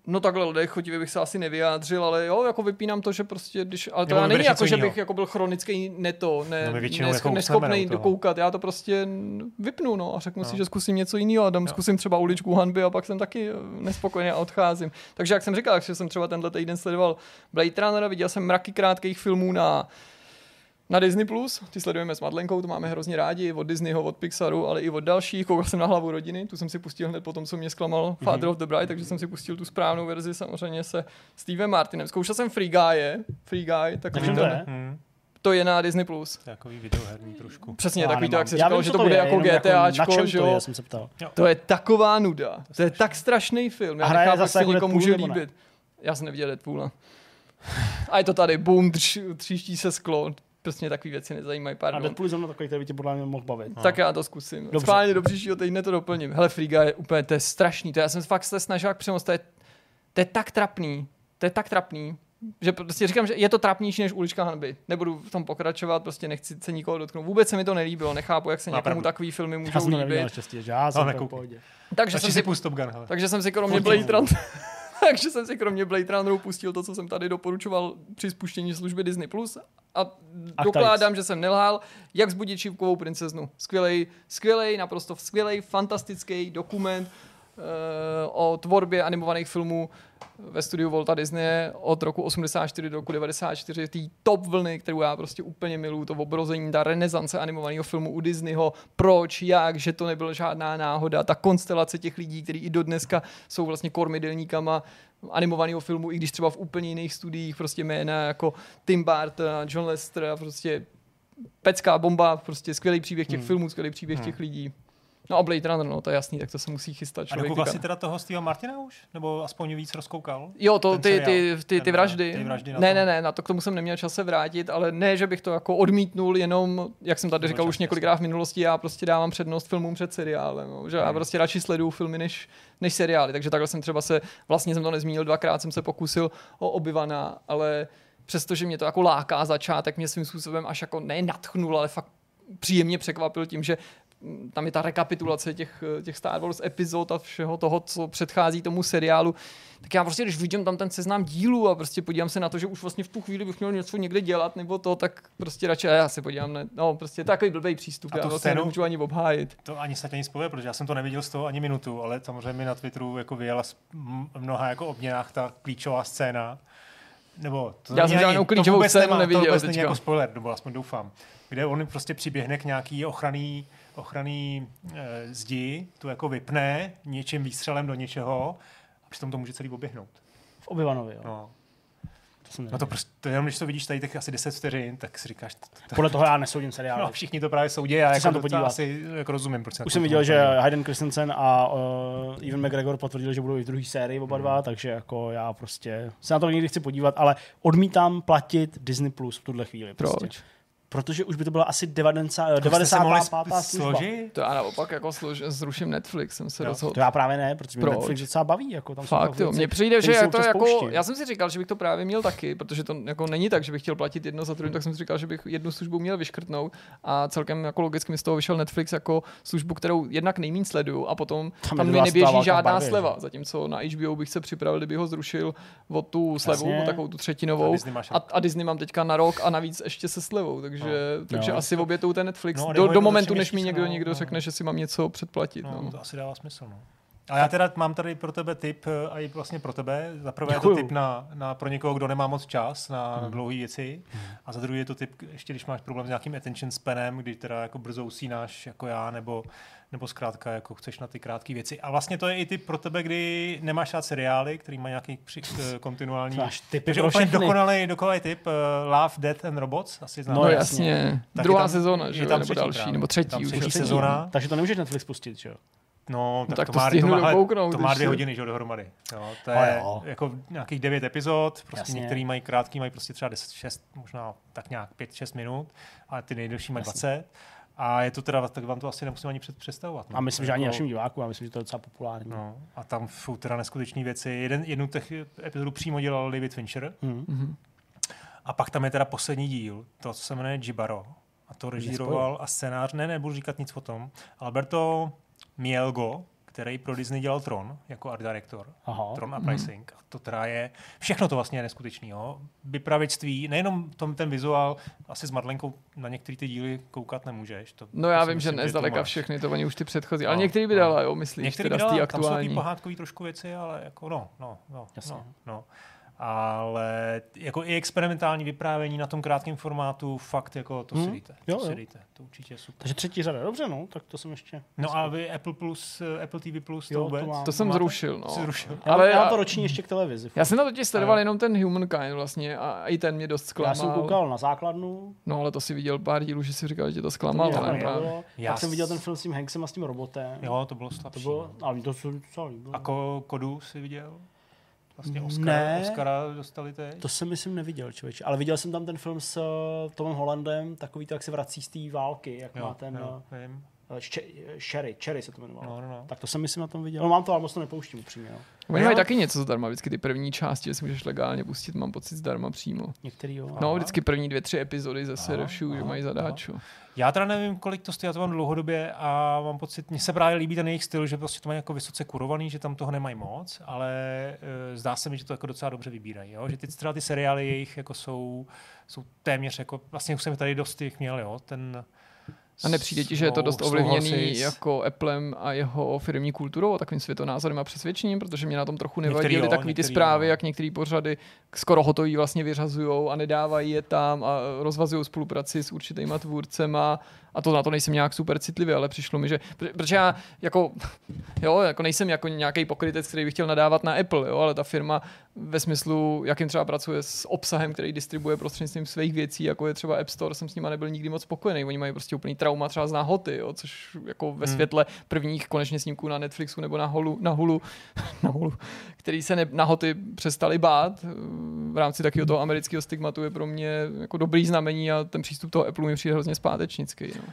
No takhle chotivě bych se asi nevyjádřil, ale jo, jako vypínám to, že prostě, když, ale to Nebo já není jako, že jinýho. bych jako byl chronický neto, ne, No my většinou nesch, jako neschopný usneme u toho. dokoukat, já to prostě vypnu, no, a řeknu No. si, že zkusím něco jiného a tam Jo. zkusím třeba Uličku hanby a pak jsem taky nespokojený a odcházím. Takže jak jsem říkal, že jsem třeba tenhle týden sledoval Blade Runnera, viděl jsem mraky krátkých filmů na na Disney Plus, ty sledujeme s Madlenkou, to máme hrozně rádi, od Disneyho, od Pixaru, ale i od dalších. Koukal jsem na Hlavu rodiny, tu jsem si pustil hned po tom, co mě zklamal mm-hmm. Father of the Bride, takže jsem si pustil tu správnou verzi samozřejmě se Stevem Martinem. Zkoušel jsem Free Guy, Free Guy, takový Takže to, to je? Hmm. to je na Disney Plus. To je takový videoherní trošku. Přesně Já takový to, nemám. jak se Já říkalo, vím, že co to bude je, jako jenom GTAčko, na čem že to jo. je, jsem se ptal. To je taková nuda. To je tak strašný film. Já A hraje nechápu, jak zase se jako někomu Deadpool, může nebo ne? líbit. Já jsem neviděl Deadpoola. A je to tady, boom, tř, tříští se sklo. Prostě takový věci nezajímají, A pardon. Deadpool je zrovna takový, který by tě podle mě mohl bavit. Tak já to zkusím. Dobře. Schválně do příštího týdne to doplním. Hele, Free Guy je úplně, to je strašný. To já jsem fakt se snažil jak přemost. To je, to je tak trapný. To je tak trapný. Že prostě říkám, že je to trapnější než Ulička hanby. Nebudu v tom pokračovat, prostě nechci se nikoho dotknout. Vůbec se mi to nelíbilo, nechápu, jak se Má někomu pravdu. takový filmy Já můžou jsem to neviděl líbit. naštěstí, že já jsem v nekoukej. pohodě. Takže Takže jsem si si pust Top Gun, hele. Takže jsem si kromě Fotím. Blade Runner, takže jsem si kromě Blade Runneru pustil to, co jsem tady doporučoval při spuštění služby Disney Plus a dokládám, že jsem nelhal, jak vzbudit šípkovou princeznu. Skvělej, skvělej, naprosto skvělej, fantastický dokument uh, o tvorbě animovaných filmů ve studiu Walta Disneye od roku osmdesát čtyři do roku devadesát čtyři, tý top vlny, kterou já prostě úplně miluju, to obrození, ta renesance animovaného filmu u Disneyho, proč, jak, že to nebyla žádná náhoda, ta konstelace těch lidí, kteří i do dneska jsou vlastně kormidelníkama animovaného filmu, i když třeba v úplně jiných studiích prostě jména jako Tim Burton, John Lester a prostě pecká bomba, prostě skvělý příběh těch Hmm. filmů, skvělý příběh Hmm. těch lidí. No a Blade Runner, no to je jasný, tak to se musí chystat A člověk. dokoukal teďka. jsi teda toho Steva Martina už? Nebo aspoň víc rozkoukal? Jo, to, ten ty, seriál, ty, ty, ty ten, vraždy. ty vraždy na ne, tom. ne, ne, na to k tomu jsem neměl čas se vrátit, ale ne, že bych to jako odmítnul, jenom, jak jsem tady Byl říkal čas, už několikrát v minulosti, já prostě dávám přednost filmům před seriálem, no, že já Hmm. prostě radši sleduju filmy než, než seriály, takže takhle jsem třeba se, vlastně jsem to nezmínil, dvakrát jsem se pokusil o Obi-Wana, ale přestože mě to jako láká začátek, mě svým způsobem až jako ne nadchnul, ale fakt příjemně překvapil tím, že tam je ta rekapitulace těch, těch Star Wars epizod a všeho toho, co předchází tomu seriálu, tak já prostě, když vidím tam ten seznam dílů a prostě podívám se na to, že už vlastně v tu chvíli bych měl něco někde dělat nebo to, tak prostě radši já se podívám, ne, no prostě to je takový blbý přístup, A já tu vlastně scénu- nemůžu ani obhájit. To ani snad nic pově, protože já jsem to neviděl z toho ani minutu, ale samozřejmě mi na Twitteru jako vyjela z m- mnoha jako obměnách ta klíčová scéna. Nebo to Já není jsem žádnou ani- to klíčovou vůbec scénu nemá- neviděl To vůbec není teďka. jako spoiler, nebo aspoň doufám. Kde on prostě přiběhne k nějaký ochranný, ochranný e, zdi, tu jako vypne něčím výstřelem do něčeho a přitom to může celý oběhnout. V Obi-Wanovi, jo. No. To jsem No to prostě, to jenom když to vidíš tady těch asi deset vteřin, tak si říkáš, to, to, Podle toho já nesoudím seriály. no, všichni to právě soudí a Chci se jako na to to podívat. asi jako rozumím. Proč se na Už to jsem viděl, to že podívám. Hayden Christensen a uh, Ewan McGregor potvrdili, že budou i v druhé sérii oba dva, Hmm. takže jako já prostě se na to někdy chci podívat, ale odmítám platit Disney Plus v tuhle chvíli. Prostě. Proč? Protože už by to byla asi devadesát, To jste se devadesátá mohli pátá služba. složit? To já naopak jako služ, zruším Netflix, jsem se Jo. rozhodl. To já právě ne, protože mě Proč? Netflix docela baví. Jako, tam jsou Fakt tak jo, věci, mně přijde, že které se je to občas jako, pouští. já jsem si říkal, že bych to právě měl taky, protože to jako není tak, že bych chtěl platit jedno za druhým, tak jsem si říkal, že bych jednu službu měl vyškrtnout a celkem jako logicky mi z toho vyšel Netflix jako službu, kterou jednak nejméně sleduju a potom Tam tam, je mi dva neběží stává žádná barvě, sleva, že? zatímco na H B O bych se připravil, kdyby ho zrušil o tu slevu, Jasně. o takovou tu A třetinovou Disney máš a, a Disney mám teďka na rok a navíc ještě se slevou, takže, No. takže No. asi obětuju ten Netflix No, do, nebo do je to momentu, začne než mi měsíc, někdo, no, někdo no. řekne, že si mám něco předplatit. No, No. to asi dává smysl. No. A já teda mám tady pro tebe tip, eh, a i vlastně pro tebe. Za prvé je to Děkuju. tip na, na pro někoho, kdo nemá moc čas na Hmm. dlouhé věci. A za druhý je to tip, ještě když máš problém s nějakým attention spanem, kdy teda jako brzo usínáš jako já, nebo, nebo zkrátka jako chceš na ty krátké věci. A vlastně to je i tip pro tebe, kdy nemáš rád seriály, který má nějaký při, eh, kontinuální... Máš tipy Takže pro úplně všechny. dokonalý, dokonalý tip. Uh, Love, Death and Robots. Asi znáš. No, No jasně. jasně, Tak druhá je tam- sezóna, je že jo, tam nebo třetí další, právě. nebo Je třetí tam už. třetí asi. sezóna. Takže to nemůžeš Netflix pustit, že jo? No, tak, tak to, to má, stihnu to, má, dokouknout to má dvě ještě. hodiny, že jo, dohromady. Jo, to Ale je jo. jako nějakých devět epizod, prostě Jasně. některý mají krátký, mají prostě třeba deset, šest, možná tak nějak pět šest minut, ale ty nejdelší mají Jasně. dvacet. A je to teda, tak vám to asi nemusím ani před, představovat. No. A myslím, To že ani jako- našim divákům, já myslím, že to je docela populární. No, a tam jsou teda neskutečné věci. Jeden, jednu těch epizodu přímo dělal David Fincher. Hmm. Mhm. A pak tam je teda poslední díl, to co se jmenuje Jibaro. A to režíroval a scénář, ne, nebudu říkat nic o tom, Alberto Mielgo, který pro Disney dělal Tron jako art director. Aha. Tron a Pricing. Mm. To teda je, všechno to vlastně je neskutečný. Jo? Vypravěčství, nejenom tom, ten vizuál, asi s Madlenkou na některé ty díly koukat nemůžeš. To, no já to vím, myslím, že nezdaleka všechny, to oni už ty předchozí, ale no, některý by dala, jo, myslíš, některý teda by dala, z té tam jsou aktuální. ty pohádkový trošku věci, ale jako no, no, no, Jasně. no, no. Ale jako i experimentální vyprávění na tom krátkém formátu, fakt jako to hmm. si dejte. Jo, to si jo. dejte. To určitě je super. Takže třetí řada, dobře, no, tak to jsem ještě... No a vy Apple Plus, Apple T V Plus, to Jo, to vůbec? mám. To jsem máte? zrušil, no. Jsi zrušil. Já, Ale já já- to roční ještě k televizi. Já jsem na to totiž sledoval A jo. jenom ten Humankind vlastně a i ten mě dost Já jsem zklamal. koukal na základnu. No ale to si viděl pár dílů, že si říkal, že tě to To zklamalo, mě ne? jako Právě. nebavilo. Já Pak jsem s- viděl ten film s tím Hanksem a s tím robotem. Jo, to bylo To slabší. bylo, no. ale to se docela líbilo. A ko, Kodu jsi viděl? Vlastně Oscar, Ne. Oscara dostali teď? To jsem myslím neviděl, člověče. Ale viděl jsem tam ten film s uh, Tomem Hollandem, takový to, jak se vrací z té války, jak Jo, má ten jo, uh, vím. Ch- Sherry, Cherry se to jmenovalo. No, no, no. Tak to jsem myslím na tom viděl. No mám to, ale moc to nepouštím upřímně. No. Oni Jo. mají taky něco zdarma, vždycky ty první části, že si můžeš legálně pustit, mám pocit zdarma přímo. Některý jo. No, vždycky první dvě, tři epizody ze Serevšu, že aha, mají zadáčo. Já teda nevím, kolik to stojí, já to mám dlouhodobě a mám pocit, mně se právě líbí ten jejich styl, že prostě to mají jako vysoce kurovaný, že tam toho nemají moc, ale e, zdá se mi, že to jako docela dobře vybírají, jo? Že ty, třeba ty seriály jejich jako jsou, jsou téměř jako, vlastně už jsem tady dost těch měl, jo, ten... A nepřijde ti, že je to dost Slow ovlivněný Horses. jako Applem a jeho firmní kulturou a takovým světonázorem a přesvědčením, protože mě na tom trochu Některý nevadily jo, takový ty některý zprávy, jo. jak některé pořady skoro hotový vlastně vyřazujou a nedávají je tam a rozvazují spolupráci s určitýma tvůrcema a to na to nejsem nějak super citlivý, ale přišlo mi, že pr- protože já jako, jo, jako nejsem jako nějaký pokrytec, který by chtěl nadávat na Apple, jo, ale ta firma ve smyslu, jakým třeba pracuje s obsahem, který distribuje prostřednictvím svých věcí, jako je třeba App Store, jsem s nima nebyl nikdy moc spokojený. Oni mají prostě úplný trauma třeba z náhoty, jo, což jako ve Hmm. světle prvních konečně snímků na Netflixu nebo na Hulu, na Hulu, na Hulu který se ne, nahoty přestali bát v rámci takového toho amerického stigmatu je pro mě jako dobrý znamení a ten přístup toho Apple mi přijde hrozně zpátečnický. No.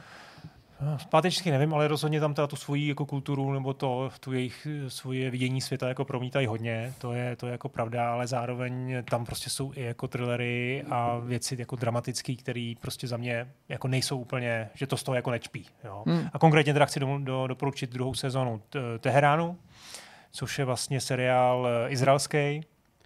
Zpátečky nevím, ale rozhodně tam teda tu svoji jako kulturu nebo to, tu jejich svoje vidění světa jako promítají hodně, to je, to je jako pravda, ale zároveň tam prostě jsou i jako thrillery a věci jako dramatické, které prostě za mě jako nejsou úplně, že to z toho jako nečpí. Jo. Hmm. A konkrétně teda chci do, do, doporučit druhou sezonu t- Teheránu, což je vlastně seriál eh, izraelský.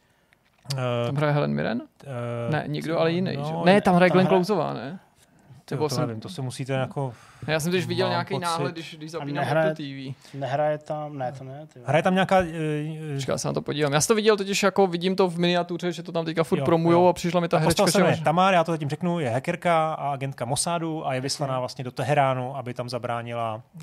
Tam hraje Helen Mirren? Uh, Ne, někdo, ale jiný. no, Ne, tam hraje tam Glenn hraje- Closeová, ne? To, to jsem- nevím, to se musíte jako... Já jsem teď viděl Mám nějaký pocit- náhled, když, když zapínám nehraje- Apple T V. Nehraje tam, ne, to ne. Ty. Hraje tam nějaká... Uh, Počkej, já se na to podívám. Já jsem to viděl totiž jako, vidím to v miniatuře, že to tam teďka furt Jo, promujou jo. a přišla mi ta herečka. Postava se že- jmenuje Tamar, já to zatím řeknu, je hackerka a agentka Mossádu a je vyslaná vlastně do Teheránu, aby tam zabránila uh,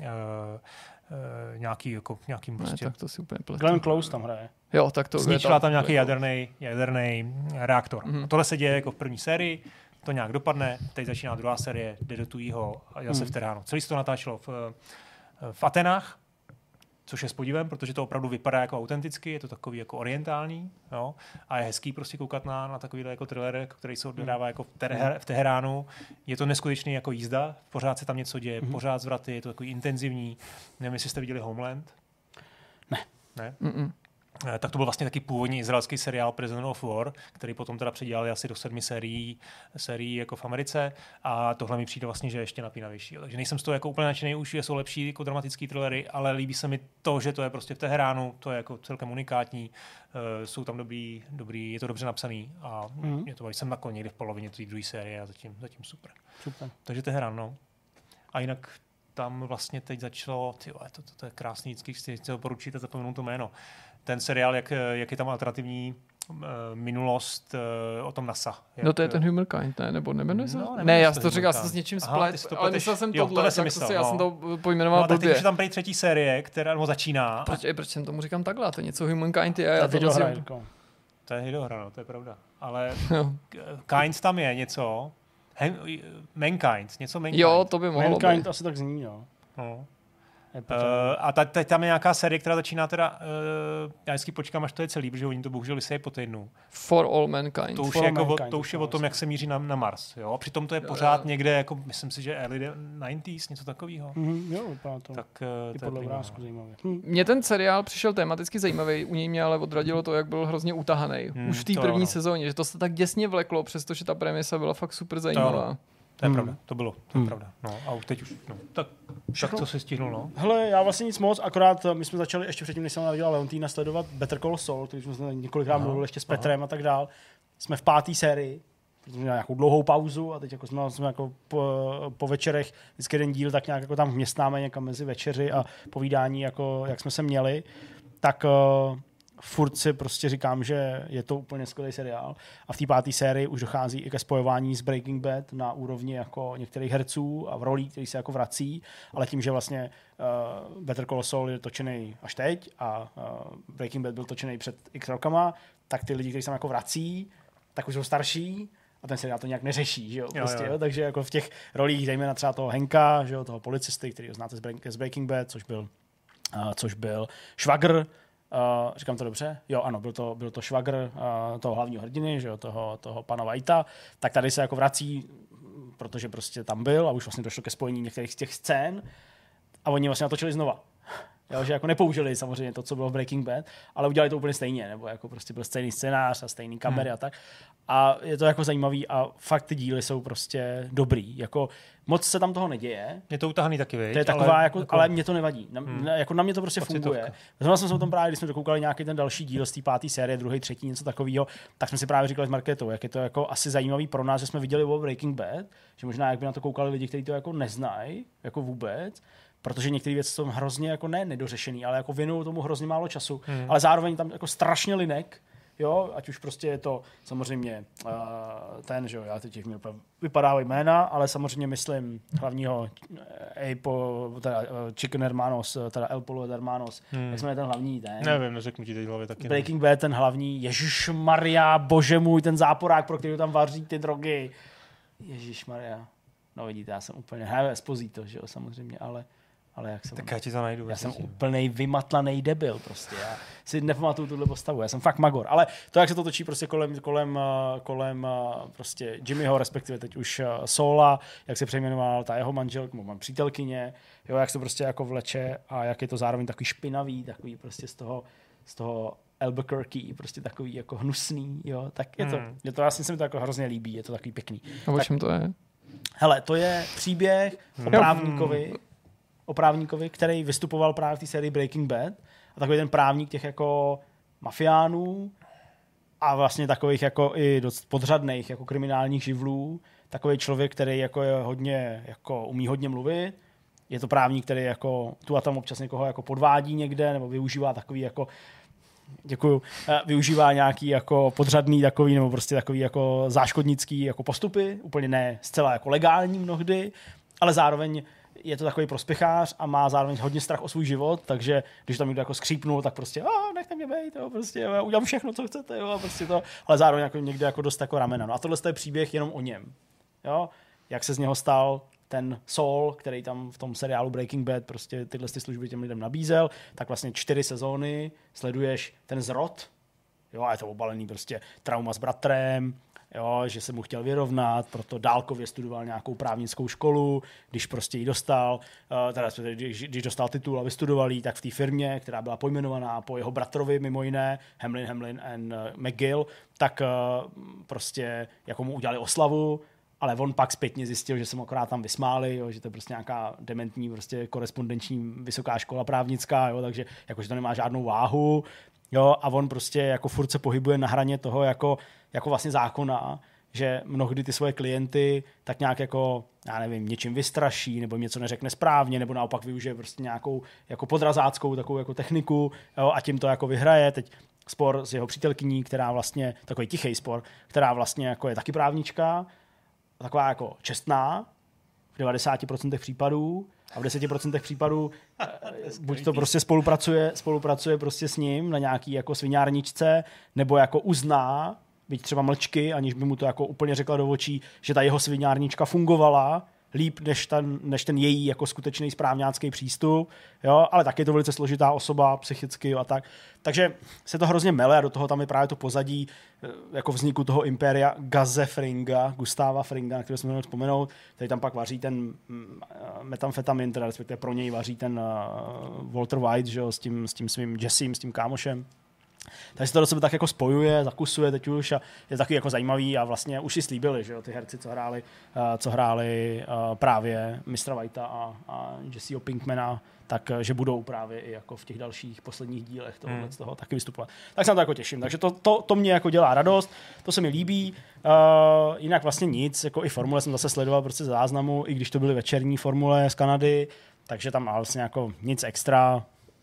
uh, nějaký, jako, nějakým Ne, prostě... tak to si úplně pletu. Glenn Close tam hraje. Jo, tak to Zničila tam nějaký jako- jaderný, jaderný reaktor. Mhm. A tohle se děje jako v první sérii, to nějak dopadne, teď začíná druhá série, jde do tujího a zase Mhm. v Teheránu. Celý se to natáčelo v, v Atenách, což je s podívem, protože to opravdu vypadá jako autenticky, je to takový jako orientální, jo? A je hezký prostě koukat na, na takovýhle jako thriller, který se odehrává jako v, Teher, v Teheránu. Je to neskutečný jako jízda, pořád se tam něco děje, Mhm. pořád zvraty, je to takový intenzivní. Nevím, jestli jste viděli Homeland. Ne. Ne? Mm-mm. Eh, Tak to byl vlastně taky původní izraelský seriál Prisoner of War, který potom teda předělali asi do sedmi sérií, sérií jako v Americe a tohle mi přijde vlastně, že je ještě napínavější. Takže nejsem z toho jako úplně nadšený, už jsou lepší jako dramatický thrillery, ale líbí se mi to, že to je prostě v Teheránu, to je jako celkem unikátní, uh, jsou tam dobrý, dobrý, je to dobře napsaný a Mhm. je to, jsem jako někde v polovině té druhé série a zatím, zatím super. Super. Takže Teherán, no. A jinak tam vlastně teď začalo, tyjo, to, to, to je krásný, vždycky chci chci poručit a zapomenu to jméno. Ten seriál, jak, jak je tam alternativní uh, minulost uh, o tom NASA. Jak, No to je ten Humankind, ne? Nebo nemenuje se? No, ne, nemenuje já se jsem to říkal, já jsem Humankind. to s něčím Aha, ty jsi splet, to ale pleteš- myslel jsem jo, tohle, tohle jsem tak myslel, se, já no. jsem to No pojmenoval a tak teď blbě. už je tam prý třetí série, která nebo začíná. Proč, eh, proč jsem tomu říkám takhle? To je něco Humankind je. Já Já teď to ho hraje. nazývám- Jako. To je videohra, no, to je pravda. Ale Jo. Kind tam je něco. Hen, Mankind, něco Mankind. Jo, to by mohlo Mankind být. asi tak zní, no. No. Je Uh, potom- a ta- teď tam je nějaká série, která začíná teda, uh, já vždycky počkám, až to je celý, protože oni to bohužel vysejí po týdnu. For all mankind. To už, For je, jako o, Mankind, to už je to o tom, vlastně. jak se míří na, na Mars. Jo? A přitom to je Jo, pořád jo. někde, jako, myslím si, že early devadesátých, něco takového. Mhm, jo, vypadá to. Tak I uh, to je podle prima, obrázku no. zajímavě. Hm. Mně ten seriál přišel tematicky zajímavý, u něj mě ale odradilo to, jak byl hrozně utahaný. Hmm, Už v té to první ano. sezóně, že to se tak děsně vleklo, přestože ta premisa byla fakt super To zajímavá. ano. To je Hmm. pravda, to bylo, to je Hmm. pravda. No, a už teď už, no. Tak, tak Všechno. co jsi stihnul, no? Hele, já vlastně nic moc, akorát my jsme začali ještě předtím, než jsem nadělal Leontína, sledovat Better Call Saul, který jsme několikrát mluvili ještě s Petrem a tak dál. Jsme v páté sérii, protože měli nějakou dlouhou pauzu a teď jako jsme, jsme jako po, po večerech vždycky jeden díl tak nějak jako tam vměstnáme někam mezi večeři a povídání, jako jak jsme se měli, tak uh, furt si prostě říkám, že je to úplně skvělý seriál a v té páté sérii už dochází i ke spojování s Breaking Bad na úrovni jako některých herců a v rolí, který se jako vrací, ale tím, že vlastně uh, Better Call Saul je točený až teď a uh, Breaking Bad byl točený před x rokama, tak ty lidi, kteří se jako vrací, tak už jsou starší a ten seriál to nějak neřeší, že jo, prostě, jo, jo. Jo? Takže jako v těch rolích, dejme na třeba toho Henka, že jo, toho policisty, který ho znáte z, Break, z Breaking Bad, což byl, uh, což byl švagr, Uh, říkám to dobře? Jo, ano, byl to, byl to švagr uh, toho hlavního hrdiny, že jo, toho, toho pana Whitea, tak tady se jako vrací, protože prostě tam byl a už vlastně došlo ke spojení některých z těch scén a oni vlastně natočili znova. Jo, že jako nepoužili samozřejmě to, co bylo v Breaking Bad, ale udělali to úplně stejně, nebo jako prostě byl stejný scénář a stejný kamery hmm. a tak. A je to jako zajímavý a fakt ty díly jsou prostě dobrý. Jako moc se tam toho neděje. Je to utahaný taky, viď? To je taková, ale, jako, jako... ale mě to nevadí. Na, hmm. jako na mě to prostě Pocitovka. funguje. Zrovna jsme se o tom právě, když jsme dokoukali nějaký ten další díl z té páté série, druhý, třetí, něco takového, tak jsme si právě říkali s Marketou, jak je to jako asi zajímavý pro nás, že jsme viděli o Breaking Bad, že možná jak by na to koukali lidi, kteří to jako neznají, jako vůbec. Protože některé věci jsou hrozně jako ne nedořešený, ale jako věnují tomu hrozně málo času, hmm. ale zároveň tam jako strašně linek, jo, ať už prostě je to samozřejmě uh, ten, že jo, já teď mi vypadávají jména, ale samozřejmě myslím hlavního Apo, teda uh, Chicken Hermanos, teda El Polo Hermanos, hmm. jak jsme ten hlavní, ten. Nevím, neřeknu ti teď hlavě taky. Breaking Bad, ten hlavní, Ježišmarja, bože můj, ten záporák, pro který tam vaří ty drogy. Ježišmarja. No vidíte, já jsem úplně, já Esposito, že jo, samozřejmě, ale ale jak jsem... Tak já ti to najdu. Já jsem úplnej vymatlaný debil prostě. Já si nepamatuju tuhle postavu. Já jsem fakt magor. Ale to, jak se to točí prostě kolem, kolem, kolem prostě Jimmyho, respektive teď už Saula, jak se přejmenoval ta jeho manželka, mám přítelkyně, jo, jak se to prostě jako vleče a jak je to zároveň takový špinavý, takový prostě z toho, z toho Albuquerque, prostě takový jako hnusný, jo, tak je to, hmm. je to, vlastně se mi to jako hrozně líbí, je to takový pěkný. A o tak, čem to je? Hele, to je příběh o právníkovi, o právníkovi, který vystupoval právě v té sérii Breaking Bad a takový ten právník těch jako mafiánů a vlastně takových jako i dost podřadných jako kriminálních živlů, takový člověk, který jako je hodně, jako umí hodně mluvit, je to právník, který jako tu a tam občas někoho jako podvádí někde nebo využívá takový jako Děkuju. Využívá nějaký jako podřadný takový nebo prostě takový jako záškodnický jako postupy, úplně ne zcela jako legální mnohdy, ale zároveň je to takový prospěchář a má zároveň hodně strach o svůj život, takže když tam někdo jako skřípnul, tak prostě a nechte mě bejt, jo, prostě jo, udělám všechno, co chcete, jo, a prostě to, ale zároveň jako někde jako dost jako ramena. No a tohle je příběh jenom o něm. Jo? Jak se z něho stal ten Saul, který tam v tom seriálu Breaking Bad prostě tyhle ty služby těm lidem nabízel, tak vlastně čtyři sezóny sleduješ ten zrod, jo, a je to obalený prostě trauma s bratrem, jo, že se mu chtěl vyrovnat, proto dálkově studoval nějakou právnickou školu, když prostě ji dostal, uh, teda když, když dostal titul a vystudoval ji, tak v té firmě, která byla pojmenovaná po jeho bratrovi mimo jiné, Hamlin, Hamlin and uh, McGill, tak uh, prostě jako mu udělali oslavu, ale on pak zpětně zjistil, že se mu akorát tam vysmáli, jo, že to je prostě nějaká dementní prostě korespondenční vysoká škola právnická, jo, takže jakože to nemá žádnou váhu. Jo, a on prostě jako furt se pohybuje na hraně toho jako, jako vlastně zákona, že mnohdy ty svoje klienty tak nějak jako, já nevím, něčím vystraší, nebo něco neřekne správně, nebo naopak využije prostě nějakou jako podrazáckou takovou jako techniku, jo, a tím to jako vyhraje. Teď spor s jeho přítelkyní, která vlastně, takový tichý spor, která vlastně jako je taky právnička, taková jako čestná, v devadesáti procentech případů, a v deseti procentech případů buď to prostě spolupracuje, spolupracuje prostě s ním na nějaký jako sviňárničce, nebo jako uzná, byť třeba mlčky, aniž by mu to jako úplně řekla do očí, že ta jeho sviňárnička fungovala líp než ten, než ten její jako skutečný správňácký přístup, jo, ale taky je to velice složitá osoba psychicky, jo, a tak. Takže se to hrozně mele a do toho tam je právě to pozadí jako vzniku toho impéria Gaze Fringa, Gustáva Fringa, na kterého jsme měli vzpomenout, který tam pak vaří ten metamfetamin, teda respektive pro něj vaří ten Walter White, že jo, s tím, s tím svým Jessem, s tím kámošem. Takže se to do sebe tak jako spojuje, zakusuje teď už a je takový jako zajímavý a vlastně už si slíbili, že jo, ty herci, co hráli, uh, co hráli uh, právě mistra Whitea a, a Jesseho Pinkmana, tak že budou právě i jako v těch dalších posledních dílech tohohle hmm. z toho taky vystupovat. Tak se na to jako těším. Takže to, to, to mě jako dělá radost, to se mi líbí. Uh, jinak vlastně nic, jako i formule jsem zase sledoval prostě z záznamu, i když to byly večerní formule z Kanady, takže tam vlastně jako nic extra.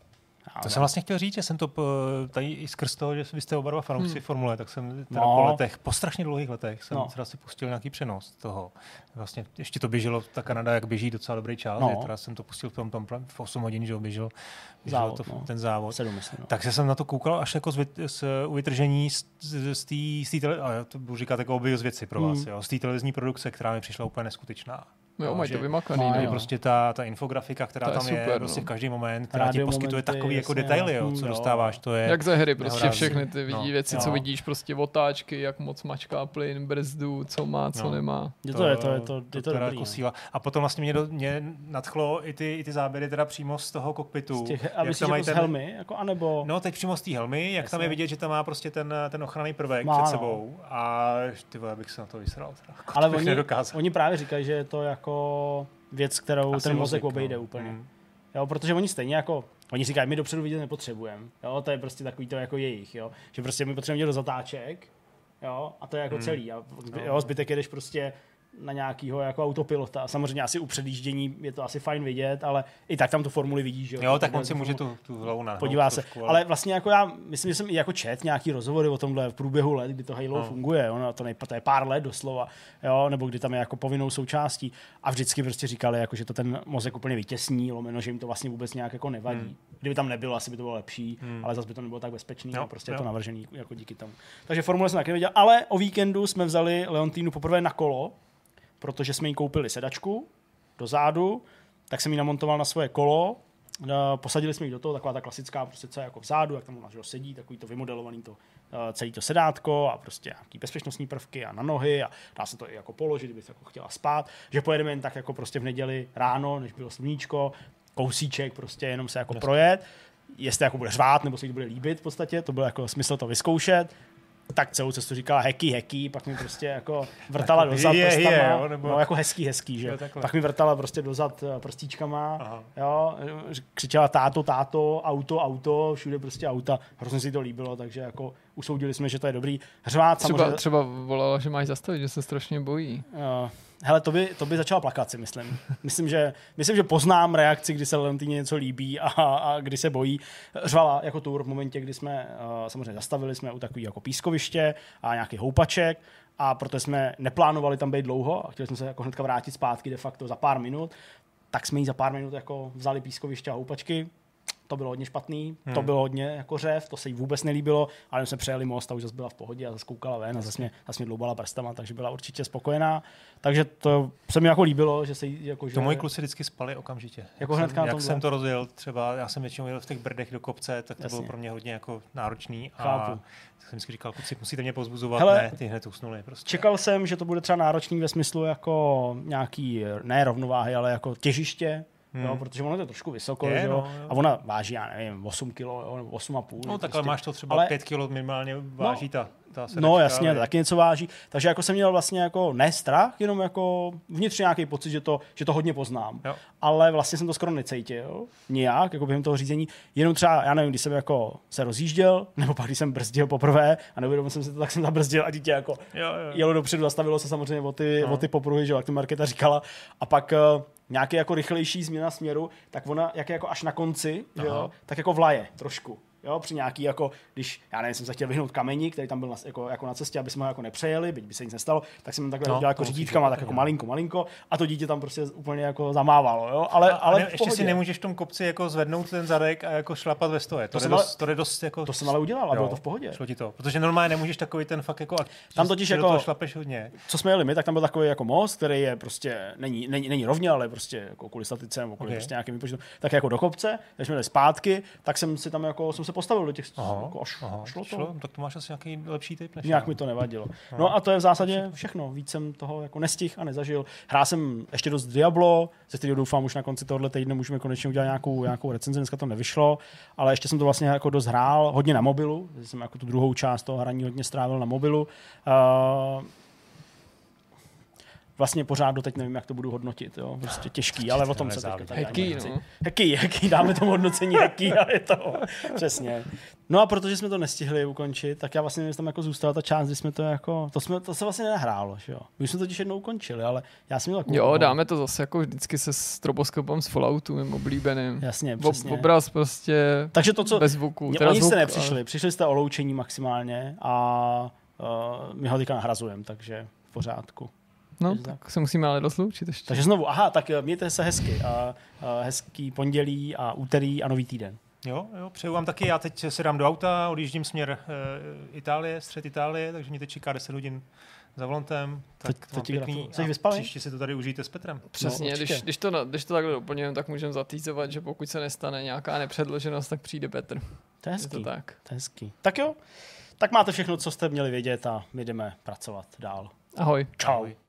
To jsem vlastně chtěl říct, že jsem to tady i skrz toho, že vy jste oba dva fanoušci hmm. formule, tak jsem teda no. po letech, po strašně dlouhých letech jsem no. teda si pustil nějaký přenos toho. Vlastně ještě to běželo, ta Kanada, jak běží docela dobrý čas, no. teda jsem to pustil v tom, tom v osm hodin, že běžel, běžel závod, to, no. ten závod. sedm, myslím, no. Tak jsem na to koukal až jako z, z, u vytržení z, z, z té tele, a to budu říkat jako obě z věci pro vás, hmm. jo, z té televizní produkce, která mi přišla úplně neskutečná. Jo, mají to vymakaný. No, prostě ta, ta infografika, která tam je, super, prostě v každý moment, která Radio ti poskytuje momenty, takový jako jasně, detaily, jo, jo. co dostáváš, to je... Jak ze hry, prostě nehorázný. všechny ty vidí no. věci, jo. co vidíš, prostě otáčky, jak moc mačká plyn, brzdu, co má, co no. nemá. Je to, je to, je to, je to, to dobrý, jako no. síla. A potom vlastně mě, do, mě nadchlo i ty, i ty záběry teda přímo z toho kokpitu. Z těch, a myslíš jako z helmy, jako, anebo... No, teď přímo z té helmy, jak Jasně. tam je vidět, že tam má prostě ten, ten ochranný prvek má, před no. sebou. A ty vole, bych se na to vysral. Ale oni, oni právě říkají, že je to jako věc, kterou Asi ten mozek no. obejde úplně. Hmm. Jo, protože oni stejně jako, oni říkají, my dopředu vidět nepotřebujeme. Jo, to je prostě takový to jako jejich, jo. Že prostě my potřebujeme vidět do zatáček, jo, a to je jako hmm. celý. A jo, zbytek jedeš prostě na nějakýho jako autopilota. Samozřejmě asi u předjíždění je to asi fajn vidět, ale i tak tam tu formuli vidíš. Jo, jo tak on si může tu, tu hlavu nahnout. Podívá se. Trošku, ale... ale vlastně jako já myslím, že jsem i jako čet nějaký rozhovory o tomhle v průběhu let, kdy to Halo no. funguje. Jo, no, to, nej, to je pár let doslova, jo, nebo kdy tam je jako povinnou součástí. A vždycky prostě říkali, jako, že to ten mozek úplně vytěsní, lomeno, že jim to vlastně vůbec nějak jako nevadí. Hmm. Kdyby tam nebylo, asi by to bylo lepší, hmm. ale zase by to nebylo tak bezpečný, jo, a prostě jo. je to navržený jako díky tomu. Takže formule jsem taky neviděl, ale o víkendu jsme vzali Leontinu poprvé na kolo, protože jsme jí koupili sedačku do zádu, tak jsem ji namontoval na svoje kolo, posadili jsme ji do toho, taková ta klasická, prostě co je jako vzadu, jak tam ona sedí, takový to vymodelovaný to, celý to sedátko a prostě nějaký bezpečnostní prvky a na nohy a dá se to i jako položit, kdyby se jako chtěla spát, že pojedeme jen tak jako prostě v neděli ráno, než bylo sluníčko, kousíček, prostě jenom se jako projet, jestli jako bude řvát, nebo se jí to bude líbit v podstatě, to byl jako smysl to vyzkoušet. Tak celou cestu říkala heky, heky, pak mi prostě jako vrtala jako dozad je, prstama, je, jo, nebo... no jako hezký, hezký, že jo. Pak mi vrtala prostě dozad prstíčkama, aha. jo, křičela táto, táto, auto, auto, všude prostě auta, hrozně si to líbilo, takže jako usoudili jsme, že to je dobrý. Řvát třeba, samozřejmě... Třeba volala, že máš zastavit, že se strašně bojí. Uh, hele, to by, to by začala plakat, si myslím. Myslím, že, myslím, že poznám reakci, kdy se Leontině něco líbí a, a kdy se bojí. Řvala jako tour v momentě, kdy jsme uh, samozřejmě zastavili jsme u takový jako pískoviště a nějaký houpaček a protože jsme neplánovali tam být dlouho a chtěli jsme se jako hnedka vrátit zpátky de facto za pár minut, tak jsme jí za pár minut jako vzali pískoviště a houpačky. To bylo hodně špatný, hmm. to bylo hodně jako řev, to se jí vůbec nelíbilo, ale my jsme přejeli most a už zase byla v pohodě a zase koukala ven a zase mě, zase mě dloubala prstama, takže byla určitě spokojená. Takže to se mi jako líbilo, že se jí jako... Že... To moji kluci vždycky spali okamžitě. Jako jak jsem, jak tomhle. jsem to rozjel, třeba já jsem většinou jel v těch Brdech do kopce, tak to Jasně. bylo pro mě hodně jako náročný. Chápu. A tak jsem vždycky říkal, kluci, musíte mě pozbuzovat, Hele, ne, ty hned usnuli. Prostě. Čekal jsem, že to bude třeba náročný ve smyslu jako nějaký, ne rovnováhy, ale jako těžiště, Hmm. Jo, protože ono je to trošku vysoko, je, že jo? No, jo. A ona váží, já nevím, osm kilo, nebo osm a půl. No tak prostě. ale máš to třeba ale... pět kilo minimálně váží no, ta, ta sedačka. No jasně, ale... taky něco váží. Takže jako jsem měl vlastně jako ne strach, jenom jako vnitřně nějaký pocit, že to, že to hodně poznám. Jo. Ale vlastně jsem to skoro necítil, nijak, jako během toho řízení. Jenom třeba, já nevím, když jsem jako se rozjížděl, nebo pak když jsem brzdil poprvé a neuvědomil jsem si to, tak jsem zabrzdil a dítě jako jo, jo. jelo dopředu, zastavilo se samozřejmě o ty, no. o ty popruhy, že jak to Markéta říkala. A pak uh, nějaký jako rychlejší změna směru, tak ona, jak je jako až na konci, že jo, tak jako vlaje trošku. Jo, při nějaký, jako, když, já nevím, jsem se chtěl vyhnout kameni, který tam byl na, jako, jako na cestě, aby jsme ho jako nepřejeli, byť by se nic nestalo, tak jsem takhle no, udělal jako řídítkama, tak jako malinko, malinko a to dítě tam prostě úplně jako zamávalo, jo, ale, a, ale ne, ještě si nemůžeš v tom kopci jako zvednout ten zadek a jako šlapat ve stoje. To, to, dost, ale, to je dost jako... To jsem ale udělal a bylo to v pohodě. Šlo ti to, protože normálně nemůžeš takový ten fakt jako... Tam totiž jako... To šlapeš hodně. Co jsme jeli my, tak tam byl takový jako most, který je prostě, není, není, není rovně, ale prostě jako kvůli statice nebo kvůli okay. prostě nějakým výpočtu, tak jako do kopce, když jsme jeli zpátky, tak jsem si tam jako, jsem se se postavil do těch... Aha, Jako až, aha, šlo to. šlo, tak to máš asi nějaký lepší tip než Nějak já. mi to nevadilo. No a to je v zásadě všechno. Víc jsem toho jako nestihl a nezažil. Hrál jsem ještě dost Diablo, ze kterého doufám už na konci tohoto týdne můžeme konečně udělat nějakou, nějakou recenzi. Dneska to nevyšlo, ale ještě jsem to vlastně jako dost hrál, hodně na mobilu. Jsem jako tu druhou část toho hraní hodně strávil na mobilu. Uh, Vlastně pořád doteď nevím, jak to budu hodnotit. Jo? Prostě těžký, ale o tom se teďka tady Hacky, no. Hacky, hacky, dáme tomu hodnocení hacky, ale je to přesně. No a protože jsme to nestihli ukončit, tak já vlastně tam jako zůstala ta část, kdy jsme to jako, to, jsme, to se vlastně nehrálo, že jo. My jsme to totiž jednou ukončili, ale já jsem měl takovou... Jo, dáme to zase jako vždycky se stroboskopem z Falloutu, mým oblíbeným. Jasně, přesně. Ob, obraz prostě Takže to, co... bez zvuku. Mě, teda oni zvuk, jste nepřišli, ale... přišli jste o loučení maximálně a uh, my ho teďka nahrazujeme, takže v pořádku. No, tak se musíme ale dosloučit ještě. Takže znovu, aha, tak mějte se hezky. A, a hezký pondělí a úterý a nový týden. Jo, jo, přeju vám taky. Já teď se dám do auta, odjíždím směr e, Itálie, střed Itálie, takže mě teď čeká deset hodin za volantem. Tak to, to ti pěkný. Jsi vyspalý? Příště si to tady užijte s Petrem. Přesně, no, když, když, to, když to takhle doplňujeme, tak můžeme zatýzovat, že pokud se nestane nějaká nepředloženost, tak přijde Petr. To je hezký. Je to tak. To je hezký. Tak jo, tak máte všechno, co jste měli vědět a my jdeme pracovat dál. Ahoj. Čau.